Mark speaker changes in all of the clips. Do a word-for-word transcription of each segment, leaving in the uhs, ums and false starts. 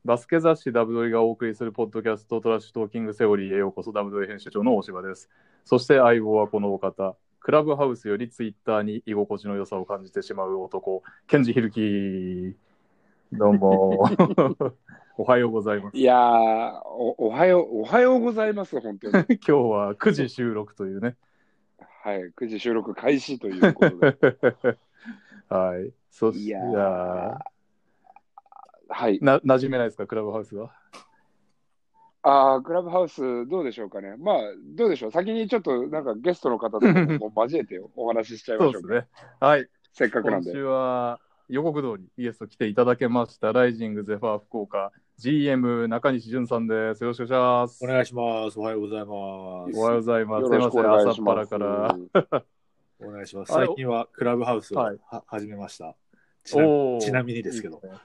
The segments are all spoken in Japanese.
Speaker 1: バスケ雑誌ダブドリがお送りするポッドキャストトラッシュトーキングセオリーへようこそ。ダブドリ編集長の大柴です。そして相棒はこのお方、クラブハウスよりツイッターに居心地の良さを感じてしまう男、ケンジヒルキ。どうもおはようございます。
Speaker 2: いやー お, おはようおはようございます本当に
Speaker 1: 今日はくじ収録というね
Speaker 2: はいくじ収録開始ということで
Speaker 1: はいそし
Speaker 2: いやー
Speaker 1: いや
Speaker 2: はい
Speaker 1: な馴染めないですかクラブハウスは。
Speaker 2: あークラブハウスどうでしょうかね。まあどうでしょう、先にちょっとなんかゲストの方とかも交えてお話ししちゃいましょうか。
Speaker 1: そうですね。はい、
Speaker 2: せっかくなんで。
Speaker 1: 今週は予告通りゲスト来ていただけましたライジングゼファー福岡 ジーエム 中西潤さんです。よろしくお願いします。
Speaker 3: お願いします。おはようございます。
Speaker 1: おはようございます。
Speaker 2: よろしくお願いします。
Speaker 1: すいません、朝っぱらから
Speaker 3: お願いします。最近はクラブハウスを、はい、始めました。ち な, ちなみにですけど。いいね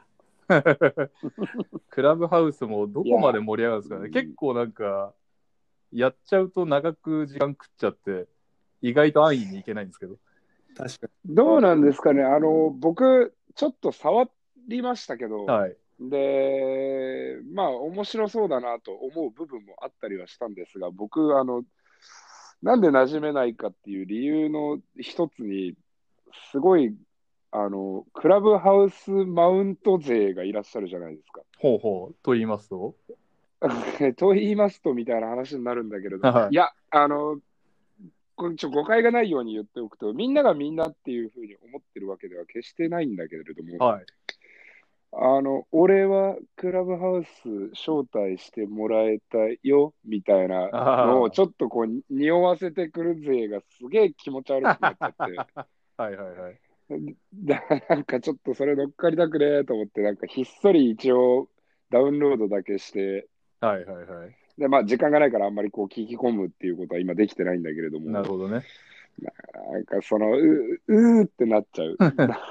Speaker 1: クラブハウスもどこまで盛り上がるんですかね。結構なんかやっちゃうと長く時間食っちゃって意外と安易にいけないんですけど。
Speaker 2: 確かにどうなんですかね。あの僕ちょっと触りましたけど、
Speaker 1: はい、
Speaker 2: でまあ面白そうだなと思う部分もあったりはしたんですが、僕あのなんで馴染めないかっていう理由の一つにすごいあのクラブハウスマウント勢がいらっしゃるじゃないですか。
Speaker 1: ほうほうと言いますと
Speaker 2: と言いますとみたいな話になるんだけれども、はい、いやあのこれちょ誤解がないように言っておくと、みんながみんなっていうふうに思ってるわけでは決してないんだけれども、
Speaker 1: はい、
Speaker 2: あの俺はクラブハウス招待してもらえたよみたいなのをちょっとこう匂わせてくる勢がすげえ気持ち悪くなっちゃって
Speaker 1: はいはいはい
Speaker 2: だなんかちょっとそれ乗っかりたくねえと思って、なんかひっそり一応ダウンロードだけして、
Speaker 1: はいはいはい。
Speaker 2: でまあ時間がないからあんまりこう聞き込むっていうことは今できてないんだけれども、
Speaker 1: なるほどね。
Speaker 2: なんかそのううーってなっちゃう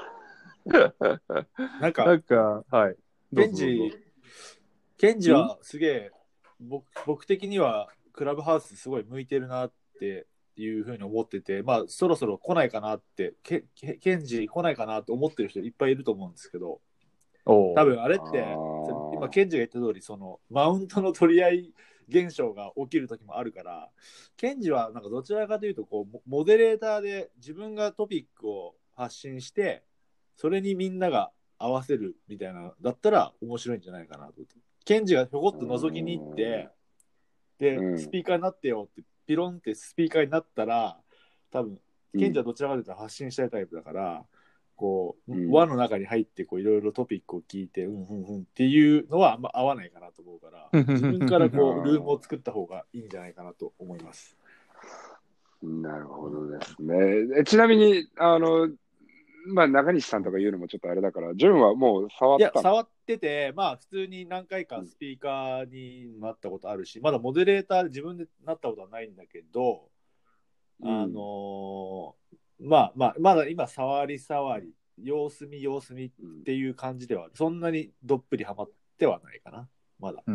Speaker 3: なんか
Speaker 1: なんかはい
Speaker 3: ケンジケンジはすげえ僕僕的にはクラブハウスすごい向いてるなっていうふうに思ってて、まあそろそろ来ないかなってケケンジ来ないかなと思ってる人いっぱいいると思うんですけど、多分あれって今ケンジが言った通りそのマウントの取り合い現象が起きる時もあるから、ケンジはなんかどちらかというとこうモデレーターで自分がトピックを発信してそれにみんなが合わせるみたいなだったら面白いんじゃないかなと。ケンジがひょこっと覗きに行ってでスピーカーになってよってピロンってスピーカーになったら、多分ケンジはどちらかというと発信したいタイプだから、こう、うん、輪の中に入ってこういろいろトピックを聞いてうんうんうんっていうのはあんま合わないかなと思うから自分からこうルームを作った方がいいんじゃないかなと思います。
Speaker 2: なるほどですね。ちなみにあのまあ中西さんとか言うのもちょっとあれだから、ジュンはもう触ったの？
Speaker 3: いや触ってて、まあ普通に何回かスピーカーになったことあるし、まだモデレーターで自分でなったことはないんだけど、うん、あのー、まあまあまだ今触り触り様子見様子見っていう感じでは、そんなにどっぷりハマってはないかなまだ。
Speaker 2: うん、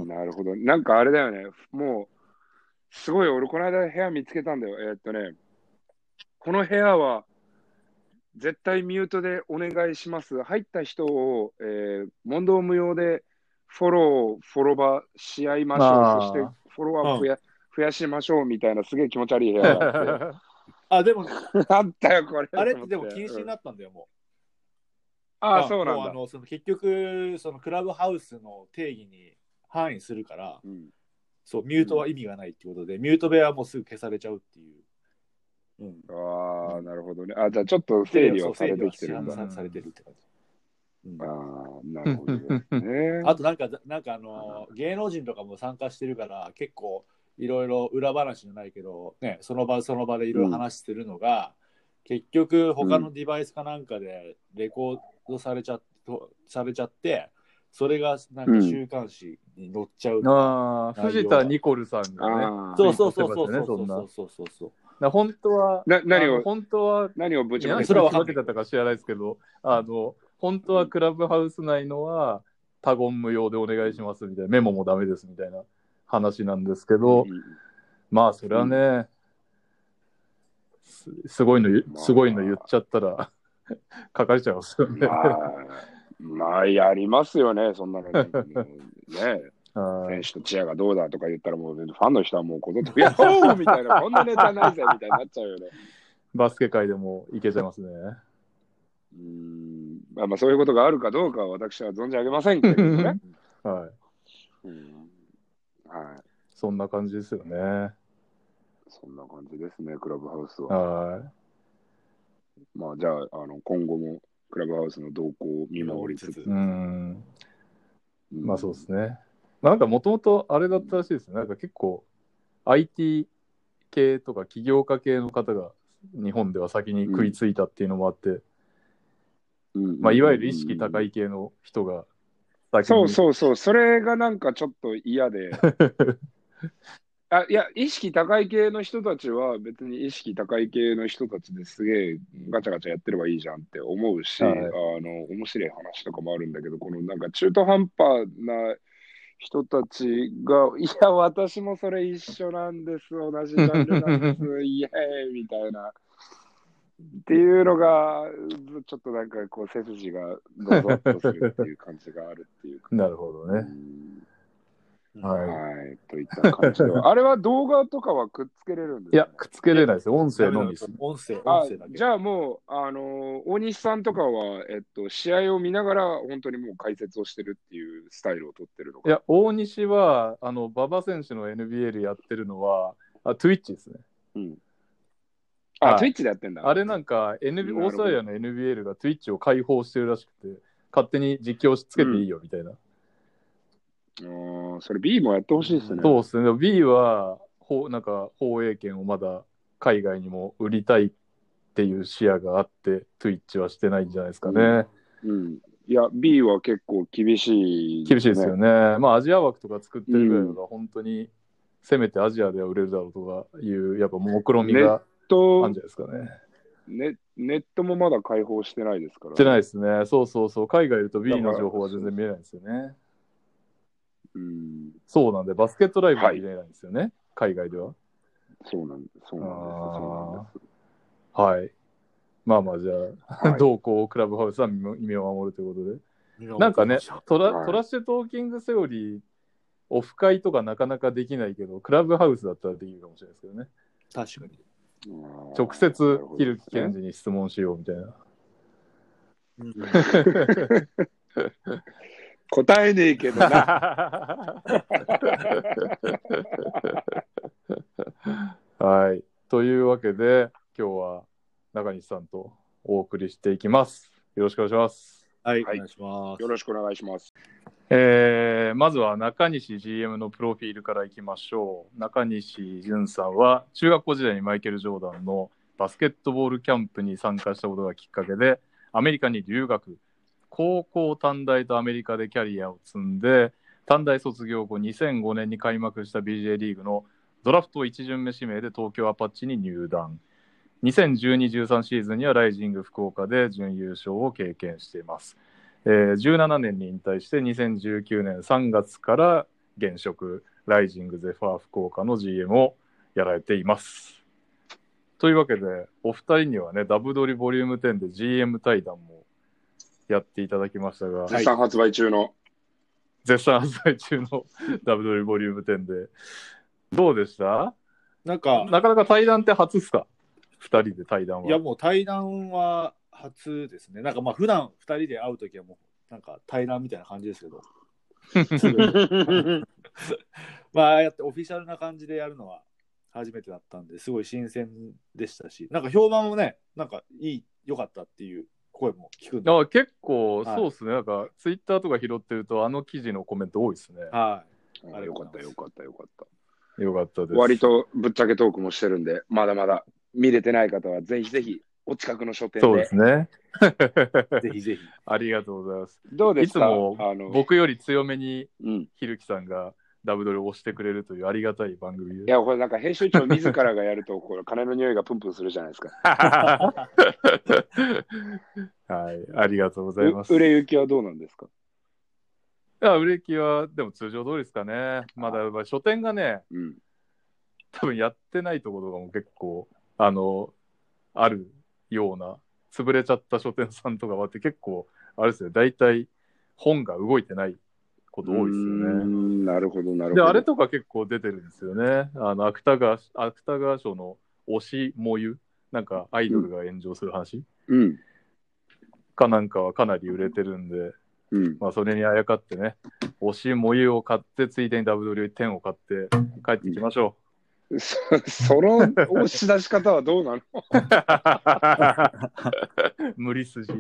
Speaker 2: なるほど。なんかあれだよね、もうすごい俺この間部屋見つけたんだよ。えー、っとねこの部屋は絶対ミュートでお願いします。入った人を、えー、問答無用でフォロー、フォロバーし合いましょう。そしてフォロワー増や、うん、増やしましょうみたいなすげえ気持ち悪い部屋があって。
Speaker 3: あ、でも、
Speaker 2: あったよ、これ。
Speaker 3: あれってでも禁止になったんだよ、もう。
Speaker 2: ああ、そうなんだ。
Speaker 3: あのその結局、そのクラブハウスの定義に範囲するから、うん、そう、ミュートは意味がないってことで、うん、ミュート部屋はもうすぐ消されちゃうっていう。
Speaker 2: うん、ああ、なるほどね。あ、じゃあちょっと整理はされてきてるんだ。
Speaker 3: さ, されてるって感じ。
Speaker 2: うん、ああ、なるほどですね。
Speaker 3: あとなんか、なんかあの、芸能人とかも参加してるから、結構いろいろ裏話じゃないけど、ね、その場その場でいろいろ話してるのが、うん、結局他のデバイスかなんかでレコードされちゃっ、うん、されちゃって、それがなんか週刊誌に載っちゃう、うん、
Speaker 1: ああ、藤田ニコルさんがね、
Speaker 3: そうそうそうそうそうそうそうそうそうそう。
Speaker 1: 本当は
Speaker 2: な何を
Speaker 1: 本当は
Speaker 2: 何をぶちまけ
Speaker 1: それは分けてたか知らないですけど、あの本当はクラブハウス内のは他言無用でお願いしますみたいな、メモもダメですみたいな話なんですけど、うん、まあそれはね、うん、す, すごいのすごいの言っちゃったら書かれちゃいますよね。
Speaker 2: まあまあ、やりますよね、そんなの。ね、
Speaker 1: はい
Speaker 2: 選手とチアがどうだとか言ったら、もうファンの人はもうこぞって、ヤッホーみたいな、こんなネタないぜみたいになっちゃうよね。
Speaker 1: バスケ界でもいけちゃいますね。
Speaker 2: うーん、まあ、まあそういうことがあるかどうかは私は存じ上げませんけれどもね。
Speaker 1: はい。
Speaker 2: うん、はい。
Speaker 1: そんな感じですよね。
Speaker 2: そんな感じですね、クラブハウスは。
Speaker 1: はい。
Speaker 2: まあ、じゃあ、あの今後もクラブハウスの動向を見守りつつ。
Speaker 1: うん。
Speaker 2: うん、
Speaker 1: まあそうですね。まあ、なんかもともとあれだったらしいですね。なんか結構 アイティー 系とか起業家系の方が日本では先に食いついたっていうのもあって、
Speaker 2: うん
Speaker 1: まあ、いわゆる意識高い系の人が先に。
Speaker 2: そうそうそう、それがなんかちょっと嫌で。あ、いや、意識高い系の人たちは別に意識高い系の人たちですげえガチャガチャやってればいいじゃんって思うし、
Speaker 1: はい、
Speaker 2: あの、面白い話とかもあるんだけど、このなんか中途半端な人たちが、いや、私もそれ一緒なんです、同じジャンルなんです、イエーイみたいな。っていうのが、ちょっとなんかこう背筋がドドッとするっていう感じがあるっていうか。
Speaker 1: なるほどね。
Speaker 2: はい、はい、といった感じでは。あれは動画とかはくっつけれるんですか、ね、
Speaker 1: いや、くっつけれないですよ。音声のみです。
Speaker 3: 音声、音声だけ。
Speaker 2: じゃあもう、あのー、大西さんとかは、えっと、試合を見ながら、本当にもう解説をしてるっていうスタイルを取ってるのか。
Speaker 1: いや、大西は、あの、馬場選手の エヌビーエル やってるのは、あ、Twitch ですね。
Speaker 2: うん。あ、はい、Twitch でやってんだ。
Speaker 1: あれなんか、N B、オーストラリアの エヌビーエル が Twitch を開放してるらしくて、勝手に実況しつけていいよみたいな。
Speaker 2: うん、あそれ B もやってほしいですね。
Speaker 1: そうですね。B は、ほなんか放映権をまだ海外にも売りたいっていう視野があって、Twitch はしてないんじゃないですかね。
Speaker 2: うん。うん、いや、B は結構厳しい、
Speaker 1: ね。厳しいですよね。まあ、アジア枠とか作ってるぐらいだから、本当に、せめてアジアでは売れるだろうとかいう、やっぱ目論みがあるんじゃないですかね。
Speaker 2: ネ, ネットもまだ開放してないですから、ね。
Speaker 1: してないですね。そうそうそう。海外いると B の情報は全然見えないんですよね。
Speaker 2: うん、
Speaker 1: そうなんで、バスケットライブは見れないんですよね。はい、海外では。
Speaker 2: そうなんです。そうなんです。
Speaker 1: はい。まあまあ、じゃあ、はい、同行クラブハウスは見守るということで。なんかね、トラ、はい、トラッシュトーキングセオリー、オフ会とかなかなかできないけど、クラブハウスだったらできるかもしれないですけどね。
Speaker 3: 確かに。
Speaker 1: 直接、ひるき検事に質問しようみたいな。
Speaker 2: 答えねえけどな。
Speaker 1: はい。というわけで、今日は中西さんとお送りしていきます。よろしくお願いします。
Speaker 3: はい、はい、お願いします。
Speaker 2: よろしくお願いします。
Speaker 1: えー、まずは中西 ジーエム のプロフィールからいきましょう。中西潤さんは中学校時代にマイケル・ジョーダンのバスケットボールキャンプに参加したことがきっかけでアメリカに留学。高校短大とアメリカでキャリアを積んで、短大卒業後にせんごねんに開幕した ビージェー リーグのドラフトいち巡目指名で東京アパッチに入団。にせんじゅうに、じゅうさんシーズンにはライジング福岡で準優勝を経験しています。えー、じゅうななねんに引退してにせんじゅうきゅうねんさんがつから現職ライジングゼファー福岡の ジーエム をやられています。というわけでお二人にはねダブドリボリュームテンで ジーエム 対談もやっていただきましたが、
Speaker 2: 絶賛発売中の
Speaker 1: 絶賛発売中のダブドリボリュームテンでどうでした？
Speaker 3: なんか
Speaker 1: なかなか対談って初っすか？二人で対談は。
Speaker 3: いやもう対談は初ですね。なんかまあ普段二人で会うときはもうなんか対談みたいな感じですけどまあやってオフィシャルな感じでやるのは初めてだったんですごい新鮮でしたし、なんか評判もねなんかいい良かったっていう声も聞くんで。
Speaker 1: あ、結構そうですね、はい、なんかツイッターとか拾ってるとあの記事のコメント多いですね。
Speaker 3: はい。
Speaker 2: あれよかったよかったよかった。
Speaker 1: よかったです。
Speaker 2: 割とぶっちゃけトークもしてるんで、まだまだ見れてない方はぜひぜひお近くの書店で。
Speaker 1: そうですね。
Speaker 3: ぜひぜひ。
Speaker 1: ありがとうございます。
Speaker 2: どうですか？
Speaker 1: いつも僕より強めにひるきさんがダブドリを押してくれるというありがたい番組で。
Speaker 2: いや、これなんか編集長自らがやるとこれ金の匂いがプンプンするじゃないですか。
Speaker 1: はい、ありがとうございます。
Speaker 2: 売れ行きはどうなんですか？
Speaker 1: いや、売れ行きはでも通常通りですかね。まだ書店がね、うん、多分やってないところがも結構あのあるような潰れちゃった書店さんとかはって結構あれですよ、大体本が動いてないこと多いですよね。
Speaker 2: なるほどなるほど。
Speaker 1: であれとか結構出てるんですよね。あの芥川芥川賞の推しもゆ、なんかアイドルが炎上する話、
Speaker 2: うん、
Speaker 1: かなんかはかなり売れてるんで、
Speaker 2: うん、
Speaker 1: まあ、それにあやかってね、推しもゆを買って、ついでに ダブリューダブリューイーテン を買って帰ってきましょ
Speaker 2: う。そ, その押し出し方はどうなの
Speaker 1: 無理筋。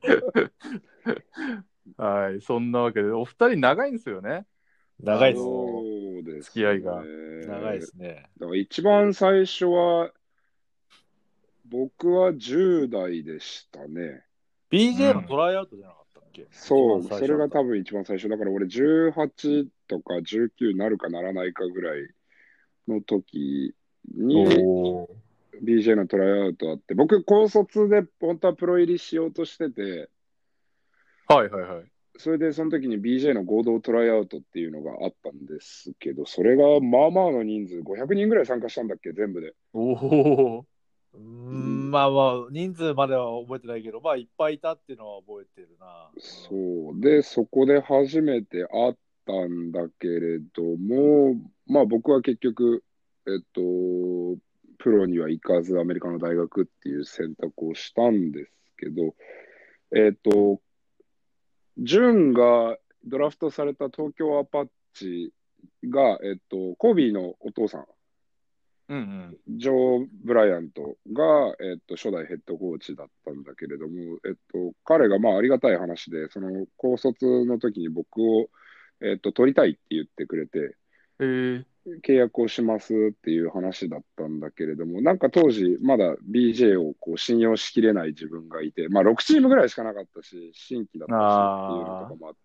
Speaker 1: はい、そんなわけで、お二人長いんですよね。
Speaker 3: 長いです。
Speaker 2: そうですね。
Speaker 1: 付き合いが。
Speaker 3: 長いですね。
Speaker 2: だから一番最初は、僕はじゅう代でしたね。
Speaker 3: ビージェー のトライアウトじゃなかったっけ、うん、
Speaker 2: そう、それが多分一番最初。だから俺じゅうはちとかじゅうきゅうになるかならないかぐらいの時に ビージェー のトライアウトあって、僕高卒で本当はプロ入りしようとしてて、
Speaker 1: はいはいはい。
Speaker 2: それでその時に ビージェー の合同トライアウトっていうのがあったんですけど、それがまあまあの人数、ごひゃくにんぐらい参加したんだっけ、全部で。
Speaker 1: おお。
Speaker 3: うん、まあまあ、人数までは覚えてないけど、まあいっぱいいたっていうのは覚えてるな。
Speaker 2: そう。で、そこで初めて会ったんだけれども、まあ僕は結局、えっと、プロには行かずアメリカの大学っていう選択をしたんですけど、えっと、ジュンがドラフトされた東京アパッチが、えっと、コービーのお父さん、
Speaker 1: うんうん、
Speaker 2: ジョー・ブライアントが、えっと、初代ヘッドコーチだったんだけれども、えっと、彼がまあありがたい話で、その高卒の時に僕を、えっと、取りたいって言ってくれて、
Speaker 1: えー、
Speaker 2: 契約をしますっていう話だったんだけれども、なんか当時まだ ビージェー をこう信用しきれない自分がいて、まあろくチームぐらいしかなかったし、新規だったしっていうのとかもあって、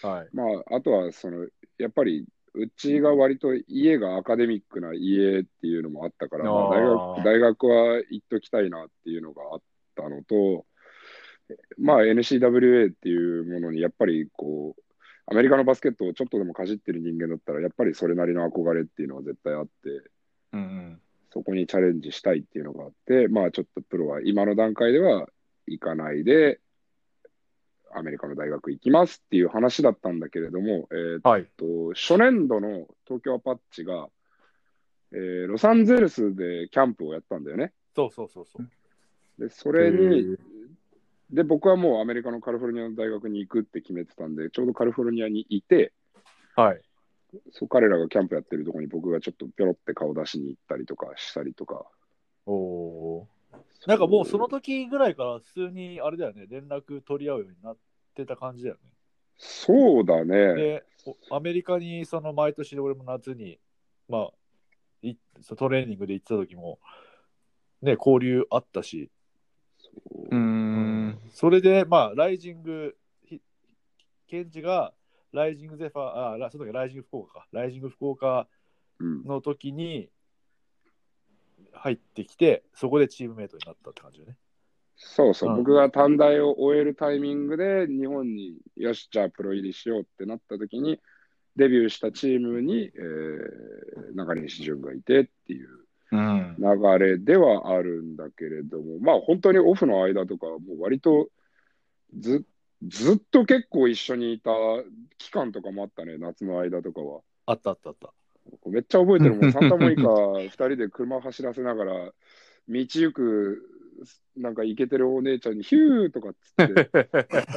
Speaker 1: はい、
Speaker 2: まああとはその、やっぱりうちが割と家がアカデミックな家っていうのもあったから、まあ、大学大学は行っときたいなっていうのがあったのと、まあ、エヌシーダブリューエー っていうものにやっぱりこうアメリカのバスケットをちょっとでもかじってる人間だったらやっぱりそれなりの憧れっていうのは絶対あって、
Speaker 1: うんうん、
Speaker 2: そこにチャレンジしたいっていうのがあって、まあちょっとプロは今の段階では行かないでアメリカの大学行きますっていう話だったんだけれども、えーっと、はい、初年度の東京アパッチが、えー、ロサンゼルスでキャンプをやったんだよね。
Speaker 3: そうそうそうそう。
Speaker 2: で、それに、で、僕はもうアメリカのカリフォルニアの大学に行くって決めてたんで、ちょうどカリフォルニアにいて、
Speaker 1: はい。
Speaker 2: そう彼らがキャンプやってるところに僕がちょっとぴょろって顔出しに行ったりとかしたりとか。
Speaker 3: おー。なんかもうその時ぐらいから普通にあれだよね、連絡取り合うようになってた感じだよね。
Speaker 2: そうだね。
Speaker 3: で、アメリカにその毎年俺も夏に、まあ、いトレーニングで行ってた時も、ね、交流あったし、
Speaker 1: うーん、
Speaker 3: それで、まあ、ライジング、ケンジがライジングゼファー、あ、その時ライジング福岡か、ライジング福岡の時に入ってきて、うん、そこでチームメイトになったって感じだね。
Speaker 2: そうそう、うん、僕が短大を終えるタイミングで日本によし、じゃあプロ入りしようってなった時に、デビューしたチームに、えー、中西潤がいてっていう流れではあるんだけれども、うん、まあ本当にオフの間とか、もう割とず、ずっと結構一緒にいた期間とかもあったね、夏の間とかは。
Speaker 3: あったあったあった。
Speaker 2: めっちゃ覚えてるもん、サンタモニカふたりで車走らせながら、道行く、なんかイケてるお姉ちゃんにヒューとかっつって。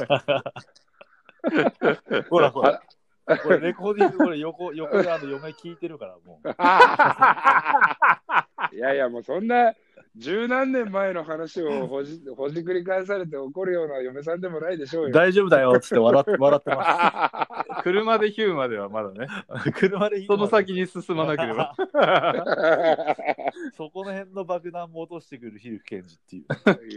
Speaker 3: ほらほら。これレコーディング、これ横、横であの嫁聞いてるから、もう。
Speaker 2: いやいや、もうそんな十何年前の話をほじほじくり返されて怒るような嫁さんでもないでしょうよ。
Speaker 3: 大丈夫だよっつって笑って笑ってます。
Speaker 1: 車でヒューまではまだね。
Speaker 3: 車で
Speaker 1: その先に進まなければ。
Speaker 3: そこの辺の爆弾も落としてくるヒルフケンジっていう。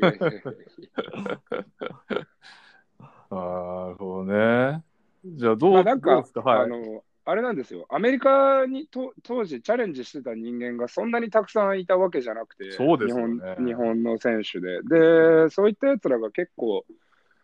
Speaker 1: なるほどね。じゃあどう、まあ、
Speaker 2: なんか
Speaker 1: どうですか、はい、
Speaker 2: あのあれなんですよ、アメリカにと当時チャレンジしてた人間がそんなにたくさんいたわけじゃなくて、
Speaker 1: そうですよね、
Speaker 2: 日本、日本の選手で。で、そういったやつらが結構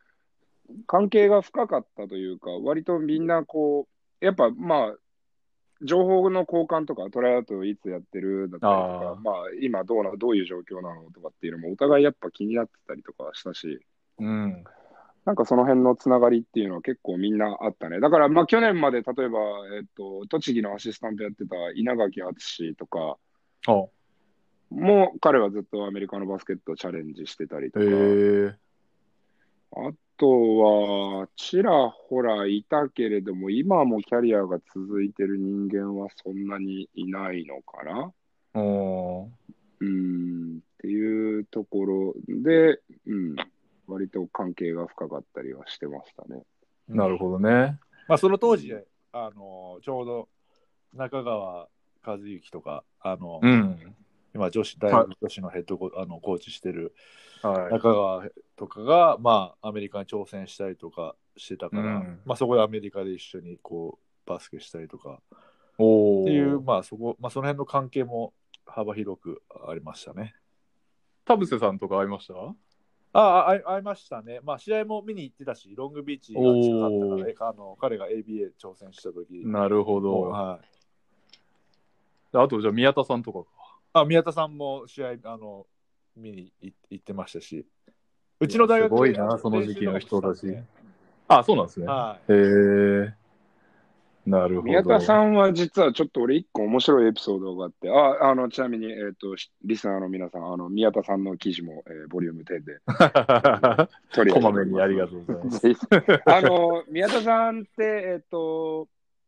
Speaker 2: 関係が深かったというか、割とみんなこう、やっぱまあ、 情報の交換とか、トライアウトいつやってるだったりとか、
Speaker 1: あー
Speaker 2: まあ、今どうな、どういう状況なのとかっていうのも、お互いやっぱ気になってたりとかしたし、
Speaker 1: うん。
Speaker 2: なんかその辺のつながりっていうのは結構みんなあったね。だから、まあ去年まで例えば、えっと、栃木のアシスタントやってた稲垣敦とか、
Speaker 1: あ、
Speaker 2: もう彼はずっとアメリカのバスケットチャレンジしてたりと
Speaker 1: へ
Speaker 2: か、
Speaker 1: え。
Speaker 2: あとは、ちらほらいたけれども、今もキャリアが続いてる人間はそんなにいないのかな。
Speaker 1: おー。
Speaker 2: うーん、っていうところで、うん、割と関係が深かったりはしてましたね。
Speaker 1: なるほどね。
Speaker 3: まあ、その当時、あのちょうど中川和之とか、あの、
Speaker 1: うん。
Speaker 3: 今女子大学女子のヘッドコあのコーチしてる
Speaker 1: はい。
Speaker 3: 中川とかが、まあ、アメリカに挑戦したりとかしてたから、
Speaker 1: うん
Speaker 3: まあ、そこでアメリカで一緒にこうバスケしたりとか
Speaker 1: お
Speaker 3: っていう、
Speaker 1: ー。
Speaker 3: まあそこ、まあ、その辺の関係も幅広くありましたね。
Speaker 1: 田臥さんとか会いました？
Speaker 3: ああ、会い会いましたね。まあ、試合も見に行ってたし、ロングビーチが近かったから、えあの彼が エービーエー 挑戦した時
Speaker 1: なるほ
Speaker 3: も、
Speaker 1: ど。
Speaker 3: はい、
Speaker 1: あと、じゃあ宮田さんとかか。
Speaker 3: あ宮田さんも試合あの見に行行ってましたし、うちの大学
Speaker 1: すごい
Speaker 3: であ
Speaker 1: な、その時期の人たち。
Speaker 3: 練習とかもしてたんでね。
Speaker 1: あ、そうなんですね。
Speaker 3: はい
Speaker 1: へえ。なるほど。
Speaker 2: 宮田さんは実はちょっと俺一個面白いエピソードがあって、あ、あの、ちなみに、えっと、しリスナーの皆さん、あの、宮田さんの記事も、えーボリュームじゅうで取り
Speaker 1: こま
Speaker 2: 上げております。
Speaker 1: めにありがとうございます。
Speaker 2: ぜひあの、宮田さんって、えっと、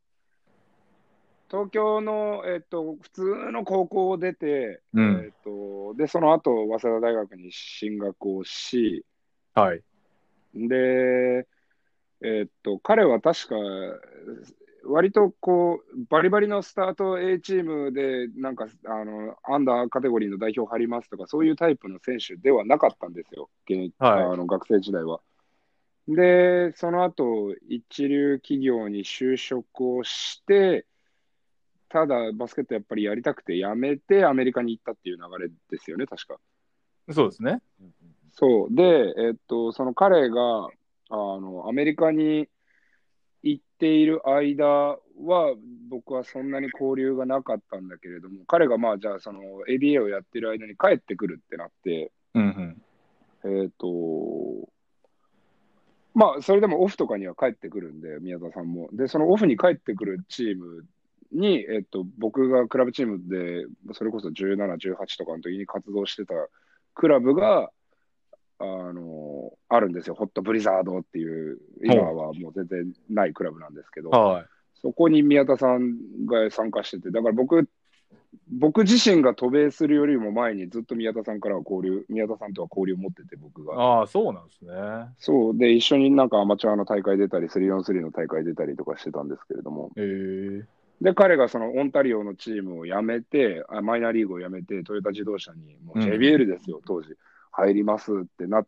Speaker 2: 東京の、えっと、普通の高校を出て、
Speaker 1: うん
Speaker 2: えっと、で、その後、早稲田大学に進学をし、
Speaker 1: はい。
Speaker 2: で、えっと、彼は確か、割とこう、バリバリのスタート A チームで、なんか、あの、アンダーカテゴリーの代表を張りますとか、そういうタイプの選手ではなかったんですよ、現役
Speaker 1: はい
Speaker 2: あの学生時代は。で、その後、一流企業に就職をして、ただ、バスケットやっぱりやりたくて辞めてアメリカに行ったっていう流れですよね、確か。
Speaker 1: そうですね。
Speaker 2: そう。で、えっと、その彼が、あの、アメリカに行っている間は、僕はそんなに交流がなかったんだけれども、彼がまあ、じゃあ、その エービーエー をやってる間に帰ってくるってなって、
Speaker 1: うんうん。
Speaker 2: えっと、まあ、それでもオフとかには帰ってくるんで、宮田さんも。で、そのオフに帰ってくるチームに、えっと、僕がクラブチームで、それこそじゅうなな、じゅうはちとかの時に活動してたクラブが、あの、あるんですよ。ホットブリザードっていう、今はもう全然ないクラブなんですけど、
Speaker 1: はい。
Speaker 2: そこに宮田さんが参加してて、だから僕、僕自身が渡米するよりも前にずっと宮田さんからは交流、宮田さんとは交流を持ってて、僕が。
Speaker 1: ああ、そうなんですね。
Speaker 2: そう。で、一緒になんかアマチュアの大会出たり、スリーオンスリーの大会出たりとかしてたんですけれども。
Speaker 1: へえ。
Speaker 2: で、彼がそのオンタリオのチームを辞めて、あマイナーリーグを辞めて、トヨタ自動車に、もう ジェイビーエル ですよ、当時、入りますってなった、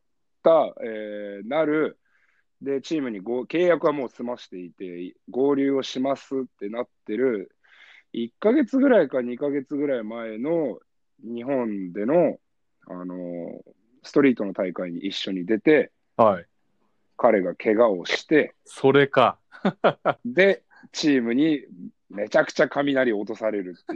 Speaker 2: えー、なる、で、チームにご契約はもう済ましていて、合流をしますってなってる、いっかげつぐらいかにかげつぐらい前の日本での、あの、ストリートの大会に一緒に出て、
Speaker 1: はい。
Speaker 2: 彼が怪我をして、
Speaker 1: それか。
Speaker 2: で、チームにめちゃくちゃ雷を落とされるっていう。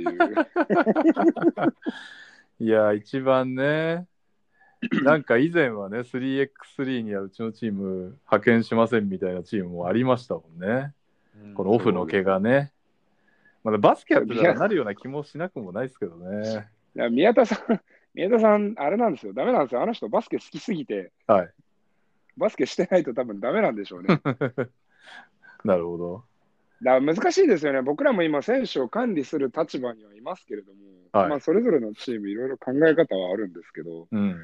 Speaker 1: いや、一番ね、なんか以前はね、スリーエックススリー にはうちのチーム派遣しませんみたいなチームもありましたもんね。
Speaker 3: うん
Speaker 1: このオフの怪我ね。まだバスケやってたらなるような気もしなくもないですけどね。
Speaker 2: いや宮田さん、宮田さん、あれなんですよ。ダメなんですよ。あの人バスケ好きすぎて、
Speaker 1: はい。
Speaker 2: バスケしてないと多分ダメなんでしょうね。
Speaker 1: なるほど。
Speaker 2: だから難しいですよね。僕らも今、選手を管理する立場にはいますけれども、
Speaker 1: はい
Speaker 2: まあ、それぞれのチーム、いろいろ考え方はあるんですけど、
Speaker 1: うん。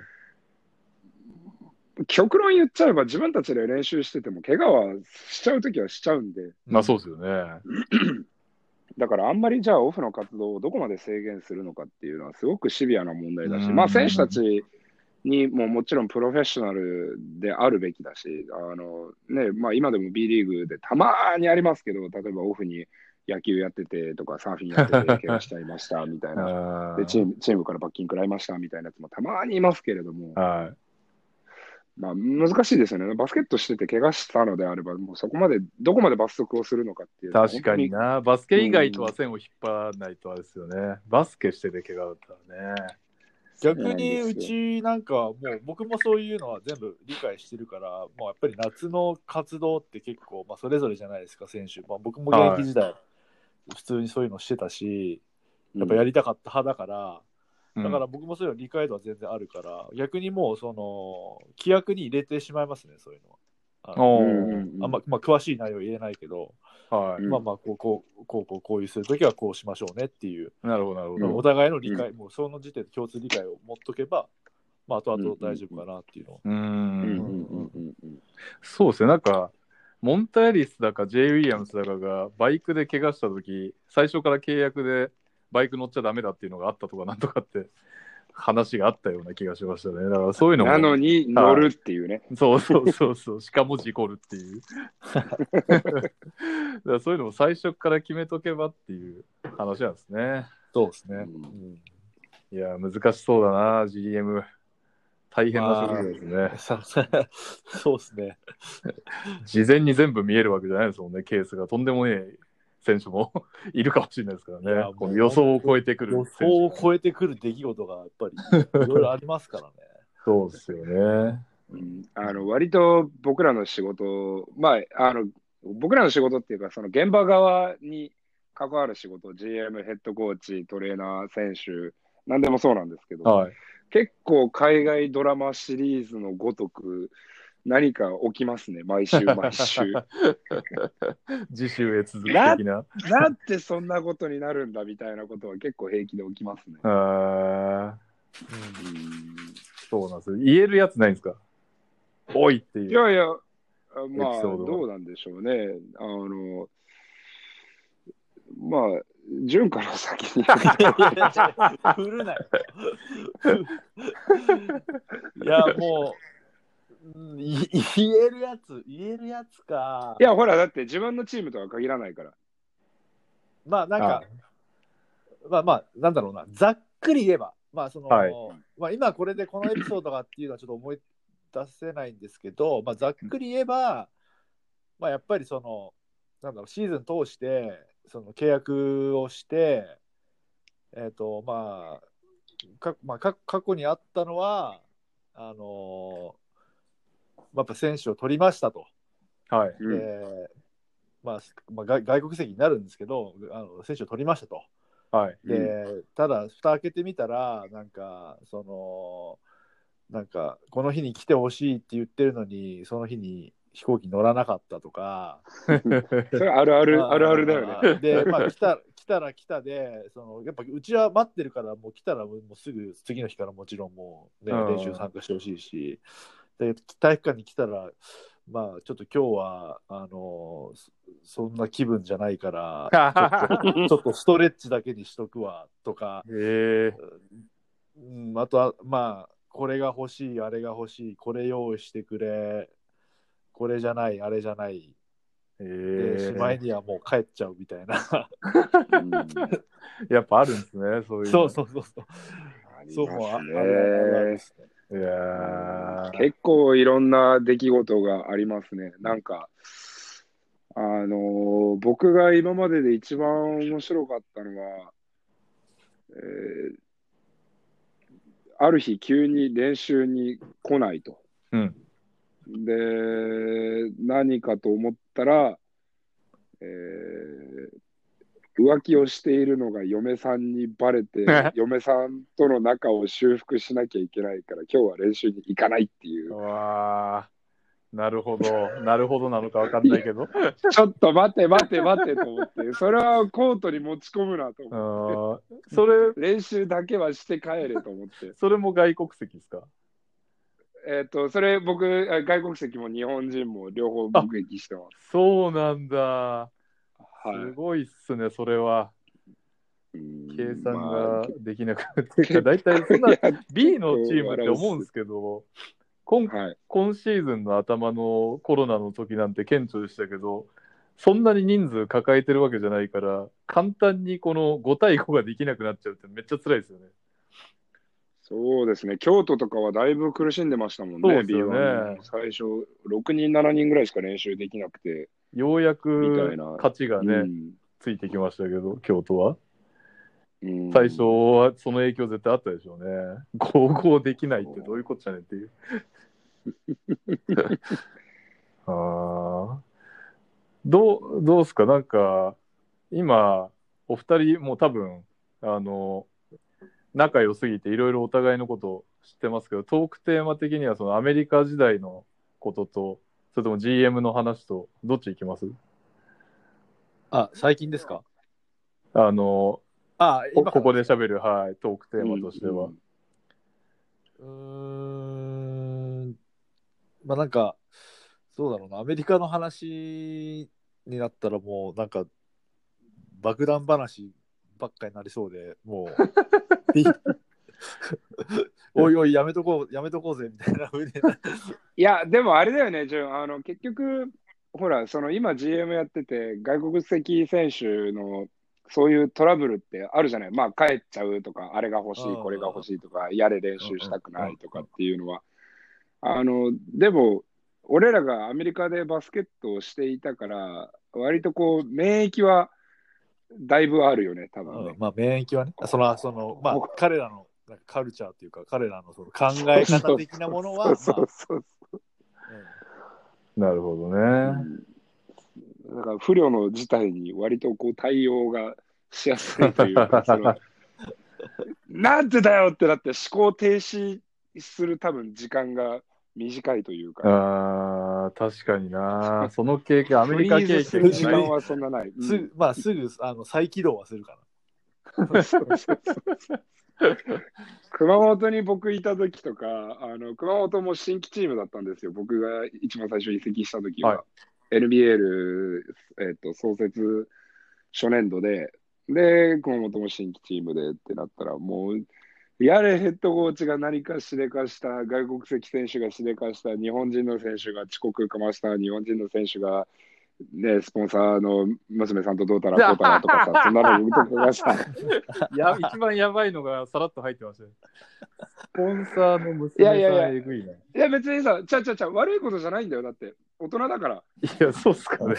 Speaker 2: 極論言っちゃえば、自分たちで練習してても、怪我はしちゃうときはしちゃうんで、
Speaker 1: まあそうですよね。
Speaker 2: だからあんまりじゃあ、オフの活動をどこまで制限するのかっていうのは、すごくシビアな問題だし、
Speaker 1: うん
Speaker 2: まあ、選手たちにももちろんプロフェッショナルであるべきだし、あのねまあ、今でも B リーグでたまにありますけど、例えばオフに野球やっててとか、サーフィンやってて、怪我しちゃいましたみたいな
Speaker 1: あ
Speaker 2: でチーム、チームから罰金食らいましたみたいなやつもたまにいますけれども、
Speaker 1: はい。
Speaker 2: まあ難しいですよね。バスケットしてて怪我したのであれば、もうそこまで、どこまで罰則をするのかっていうのは
Speaker 1: 確かにな。バスケ以外とは線を引っ張らないとあれですよね。バスケしてて怪我だったらね。
Speaker 3: 逆にうちなんかもう僕もそういうのは全部理解してるから、もうやっぱり夏の活動って結構、まあ、それぞれじゃないですか、選手。まあ、僕も現役時代、普通にそういうのしてたし、やっぱやりたかった派だから、うん、だから僕もそういうの理解度は全然あるから、逆にもうその規約に入れてしまいますね、そういうのは。あのあんま、まあ、詳しい内容は言えないけど、はい、まあまあこうこうこうこうこういうするときはこうしましょうねっていう、
Speaker 1: なるほどなるほど、
Speaker 3: お互いの理解、うん、もうその時点で共通理解を持っとけば、まあ後々大丈夫かなっていうの。
Speaker 1: うん。そうですね、なんかモンタエリスだか J ウィリアムスだかがバイクで怪我したとき、最初から契約でバイク乗っちゃダメだっていうのがあったとかなんとかって話があったような気がしましたね。だからそういうのも。
Speaker 2: なのに乗るっていうね。
Speaker 1: はい、そうそうそうそう。しかも事故るっていう。だからそういうのも最初から決めとけばっていう話なんですね。
Speaker 3: そうですね。
Speaker 1: うん、いや、難しそうだな、ジーエム。大変な職業ですね。ま
Speaker 3: あ、そうですね。
Speaker 1: 事前に全部見えるわけじゃないですもんね、ケースが。とんでもねえ選手もいるかもしれないですからね。この予想を超えてくる。
Speaker 3: 予想を超えてくる出来事がやっぱりいろいろありますからね。
Speaker 1: そうですよね。
Speaker 2: うん、あの割と僕らの仕事、まあ、あの僕らの仕事っていうか、その現場側に関わる仕事、ジーエム、ヘッドコーチ、トレーナー、選手、なんでもそうなんですけど、
Speaker 1: はい、
Speaker 2: 結構海外ドラマシリーズのごとく何か起きますね、毎週毎週。
Speaker 1: 次週へ続く的な。
Speaker 2: なんてそんなことになるんだみたいなことは結構平気で起きますね。
Speaker 1: あうん、そうなんですよ。言えるやつないんですか？おいっていう。
Speaker 2: いやいや、まあ、どうなんでしょうね。あの、まあ、潤から先に。
Speaker 3: 振るなよ。いや、もう、言えるやつ、言えるやつか。
Speaker 2: いや、ほら、だって自分のチームとは限らないから。
Speaker 3: まあ、なんか、まあまあ、なんだろうな、ざっくり言えば、まあ、その、はい、まあ、今これでこのエピソードがっていうのはちょっと思い出せないんですけど、まあ、ざっくり言えば、まあ、やっぱりその、なんだろう、シーズン通して、その契約をして、えっと、まあ、かまあ、か過去にあったのは、あのー、やっぱ選手を取りましたと。
Speaker 1: はい。
Speaker 3: で、まあ、まあ、外国籍になるんですけど、あの選手を取りましたと。
Speaker 1: はい。
Speaker 3: で、うん、ただ、蓋開けてみたら、なんか、その、なんか、この日に来てほしいって言ってるのに、その日に飛行機乗らなかったとか。
Speaker 2: それあるある、まあ、あるあるだよね。
Speaker 3: で、まあ、来た、来たら来たで、その、やっぱうちは待ってるから、もう来たらもうすぐ次の日からもちろんもう、ね、練習参加してほしいし、で、体育館に来たら、まあ、ちょっと今日は、あの、そんな気分じゃないから、ちょっと、ちょっとストレッチだけにしとくわ、とか、
Speaker 1: えー
Speaker 3: うん、あとは、まあ、これが欲しい、あれが欲しい、これ用意してくれ、これじゃない、あれじゃない、えー、でしまいにはもう帰っちゃうみたいな。
Speaker 1: やっぱあるんですね、そういう。
Speaker 3: そうそうそうそう。
Speaker 2: そうもある
Speaker 3: あるあるですね。
Speaker 1: いや
Speaker 2: 結構いろんな出来事がありますね。なんか、あのー、僕が今までで一番面白かったのは、えー、ある日急に練習に来ないと。
Speaker 1: うん、
Speaker 2: で、何かと思ったら、えー、浮気をしているのが嫁さんにバレて、嫁さんとの仲を修復しなきゃいけないから、今日は練習に行かないっていう。
Speaker 1: わー、なるほど、なるほどなのか分かんないけど。
Speaker 2: ちょっと待て待て待てと思って、それはコートに持ち込むなと思って、それ練習だけはして帰れと思って。
Speaker 1: それも外国籍ですか？
Speaker 2: えっと、それ僕、外国籍も日本人も両方目撃してます。
Speaker 1: そうなんだ。
Speaker 2: はい、
Speaker 1: すごいっすね、それは。計算ができなくて、だいたいそんな B のチームって思うんですけど、今, はい、今シーズンの頭のコロナの時なんて顕著でしたけど、そんなに人数抱えてるわけじゃないから、簡単にこのご対ごができなくなっちゃうってめっちゃ辛いですよね。
Speaker 2: そうですね、京都とかはだいぶ苦しんでましたもんね、
Speaker 1: そうですよね
Speaker 2: ビーワン。最初、ろくにん、しちにんぐらいしか練習できなくて、
Speaker 1: ようや
Speaker 2: みた
Speaker 1: く
Speaker 2: いな。
Speaker 1: 勝ちがね、
Speaker 2: うん
Speaker 1: ついてきましたけど、京都は。
Speaker 2: うん
Speaker 1: 最初はその影響絶対あったでしょうね。合合できないってどういうことじゃねんっていう。ああ。どう、どうすかなんか、今、お二人もう多分、あの、仲良すぎていろいろお互いのこと知ってますけど、トークテーマ的にはそのアメリカ時代のことと、それとも ジーエム の話と、どっち行きます？
Speaker 3: あ、最近ですか？
Speaker 1: あの、
Speaker 3: あ、
Speaker 1: こ
Speaker 3: 今から
Speaker 1: ここで喋る、はい、トークテーマとしては。
Speaker 3: うーん、まあなんか、そうだろうな、アメリカの話になったらもうなんか、爆弾話ばっかになりそうで、もう、おいおい、やめとこう、やめとこうぜ、みたいな風にな。
Speaker 2: いや、でもあれだよね、ジュン。あの、結局、ほら、その今 ジーエム やってて、外国籍選手のそういうトラブルってあるじゃない。まあ、帰っちゃうとか、あれが欲しい、これが欲しいとか、やれ練習したくないとかっていうのは。あの、でも、俺らがアメリカでバスケットをしていたから、割とこう、免疫はだいぶあるよね、多分ね。
Speaker 3: うん、まあ、免疫はね、その、その、まあ、彼らのなんかカルチャーというか、彼らのその考え方的なものは、
Speaker 2: そうそうそう。
Speaker 1: なるほどね。
Speaker 2: うんだから不慮の事態に割とこう対応がしやすいというか、そのなんでだよってなって思考停止する多分時間が短いというか、
Speaker 1: ああ、確かにな。その経験、アメ
Speaker 2: フ
Speaker 1: リカ経
Speaker 2: リーズする
Speaker 1: 験がない。
Speaker 2: 時間はそんなない。うん
Speaker 3: すぐ、まあ、すぐあの再起動はするか
Speaker 2: そうそうそう熊本に僕いた時とか、あの熊本も新規チームだったんですよ。僕が一番最初移籍した時は、
Speaker 1: はい、
Speaker 2: エヌビーエル、えっと、創設初年度で、で、熊本も新規チームでってなったら、もう、やれヘッドコーチが何かしでかした、外国籍選手がしでかした、日本人の選手が遅刻かました、日本人の選手が、ね、スポンサーの娘さんとどうたらこうたらとかさ、そんなのとかがさ、
Speaker 1: や一番やばいのがさらっと入ってましたよ。スポンサーの娘さん
Speaker 2: いやいやいや
Speaker 1: えぐいな。
Speaker 2: いや別にさ、ちゃちゃちゃ、悪いことじゃないんだよ、だって。大人だから。
Speaker 1: いや、そうっすかね。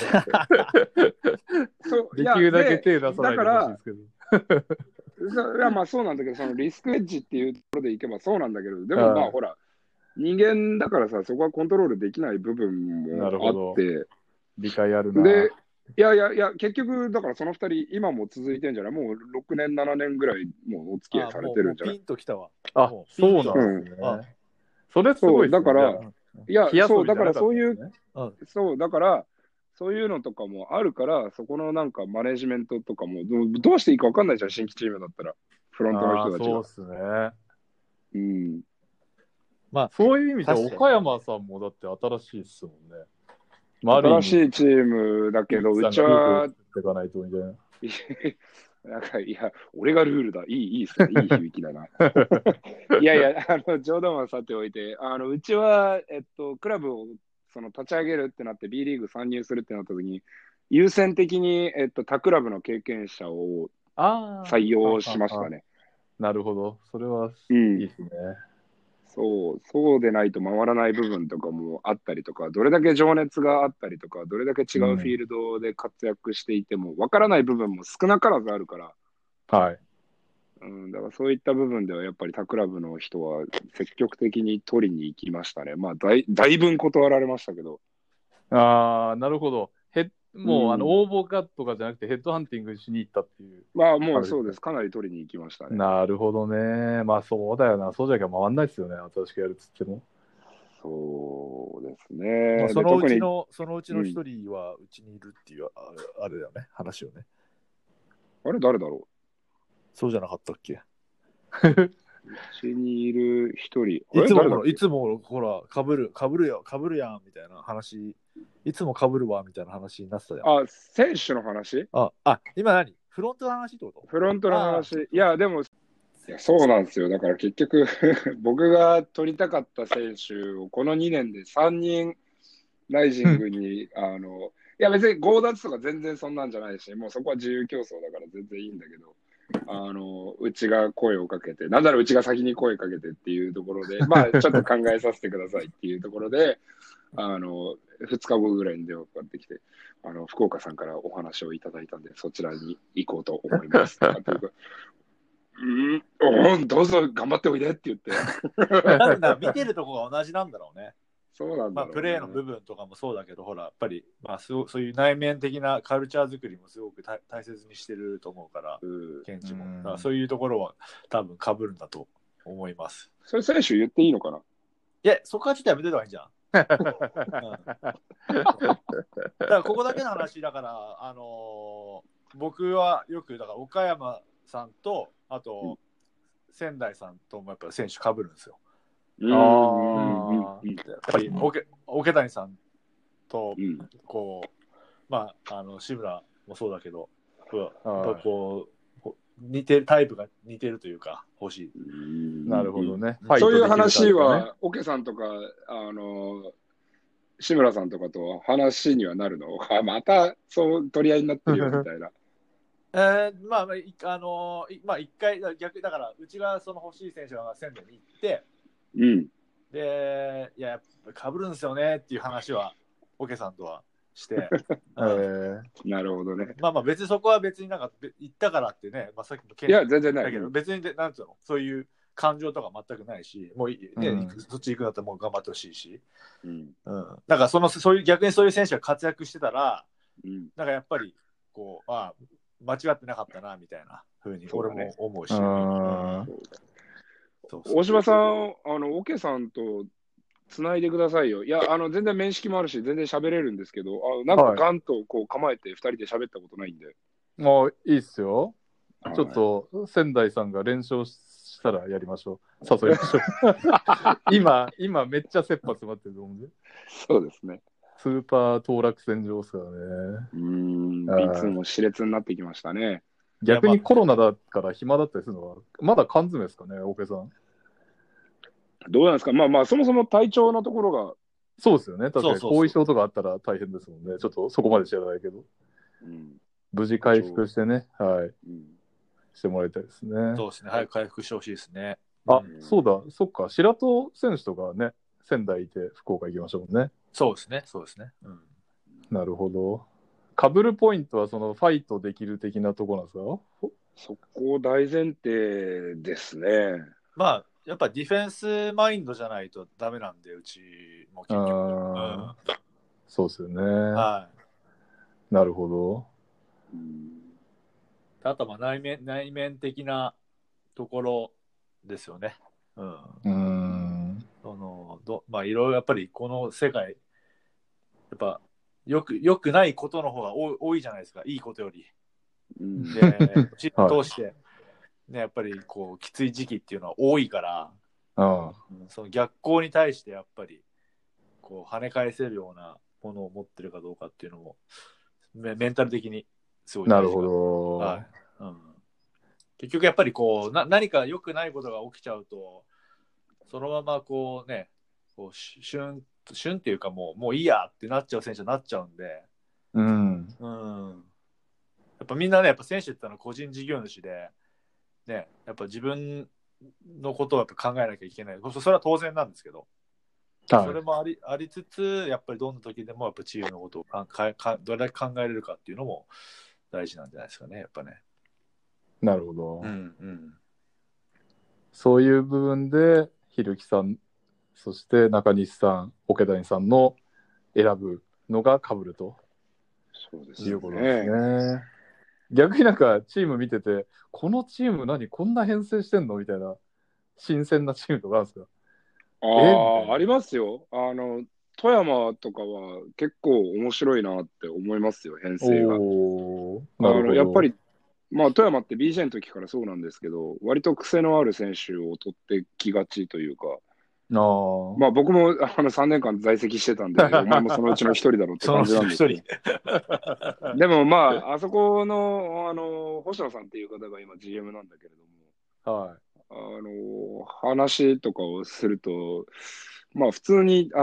Speaker 2: そう
Speaker 1: できるだけ手出さないで
Speaker 2: だから
Speaker 1: ほしいですけど。
Speaker 2: そいやまあそうなんだけど、そのリスクエッジっていうところでいけばそうなんだけど、でもまあ
Speaker 1: はい
Speaker 2: ほら、人間だからさ、そこはコントロールできない部分
Speaker 1: なる
Speaker 2: もあっ
Speaker 1: ほど
Speaker 2: て、
Speaker 1: 理解あるな。
Speaker 2: で、いやいやいや、結局、だからそのふたり、今も続いてんじゃない？もうろくねん、ななねんぐらい、もうお付き
Speaker 3: な。
Speaker 2: 合いされ
Speaker 3: あもうもう
Speaker 2: てるんじゃない？
Speaker 3: ピンときたわ。
Speaker 1: あ
Speaker 3: も、うピ
Speaker 1: そう
Speaker 3: ンと
Speaker 1: なんですね。
Speaker 3: あ
Speaker 1: それす
Speaker 2: そう、
Speaker 1: ごいっすね。
Speaker 2: だから、いや
Speaker 1: 火遊びじゃなかったんですね、
Speaker 2: そう、だからそういう、
Speaker 3: うん
Speaker 2: そう、だから、そういうのとかもあるから、そこのなんかマネジメントとかも、どうどうしていいか分かんないじゃん、新規チームだったら、フロントの
Speaker 1: ああ、
Speaker 2: 人たちが
Speaker 1: そうっ。すね。
Speaker 2: うん、
Speaker 3: まあ、
Speaker 1: そういう意味では
Speaker 3: 確かに
Speaker 1: 岡山さんもだって新しいっすもんね。まあある意味
Speaker 2: 新しいチームだけど、うち
Speaker 1: さんがルールを
Speaker 2: は
Speaker 1: 作っていかないとみたいな。
Speaker 2: なんか、いや、俺がルールだ。いい、いいっすね。いい響きだな。いやいや、あの、冗談はさておいて、あの、うちは、えっと、クラブを、その、立ち上げるってなって、B リーグ参入するってなった時に、優先的に、えっと、他クラブの経験者を
Speaker 1: ああ。
Speaker 2: 採用しましたね。
Speaker 1: なるほど。それは
Speaker 2: うん
Speaker 1: いいですね。
Speaker 2: そう、そうでないと回らない部分とかもあったりとか、どれだけ情熱があったりとか、どれだけ違うフィールドで活躍していても、わからない部分も少なからずあるから、
Speaker 1: はい。
Speaker 2: うん、だからそういった部分ではやっぱり他クラブの人は積極的に取りに行きましたね。まあ、だいだいぶん断られましたけど。
Speaker 1: ああ、なるほど。ヘもう、
Speaker 2: うん
Speaker 1: あの応募かとかじゃなくてヘッドハンティングしに行ったっていう。
Speaker 2: まあもうそうです。かなり取りに行きましたね。
Speaker 1: なるほどね。まあそうだよな。そうじゃなきゃ回んないですよね。新しくやるっつっても。
Speaker 2: そうですね。
Speaker 3: まあ、そのうち
Speaker 2: で
Speaker 3: の、そのうちの一人はうちにいるっていう、ああれだよね、話をね。
Speaker 2: あれ誰だろ
Speaker 3: そうじゃなかったっけ？
Speaker 2: ううちにいる一人。
Speaker 3: いつもほら、
Speaker 2: あれ誰だっけ
Speaker 3: いつもほら、かぶる、かぶるよ、かぶるやんみたいな話、いつもかぶるわみたいな話になってたじゃん。
Speaker 2: あ、選手の話
Speaker 3: あ、あ、今何フロントの話ってこと？
Speaker 2: フロントの話。
Speaker 3: あ
Speaker 2: いや、でも、いやそうなんですよ。だから結局、僕が取りたかった選手をこのにねんでさんにんライジングに、あの、いや別に強奪とか全然そんなんじゃないし、もうそこは自由競争だから全然いいんだけど、 あの、うちが声をかけて、なんならうちが先に声かけてっていうところで、まあ、ちょっと考えさせてくださいっていうところで、あの、ふつかごぐらいに電話かかってきて、あの、福岡さんからお話をいただいたんで、そちらに行こうと思いますとかっていうか。うん、どうぞ頑張っておいでって言って。
Speaker 3: なんだ見てるとこが同じなんだろうね。
Speaker 2: そうなんだろうね。
Speaker 3: まあ、プレーの部分とかもそうだけど、ほら、やっぱり、まあ、そうそういう内面的なカルチャー作りもすごく大大切にしてると思うから、ケンチも。だからそういうところは多分被るんだと思います。
Speaker 2: それ選手言っていいのかな？
Speaker 3: いや、そこはちょっとやめてた方がいいんじゃん。うん、だからここだけの話だから、あのー、僕はよくだから岡山さんとあと、うん、仙台さんともやっぱ選手被るんですよ。
Speaker 1: ああ、
Speaker 3: やっぱり桶谷さんとこう、まああの志村もそうだけど、やっぱこう似てるタイプが似てるというか欲しい。
Speaker 1: なるほどね。
Speaker 2: そういう話は桶さんとかあの志村さんとかと話にはなるの？またそう取り合いになってるよみたいな。
Speaker 3: えー、まああのまあ一回逆だからうちがその欲しい選手が仙台に行って、
Speaker 2: うん、
Speaker 3: でいややっぱ被るんですよねっていう話は桶さんとはして、
Speaker 2: えー、なるほどね。
Speaker 3: まあまあ別にそこは別になんか言ったからってね、まあ、さっきの
Speaker 2: 件いや全然ない
Speaker 3: だけど別になんつうのそういう感情とか全くないし、もう、ねうん、そっち行くんだったらもう頑張ってほしいし、うんうん、だからそのそういう逆にそういう選手が活躍してたら、うん、なんかやっぱりこうあ間違ってなかったなみたいなふうに俺も思うし。
Speaker 2: 大島さん、あの桶さんとつないでくださいよ。いや、あの全然面識もあるし、全然喋れるんですけど、あなんかガンとこう構えてふたりで喋ったことないんで。
Speaker 1: もういいっすよ。ちょっと仙台さんが連勝したらやりましょう。誘いましょう。今、今めっちゃ切羽詰まってると思うんで。
Speaker 2: そうですね。
Speaker 1: スーパー当落戦場ですからね。
Speaker 2: うーん、ビーツー も熾烈になってきましたね。
Speaker 1: 逆にコロナだから暇だったりするのは、まだ缶詰ですかね、オペさん。
Speaker 2: どうなんですか？まあまあ、そもそも体調のところが。
Speaker 1: そうですよね。確かに後遺症とかあったら大変ですもんね。ちょっとそこまで知らないけど。うん、無事回復してね、はい、うん。してもらいたいですね。
Speaker 3: そうですね。早く回復してほしいですね。
Speaker 1: あ、うん、そうだ。そっか。白戸選手とかね、仙台いて福岡行きましょうね。
Speaker 3: そうですね。そうですね。うん、
Speaker 1: なるほど。かぶるポイントはそのファイトできる的なところなんです
Speaker 2: か？そこ大前提ですね。
Speaker 3: まあ、やっぱディフェンスマインドじゃないとダメなんで、うちも結局。うん、
Speaker 1: そうですよね。
Speaker 3: はい。
Speaker 1: なるほど。
Speaker 3: うん、あとは内面、内面的なところですよね。うん。うんそのどまあいろいろやっぱりこの世界、やっぱよくよくないことの方が多い、多いじゃないですか、いいことより。うん、で、チーム通して、はいね、やっぱりこうきつい時期っていうのは多いから、ああその逆光に対してやっぱりこう跳ね返せるようなものを持ってるかどうかっていうのもメンタル的にすごい大事。なるほど、はいうん。結局やっぱりこうな何か良くないことが起きちゃうとそのままこうねこう旬旬っていうかもうもういいやってなっちゃう選手になっちゃうんで、うんうん、やっぱみんなねやっぱ選手ってのは個人事業主で。ね、やっぱ自分のことをやっぱ考えなきゃいけない。それは当然なんですけど、はい、それもあり、ありつつ、やっぱりどんな時でもやっぱチームのことをかかどれだけ考えれるかっていうのも大事なんじゃないですかね、やっぱね。
Speaker 1: なるほど。
Speaker 3: うんうん、
Speaker 1: そういう部分で、ひるきさん、そして中西さん、桶谷さんの選ぶのが被ると。
Speaker 2: そうですね。
Speaker 1: いうことですね。逆になんかチーム見てて、このチーム何こんな編成してんのみたいな新鮮なチームとかあるんですか？
Speaker 2: ああ、ありますよ。あの、富山とかは結構面白いなって思いますよ、編成が。あのやっぱり、まあ、富山って ビージェー の時からそうなんですけど、割と癖のある選手を取ってきがちというか、あまあ僕もあのさんねんかん在籍してたんで、お前もそのうちの一人だろうって感じなんですけど。でもまあ、あそこの、あの、星野さんっていう方が今 ジーエム なんだけれども、はい、あの、話とかをすると、まあ普通に、あの、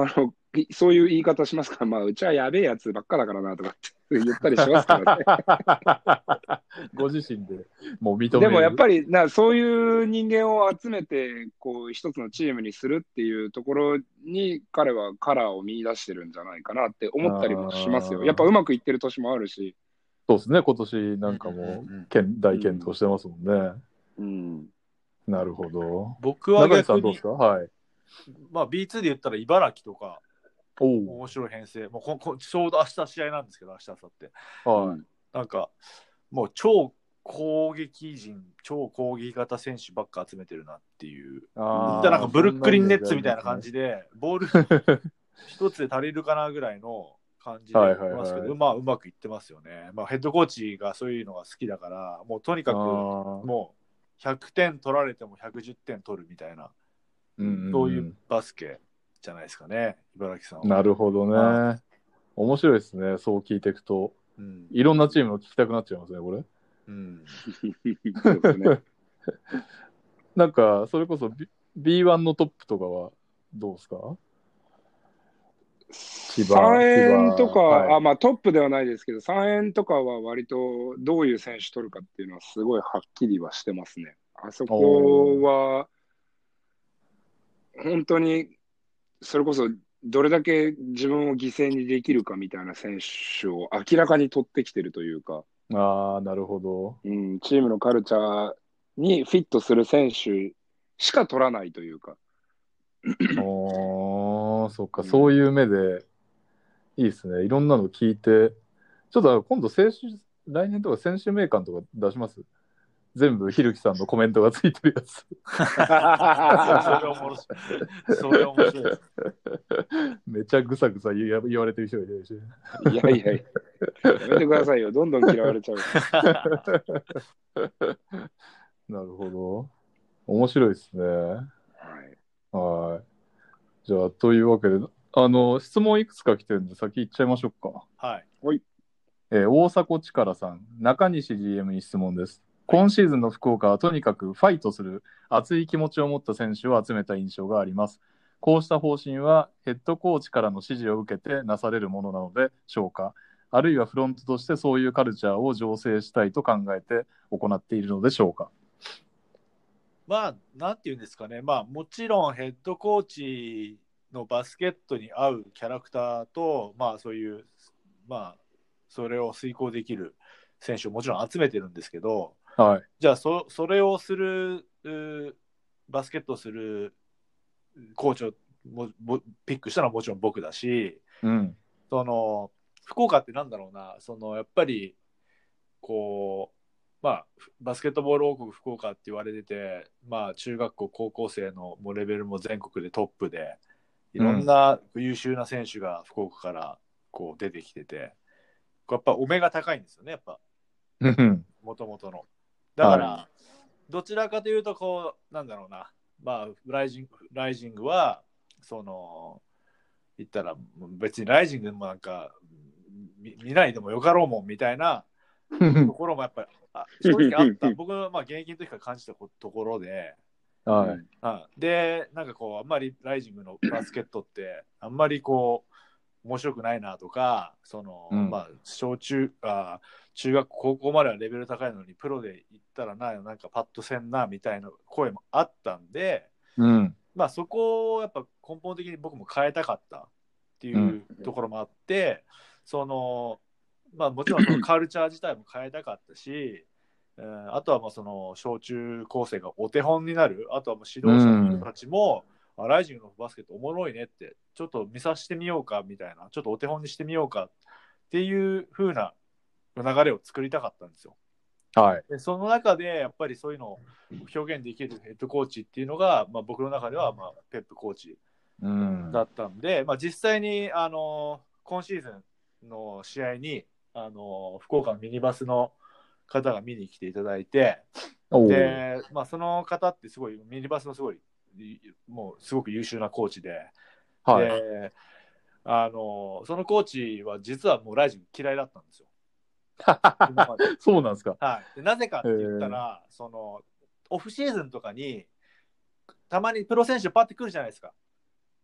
Speaker 2: いそういう言い方しますから、まあ、うちはやべえやつばっかだからなとかって言ったりしますからね。
Speaker 1: ご自身でもう認める。
Speaker 2: でもやっぱりな、そういう人間を集めて、こう、一つのチームにするっていうところに、彼はカラーを見出してるんじゃないかなって思ったりもしますよ。やっぱうまくいってる年もあるし。
Speaker 1: そうですね、今年なんかも大健闘してますもんね。
Speaker 2: うん。
Speaker 1: なるほど。
Speaker 3: 僕は逆に、
Speaker 1: はい、
Speaker 3: まあ ビーツー で言ったら茨城とか、
Speaker 1: お
Speaker 3: 面白い編成、もうここちょうど明日試合なんですけど、明日、明後日。
Speaker 1: はい。
Speaker 3: なんか、もう超攻撃陣、超攻撃型選手ばっか集めてるなっていう。あなんかブルックリンネッツみたいな感じで、ボール一つで足りるかなぐらいの感じでやってますけど、はいはいはい、まあうまくいってますよね。まあヘッドコーチがそういうのが好きだから、もうとにかくもうひゃくてん取られてもひゃくじゅってん取るみたいな、うんうんうん、そういうバスケじゃないですかね、茨城さんは。
Speaker 1: なるほどね。面白いですね、そう聞いていくと。うん、いろんなチームを聞きたくなっちゃいますね、これ。うん、そうですね。なんか、それこそ ビーワン のトップとかはどうですか？
Speaker 2: さんえんとか、はい、あまあ、トップではないですけど、さんえんとかは割とどういう選手取るかっていうのはすごいはっきりはしてますね。あそこは、本当に、それこそどれだけ自分を犠牲にできるかみたいな選手を明らかに取ってきてるというか。
Speaker 1: ああ、なるほど、
Speaker 2: うん。チームのカルチャーにフィットする選手しか取らないというか。
Speaker 1: おー、そっか、うん、そういう目でいいですね。いろんなの聞いて、ちょっと今度選手、来年とか選手名鑑とか出します？全部ひるきさんのコメントがついてるやつ。
Speaker 3: それ面白い。それ面白いです。
Speaker 1: めちゃぐさぐさ言われてる人がいるし。
Speaker 2: いやいやいや、やめてくださいよ。どんどん嫌われちゃう。
Speaker 1: なるほど。面白いですね。はい。はい。じゃあ、というわけで、あの、質問いくつか来てるんで、先行っちゃいましょうか。
Speaker 3: はい。
Speaker 2: はい。
Speaker 1: えー、大迫力さん、中西 ジーエム に質問です。今シーズンの福岡はとにかくファイトする熱い気持ちを持った選手を集めた印象があります。こうした方針はヘッドコーチからの指示を受けてなされるものなのでしょうか。あるいはフロントとしてそういうカルチャーを醸成したいと考えて行っているのでしょうか。
Speaker 3: まあ、なんていうんですかね。まあ、もちろんヘッドコーチのバスケットに合うキャラクターと、まあそういう、まあ、それを遂行できる選手をもちろん集めてるんですけど、
Speaker 1: はい、
Speaker 3: じゃあ そ, それをするバスケットをするコーチをもピックしたのはもちろん僕だし、
Speaker 1: うん、
Speaker 3: その福岡ってなんだろうな、そのやっぱりこうまあバスケットボール王国福岡って言われてて、まあ中学校高校生のもうレベルも全国でトップで、いろんな優秀な選手が福岡からこう出てきてて、やっぱお目が高いんですよね、やっぱもともとの。だから、はい、どちらかというとこうなんだろうな、まあライジングライジングはその言ったら別にライジングもなんか 見, 見ないでもよかろうもんみたいなところもやっぱりあ正直あった僕はまあ現役の時から感じたところで、
Speaker 1: はい、
Speaker 3: うん、でなんかこうあんまりライジングのバスケットってあんまりこう面白くないなとか、その、うん、まあ小中あ中学高校まではレベル高いのにプロで行ったらななんかパッとせんなみたいな声もあったんで、
Speaker 1: うん、
Speaker 3: まあそこをやっぱ根本的に僕も変えたかったっていうところもあって、うん、そのまあもちろんそのカルチャー自体も変えたかったし、えー、あとはもうその小中高生がお手本になる、あとはもう指導者の人たちも、うん、ライジングのバスケットおもろいねってちょっと見させてみようかみたいな、ちょっとお手本にしてみようかっていう風な流れを作りたかったんですよ。
Speaker 1: はい、
Speaker 3: でその中でやっぱりそういうのを表現できるヘッドコーチっていうのが、まあ、僕の中ではまあペップコーチだったんで、うんまあ、実際にあの今シーズンの試合にあの福岡のミニバスの方が見に来ていただいて、で、まあ、その方ってすごいミニバスのすごいもうすごく優秀なコーチで、はい、であのそのコーチは実はもうライジン嫌いだったんですよ。
Speaker 1: そうなんですか。
Speaker 3: はい、でなぜかって言ったら、そのオフシーズンとかにたまにプロ選手パッて来るじゃないですか。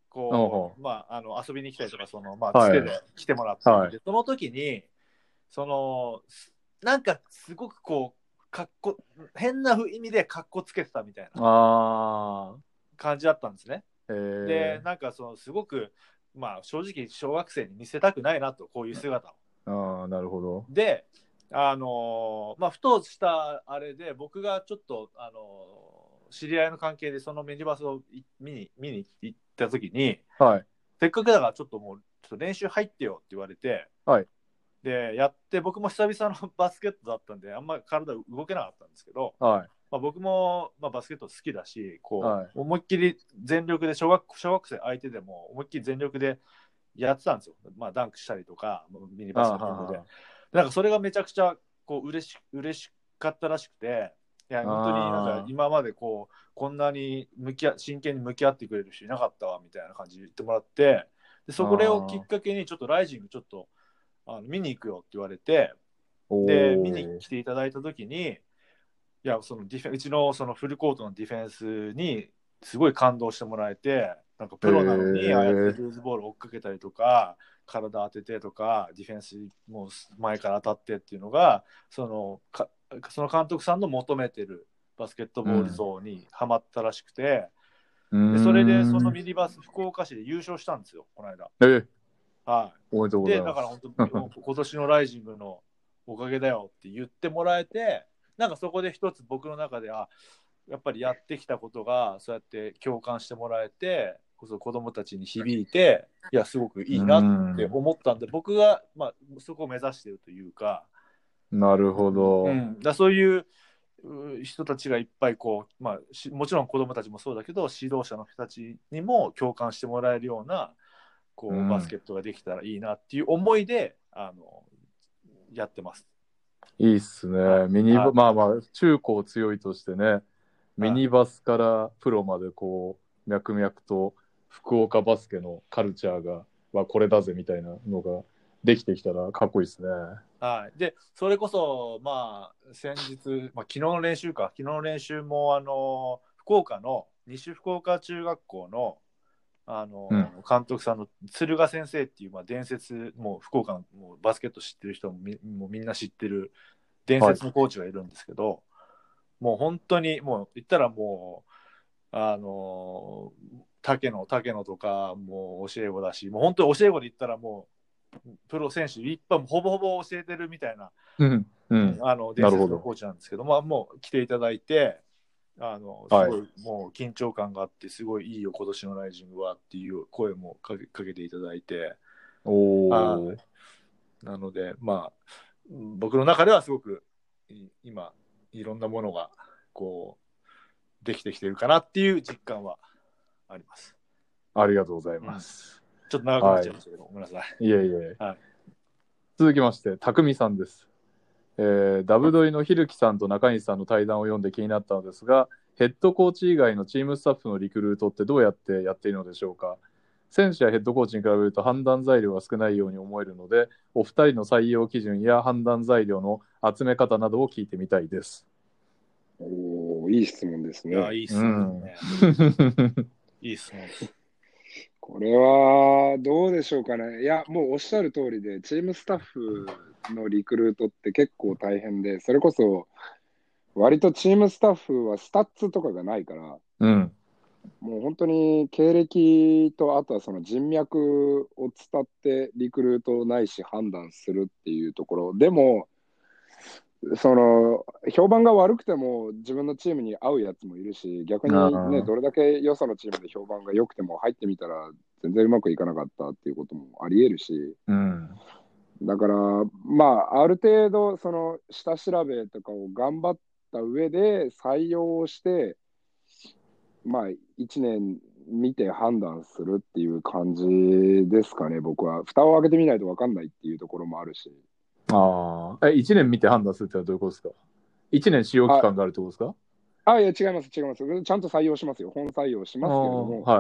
Speaker 3: こう、まあ、あの遊びに来たりとか、そのまあ、
Speaker 1: はい
Speaker 3: つてで来てもらって、
Speaker 1: はい
Speaker 3: でその時に、そのなんかすごくこう、かっこ変な意味でかっこつけてたみたいな
Speaker 1: あ
Speaker 3: 感じだったんですね。
Speaker 1: あ、へ
Speaker 3: で、
Speaker 1: え。
Speaker 3: なんかそのすごく、まあ、正直、小学生に見せたくないなと、こういう姿を。
Speaker 1: ああ、なるほど。
Speaker 3: で、あのーまあ、ふとしたあれで、僕がちょっと、あのー知り合いの関係でそのミニバスをい見に見に行った時に、
Speaker 1: はい。
Speaker 3: せっかくだからちょっともうちょっと練習入ってよって言われて、
Speaker 1: はい。
Speaker 3: でやって僕も久々のバスケットだったんであんまり体動けなかったんですけど、
Speaker 1: はい。
Speaker 3: まあ、僕も、まあ、バスケット好きだしこう、
Speaker 1: はい
Speaker 3: 思いっきり全力で小学小学生相手でも思いっきり全力でやってたんですよ、まあ、ダンクしたりとかミニバスケットで。なんかそれがめちゃくちゃこう嬉し嬉しかったらしくて、いや本当になんか今までこうこんなに向き合真剣に向き合ってくれる人いなかったわみたいな感じで言ってもらって、でそこをきっかけにちょっとライジングちょっとあの見に行くよって言われて、で見に来ていただいた時に、いやそのディフェうちのそのフルコートのディフェンスにすごい感動してもらえて、なんかプロなのにああやってルーズボール追っかけたりとか体当ててとかディフェンスも前から当たってっていうのがそのかその監督さんの求めてるバスケットボール像にはまったらしくて、うん、でそれでそのミニバス福岡市で優勝したんですよこの間。
Speaker 1: え
Speaker 3: はい、
Speaker 1: おめでとうございます。
Speaker 3: でだから本当今年のライジングのおかげだよって言ってもらえて、なんかそこで一つ僕の中であやっぱりやってきたことがそうやって共感してもらえて子供たちに響いて、いやすごくいいなって思ったんで、僕が、まあ、そこを目指しているというか。
Speaker 1: なるほど、
Speaker 3: うん、だそういう人たちがいっぱいこう、まあ、もちろん子供たちもそうだけど指導者の人たちにも共感してもらえるようなこう、うん、バスケットができたらいいなっていう思いであのやってます。
Speaker 1: いいっすね。ミニバまあまあ中高強いとしてね、ミニバスからプロまでこう脈々と福岡バスケのカルチャーがはこれだぜみたいなのができてきたらかっこいいですね。
Speaker 3: はい。でそれこそまあ先日、まあ、昨日の練習か昨日の練習もあの福岡の西福岡中学校のあの、うん、監督さんの敦賀先生っていう、まあ、伝説もう福岡のもうバスケット知ってる人も み, もうみんな知ってる伝説のコーチがいるんですけど、はい、もう本当にもう言ったらもうあの竹野竹野とかもう教え子だし、もう本当に教え子で言ったらもうプロ選手いっぱいほぼほぼ教えてるみたいな、
Speaker 1: うんうん、
Speaker 3: あの伝説のコーチなんですけど、まあ、もう来ていただいてあのすごい、はい、もう緊張感があってすごいいいよ今年のライジングはっていう声もかけ、かけていただいて、
Speaker 1: おー
Speaker 3: なのでまあ僕の中ではすごく今いろんなものがこうできてきてるかなっていう実感はあります。
Speaker 1: ありがとうございます、
Speaker 3: うん、ちょっと長くなっちゃいましたけど、はい、ごめんなさい。
Speaker 1: いえいえ、
Speaker 3: はい、
Speaker 1: 続きましてたくみさんです。えー、ダブドリのひるきさんと中西さんの対談を読んで気になったのですが、ヘッドコーチ以外のチームスタッフのリクルートってどうやってやっているのでしょうか。選手やヘッドコーチに比べると判断材料が少ないように思えるので、お二人の採用基準や判断材料の集め方などを聞いてみたいです。
Speaker 2: おー、いい質問ですね。
Speaker 3: いや、いい質問ね。うん、いい質問です。
Speaker 2: これはどうでしょうかね。いや、もうおっしゃる通りで、チームスタッフのリクルートって結構大変で、それこそ割とチームスタッフはスタッツとかがないから、
Speaker 1: うん、
Speaker 2: もう本当に経歴とあとはその人脈を伝ってリクルートないし判断するっていうところでも、その評判が悪くても自分のチームに合うやつもいるし、逆にねどれだけよそのチームで評判が良くても入ってみたら全然うまくいかなかったっていうこともありえるし、
Speaker 1: うん、
Speaker 2: だからまあある程度その下調べとかを頑張った上で採用して、まあいちねん見て判断するっていう感じですかね。僕は蓋を開けてみないと分かんないっていうところもあるし。
Speaker 1: ああ、え、いちねん見て判断するってのはどういうことですか。いちねん使用期間があるってことですか。
Speaker 2: ああ、いや違います違います。ちゃんと採用しますよ。本採用しますけれども、
Speaker 1: はい、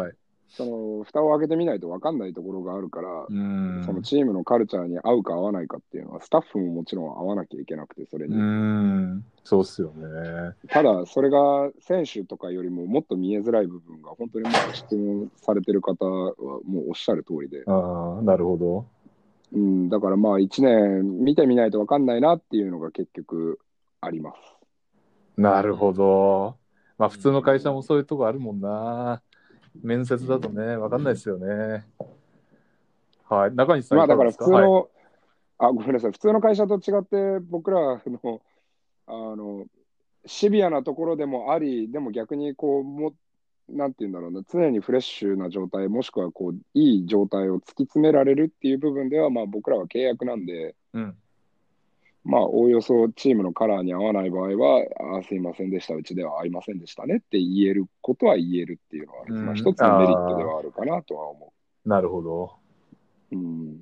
Speaker 2: その蓋を開けてみないと分かんないところがあるから、
Speaker 1: うん。
Speaker 2: そのチームのカルチャーに合うか合わないかっていうのは、スタッフももちろん合わなきゃいけなくて、それに。
Speaker 1: うん。そうっすよね。
Speaker 2: ただ、それが選手とかよりももっと見えづらい部分が、本当にもう質問されてる方はもうおっしゃる通りで。
Speaker 1: ああ、なるほど。
Speaker 2: うん、だからまあいちねん見てみないと分かんないなっていうのが結局あります。
Speaker 1: なるほど。まあ普通の会社もそういうとこあるもんな。面接だとね、分かんないですよね。はい。中西さん
Speaker 2: まあだから
Speaker 1: いかがですか？はい。
Speaker 2: 普通の、あ、ごめんなさい、普通の会社と違って僕らの、あの、シビアなところでもあり、でも逆にこう、も、なんていうんだろうな、常にフレッシュな状態、もしくはこう、いい状態を突き詰められるっていう部分では、まあ僕らは契約なんで、
Speaker 1: うん。
Speaker 2: まあおおよそチームのカラーに合わない場合は、あ、すいませんでした、うちでは合いませんでしたねって言えることは言えるっていうのは、
Speaker 1: うん
Speaker 2: まあ一つのメリットで
Speaker 1: あ
Speaker 2: はあるかなとは思
Speaker 1: あ、なるほど。
Speaker 2: う。うん。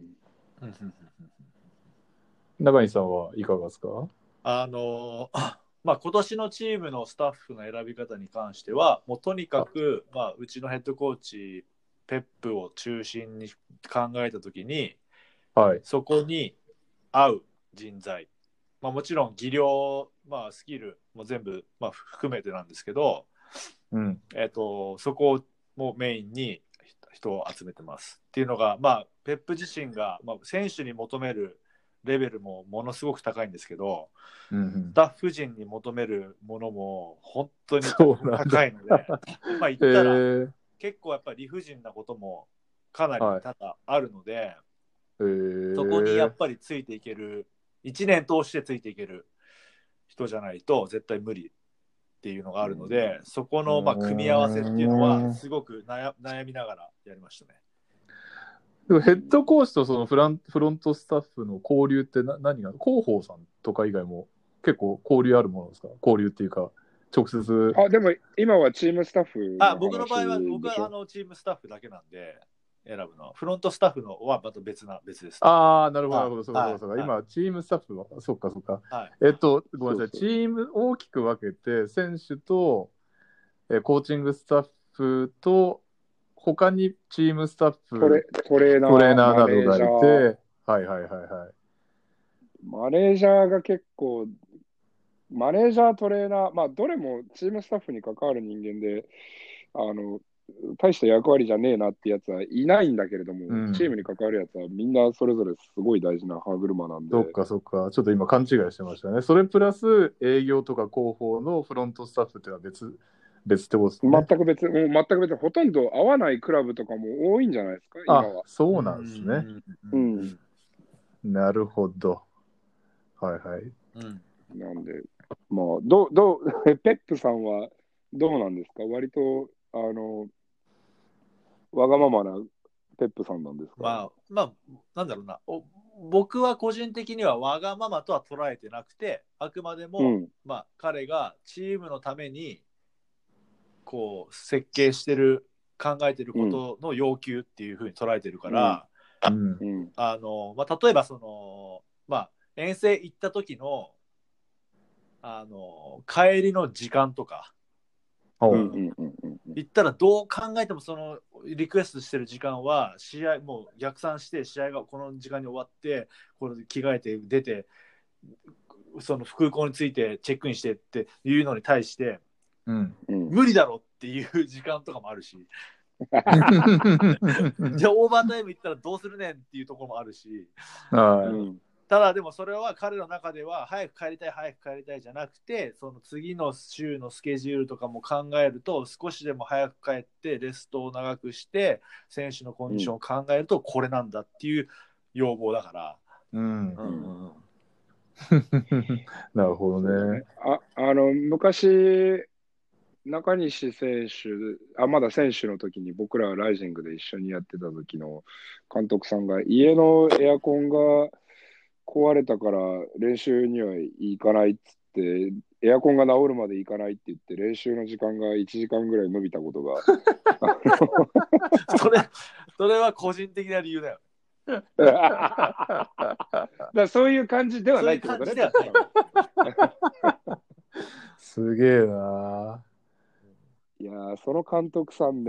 Speaker 1: 中西さんはいかがですか？
Speaker 3: あのーまあ、今年のチームのスタッフの選び方に関しては、もうとにかく、まあ、うちのヘッドコーチ、ペップを中心に考えたときに、
Speaker 1: はい。
Speaker 3: そこに合う人材、まあ、もちろん技量、まあ、スキルも全部、まあ、含めてなんですけど、
Speaker 1: うん。
Speaker 3: えっと、そこをもうメインに人を集めてますっていうのが、まあ、ペップ自身が、まあ、選手に求めるレベルもものすごく高いんですけど、
Speaker 1: うんうん
Speaker 3: スタッフ陣に求めるものも本当に
Speaker 1: そうなんだ
Speaker 3: 高いので、まあ言
Speaker 1: え
Speaker 3: ったら
Speaker 1: ー、
Speaker 3: 結構やっぱり理不尽なこともかなり
Speaker 1: はい
Speaker 3: 多々あるので、
Speaker 1: えー、
Speaker 3: そこにやっぱりついていける、いちねん通してついていける人じゃないと絶対無理っていうのがあるので、そこのまあ組み合わせっていうのはすごく悩悩みながらやりましたね。
Speaker 1: でもヘッドコーチとそのフランフロントスタッフの交流ってな何が広報さんとか以外も結構交流あるものですか？交流っていうか直接。
Speaker 2: あ、でも今はチームスタッフの話
Speaker 3: あ、僕の場合は僕はあのチームスタッフだけなんで選ぶの。フロントスタッフのはまた別な別です。
Speaker 1: ああ、なるほど、なるほど、
Speaker 3: はい
Speaker 1: そうか、そうか、
Speaker 3: はい
Speaker 1: 今、チームスタッフは、そっか、そっか。
Speaker 3: はい、
Speaker 1: えっと、ごめんなさい、
Speaker 2: そうそう
Speaker 1: チーム大きく分けて、選手と、えーコーチングスタッフと、他にチームスタッフ、
Speaker 2: トレトレーナー、
Speaker 1: トレーナーなどがい
Speaker 2: マネージャー、
Speaker 1: て、はいはいはいはい。
Speaker 2: マネージャーが結構、マネージャー、トレーナー、まあ、どれもチームスタッフに関わる人間で、あの、大した役割じゃねえなってやつはいないんだけれども、
Speaker 1: うん
Speaker 2: チームに関わるやつはみんなそれぞれすごい大事な歯車なんで、
Speaker 1: そっかそっか、ちょっと今勘違いしてましたね。それプラス営業とか広報のフロントスタッフっていうのは別、別ってことですね。
Speaker 2: 全く別、もう全く別、ほとんど合わないクラブとかも多いんじゃないですか、今
Speaker 1: あ
Speaker 2: は。、
Speaker 1: そうなんですね。
Speaker 2: うん。
Speaker 1: なるほど。はいはい。
Speaker 3: うん、
Speaker 2: なんで、まあ、どう、どう、ペップさんはどうなんですか？割と、あの、わがままなペップさんなんですか？
Speaker 3: まあまあなんだろうな、お僕は個人的にはわがままとは捉えてなくて、あくまでも、
Speaker 2: うん
Speaker 3: まあ彼がチームのためにこう設計してる考えてることの要求っていうふうに捉えてるから、
Speaker 1: うん
Speaker 2: うん
Speaker 3: あのまあ、例えばその、まあ、遠征行った時のあの帰りの時間とか、
Speaker 1: おう
Speaker 2: うんうんうんうん
Speaker 3: 行ったらどう考えてもそのリクエストしてる時間は試合もう逆算して試合がこの時間に終わってこれで着替えて出てその空港に着いてチェックインしてっていうのに対して
Speaker 1: うん
Speaker 2: うん
Speaker 3: 無理だろっていう時間とかもあるしじゃあオーバータイム行ったらどうするねんっていうところもあるし、
Speaker 1: はい
Speaker 2: うん
Speaker 3: ただでもそれは彼の中では早く帰りたい早く帰りたいじゃなくて、その次の週のスケジュールとかも考えると少しでも早く帰ってレストを長くして選手のコンディションを考えるとこれなんだっていう要望だから、
Speaker 1: うん
Speaker 3: うんうんうん、
Speaker 1: なるほどね。
Speaker 2: ああの昔、中西選手あ、まだ選手の時に僕らライジングで一緒にやってた時の監督さんが家のエアコンが壊れたから練習には行かないっつってエアコンが治るまで行かないって言って練習の時間がいちじかんぐらい伸びたことが
Speaker 3: それそれは個人的な理由だよ。
Speaker 2: だからそういう感じではないってことね。
Speaker 3: そういう感じではない
Speaker 1: すげえな。
Speaker 2: いやーその監督さんめっ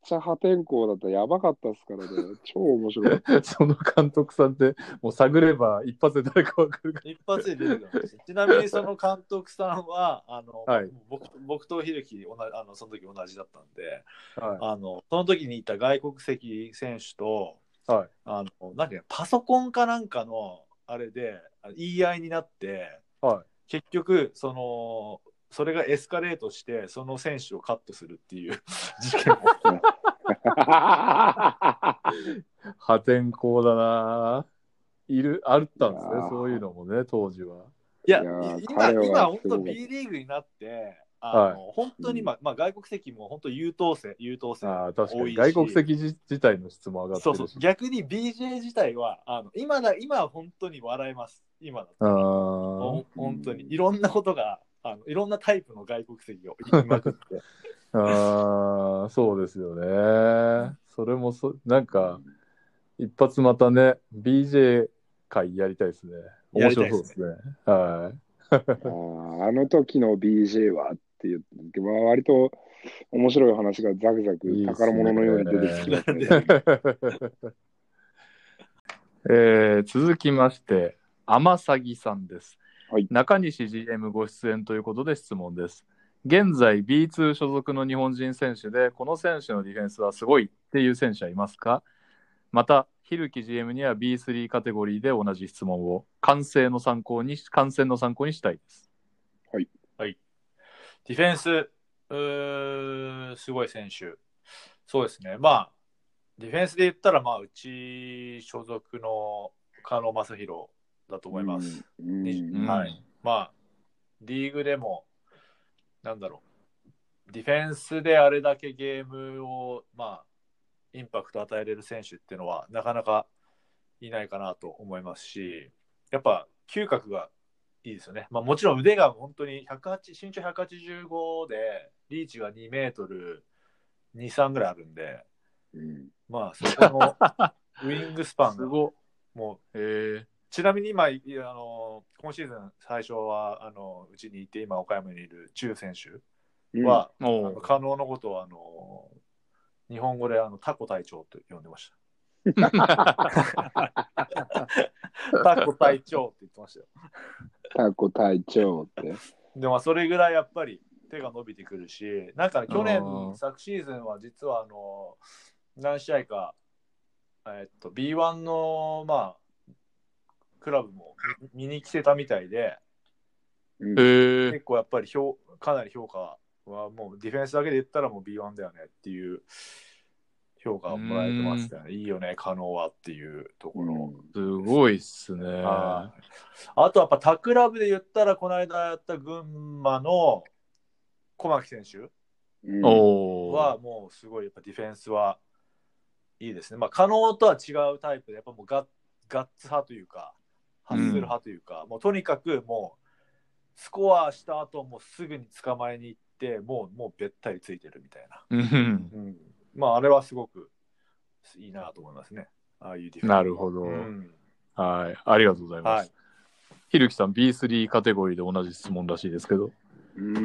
Speaker 2: ちゃ破天荒だったらやばかったですからね。超面白い。
Speaker 1: その監督さんってもう探れば一発で誰か分かるか
Speaker 3: 一発で出てくるんです。ちなみにその監督さんは、あの、
Speaker 1: はい
Speaker 3: 僕僕と秀樹同じ、あのその時同じだったんで、
Speaker 1: ら。はい。
Speaker 3: あのその時にいた外国籍選手と、
Speaker 1: はい。
Speaker 3: あのなんていうのパソコンかなんかのあれで言い合いになって、
Speaker 1: はい。
Speaker 3: 結局そのそれがエスカレートしてその選手をカットするっていう事件も
Speaker 1: 破天荒だな。いる、あったんですね
Speaker 2: いや、ー
Speaker 1: そういうのもね、当時は。
Speaker 3: いや
Speaker 2: いやー
Speaker 3: 今
Speaker 2: 彼は
Speaker 3: 今本当
Speaker 2: すごかった
Speaker 3: B リーグになってあの、
Speaker 1: はい
Speaker 3: 本当に、まあまあ、外国籍も本当優等生優等生
Speaker 1: ああ、確かに。
Speaker 3: 多いし、
Speaker 1: 外国籍自自体の質も上がってるし。
Speaker 3: そうそう逆に ビージェー 自体はあの今だ今は本当に笑えます今だったら
Speaker 1: あ
Speaker 3: ほ本当にいろんなことがあのいろんなタイプの外国籍を言いまくって
Speaker 1: あ、ああ、そうですよね。それもそ、なんか、一発またね、ビージェー 会やりたいですね。面白そうですね。はい。
Speaker 2: あーあの時の ビージェー はっていう、まあ、割と面白い話がザクザク
Speaker 1: いいっすね
Speaker 2: 宝物のように出てきてますね。
Speaker 1: えー続きまして、天咲さんです。
Speaker 2: はい
Speaker 1: 中西 ジーエム ご出演ということで質問です。現在 ビーツー 所属の日本人選手で、この選手のディフェンスはすごいっていう選手はいますか？また、ひるき ジーエム には ビースリー カテゴリーで同じ質問を、観戦の参考に、観戦の参考にしたいです。
Speaker 3: はいディフェンスうーすごい選手そうですねまあディフェンスで言ったらまあうち所属の加納正宏だと思います、
Speaker 2: うん
Speaker 3: にはいまあリーグでもなんだろうディフェンスであれだけゲームをまあインパクト与えれる選手っていうのはなかなかいないかなと思いますしやっぱ嗅覚がいいですよね、まあ、もちろん腕が本当にひゃくはち身長ひゃくはちじゅうごでリーチがにメートルにじゅうさんぐらいあるんで
Speaker 2: うん
Speaker 3: まあそこのウイングスパンが
Speaker 1: すご
Speaker 3: もう
Speaker 1: へえ
Speaker 3: ちなみに今あの今シーズン最初はあのうちにいて今岡山にいる中選手は、
Speaker 1: うんおう
Speaker 3: あの加納のことをあの日本語であのタコ隊長と呼んでましたタコ隊長って言ってましたよ
Speaker 2: タコ隊長って。
Speaker 3: でもそれぐらいやっぱり手が伸びてくるしなんか去
Speaker 1: あ
Speaker 3: 年
Speaker 1: ー
Speaker 3: 昨シーズンは実はあの何試合か、えっと、ビーワン のまあクラブも見に来てたみたいで、
Speaker 2: うん
Speaker 1: へえ
Speaker 3: 結構やっぱり評かなり評価はもうディフェンスだけで言ったらもう ビーワン だよねっていう評価をもらえてましたよね。いいよね、加納はっていうところ。
Speaker 1: すごいっすね。
Speaker 3: はいあとやっぱ他クラブで言ったらこの間やった群馬の小牧選手
Speaker 2: うん
Speaker 1: お
Speaker 3: はもうすごいやっぱディフェンスはいいですね。まあ加納とは違うタイプでやっぱもうガッ、ガッツ派というかハッスル派というか、うん、もうとにかくもうスコアした後もうすぐに捕まえに行ってもうもうべったりついてるみたいな。
Speaker 1: うん
Speaker 3: うん、まああれはすごくいいなと思いますね。ああいうディフェンス。
Speaker 1: なるほど、
Speaker 3: うん
Speaker 1: はい。ありがとうございます。
Speaker 3: はい
Speaker 1: ひるきさん ビースリー カテゴリーで同じ質問らしいですけど。
Speaker 2: うー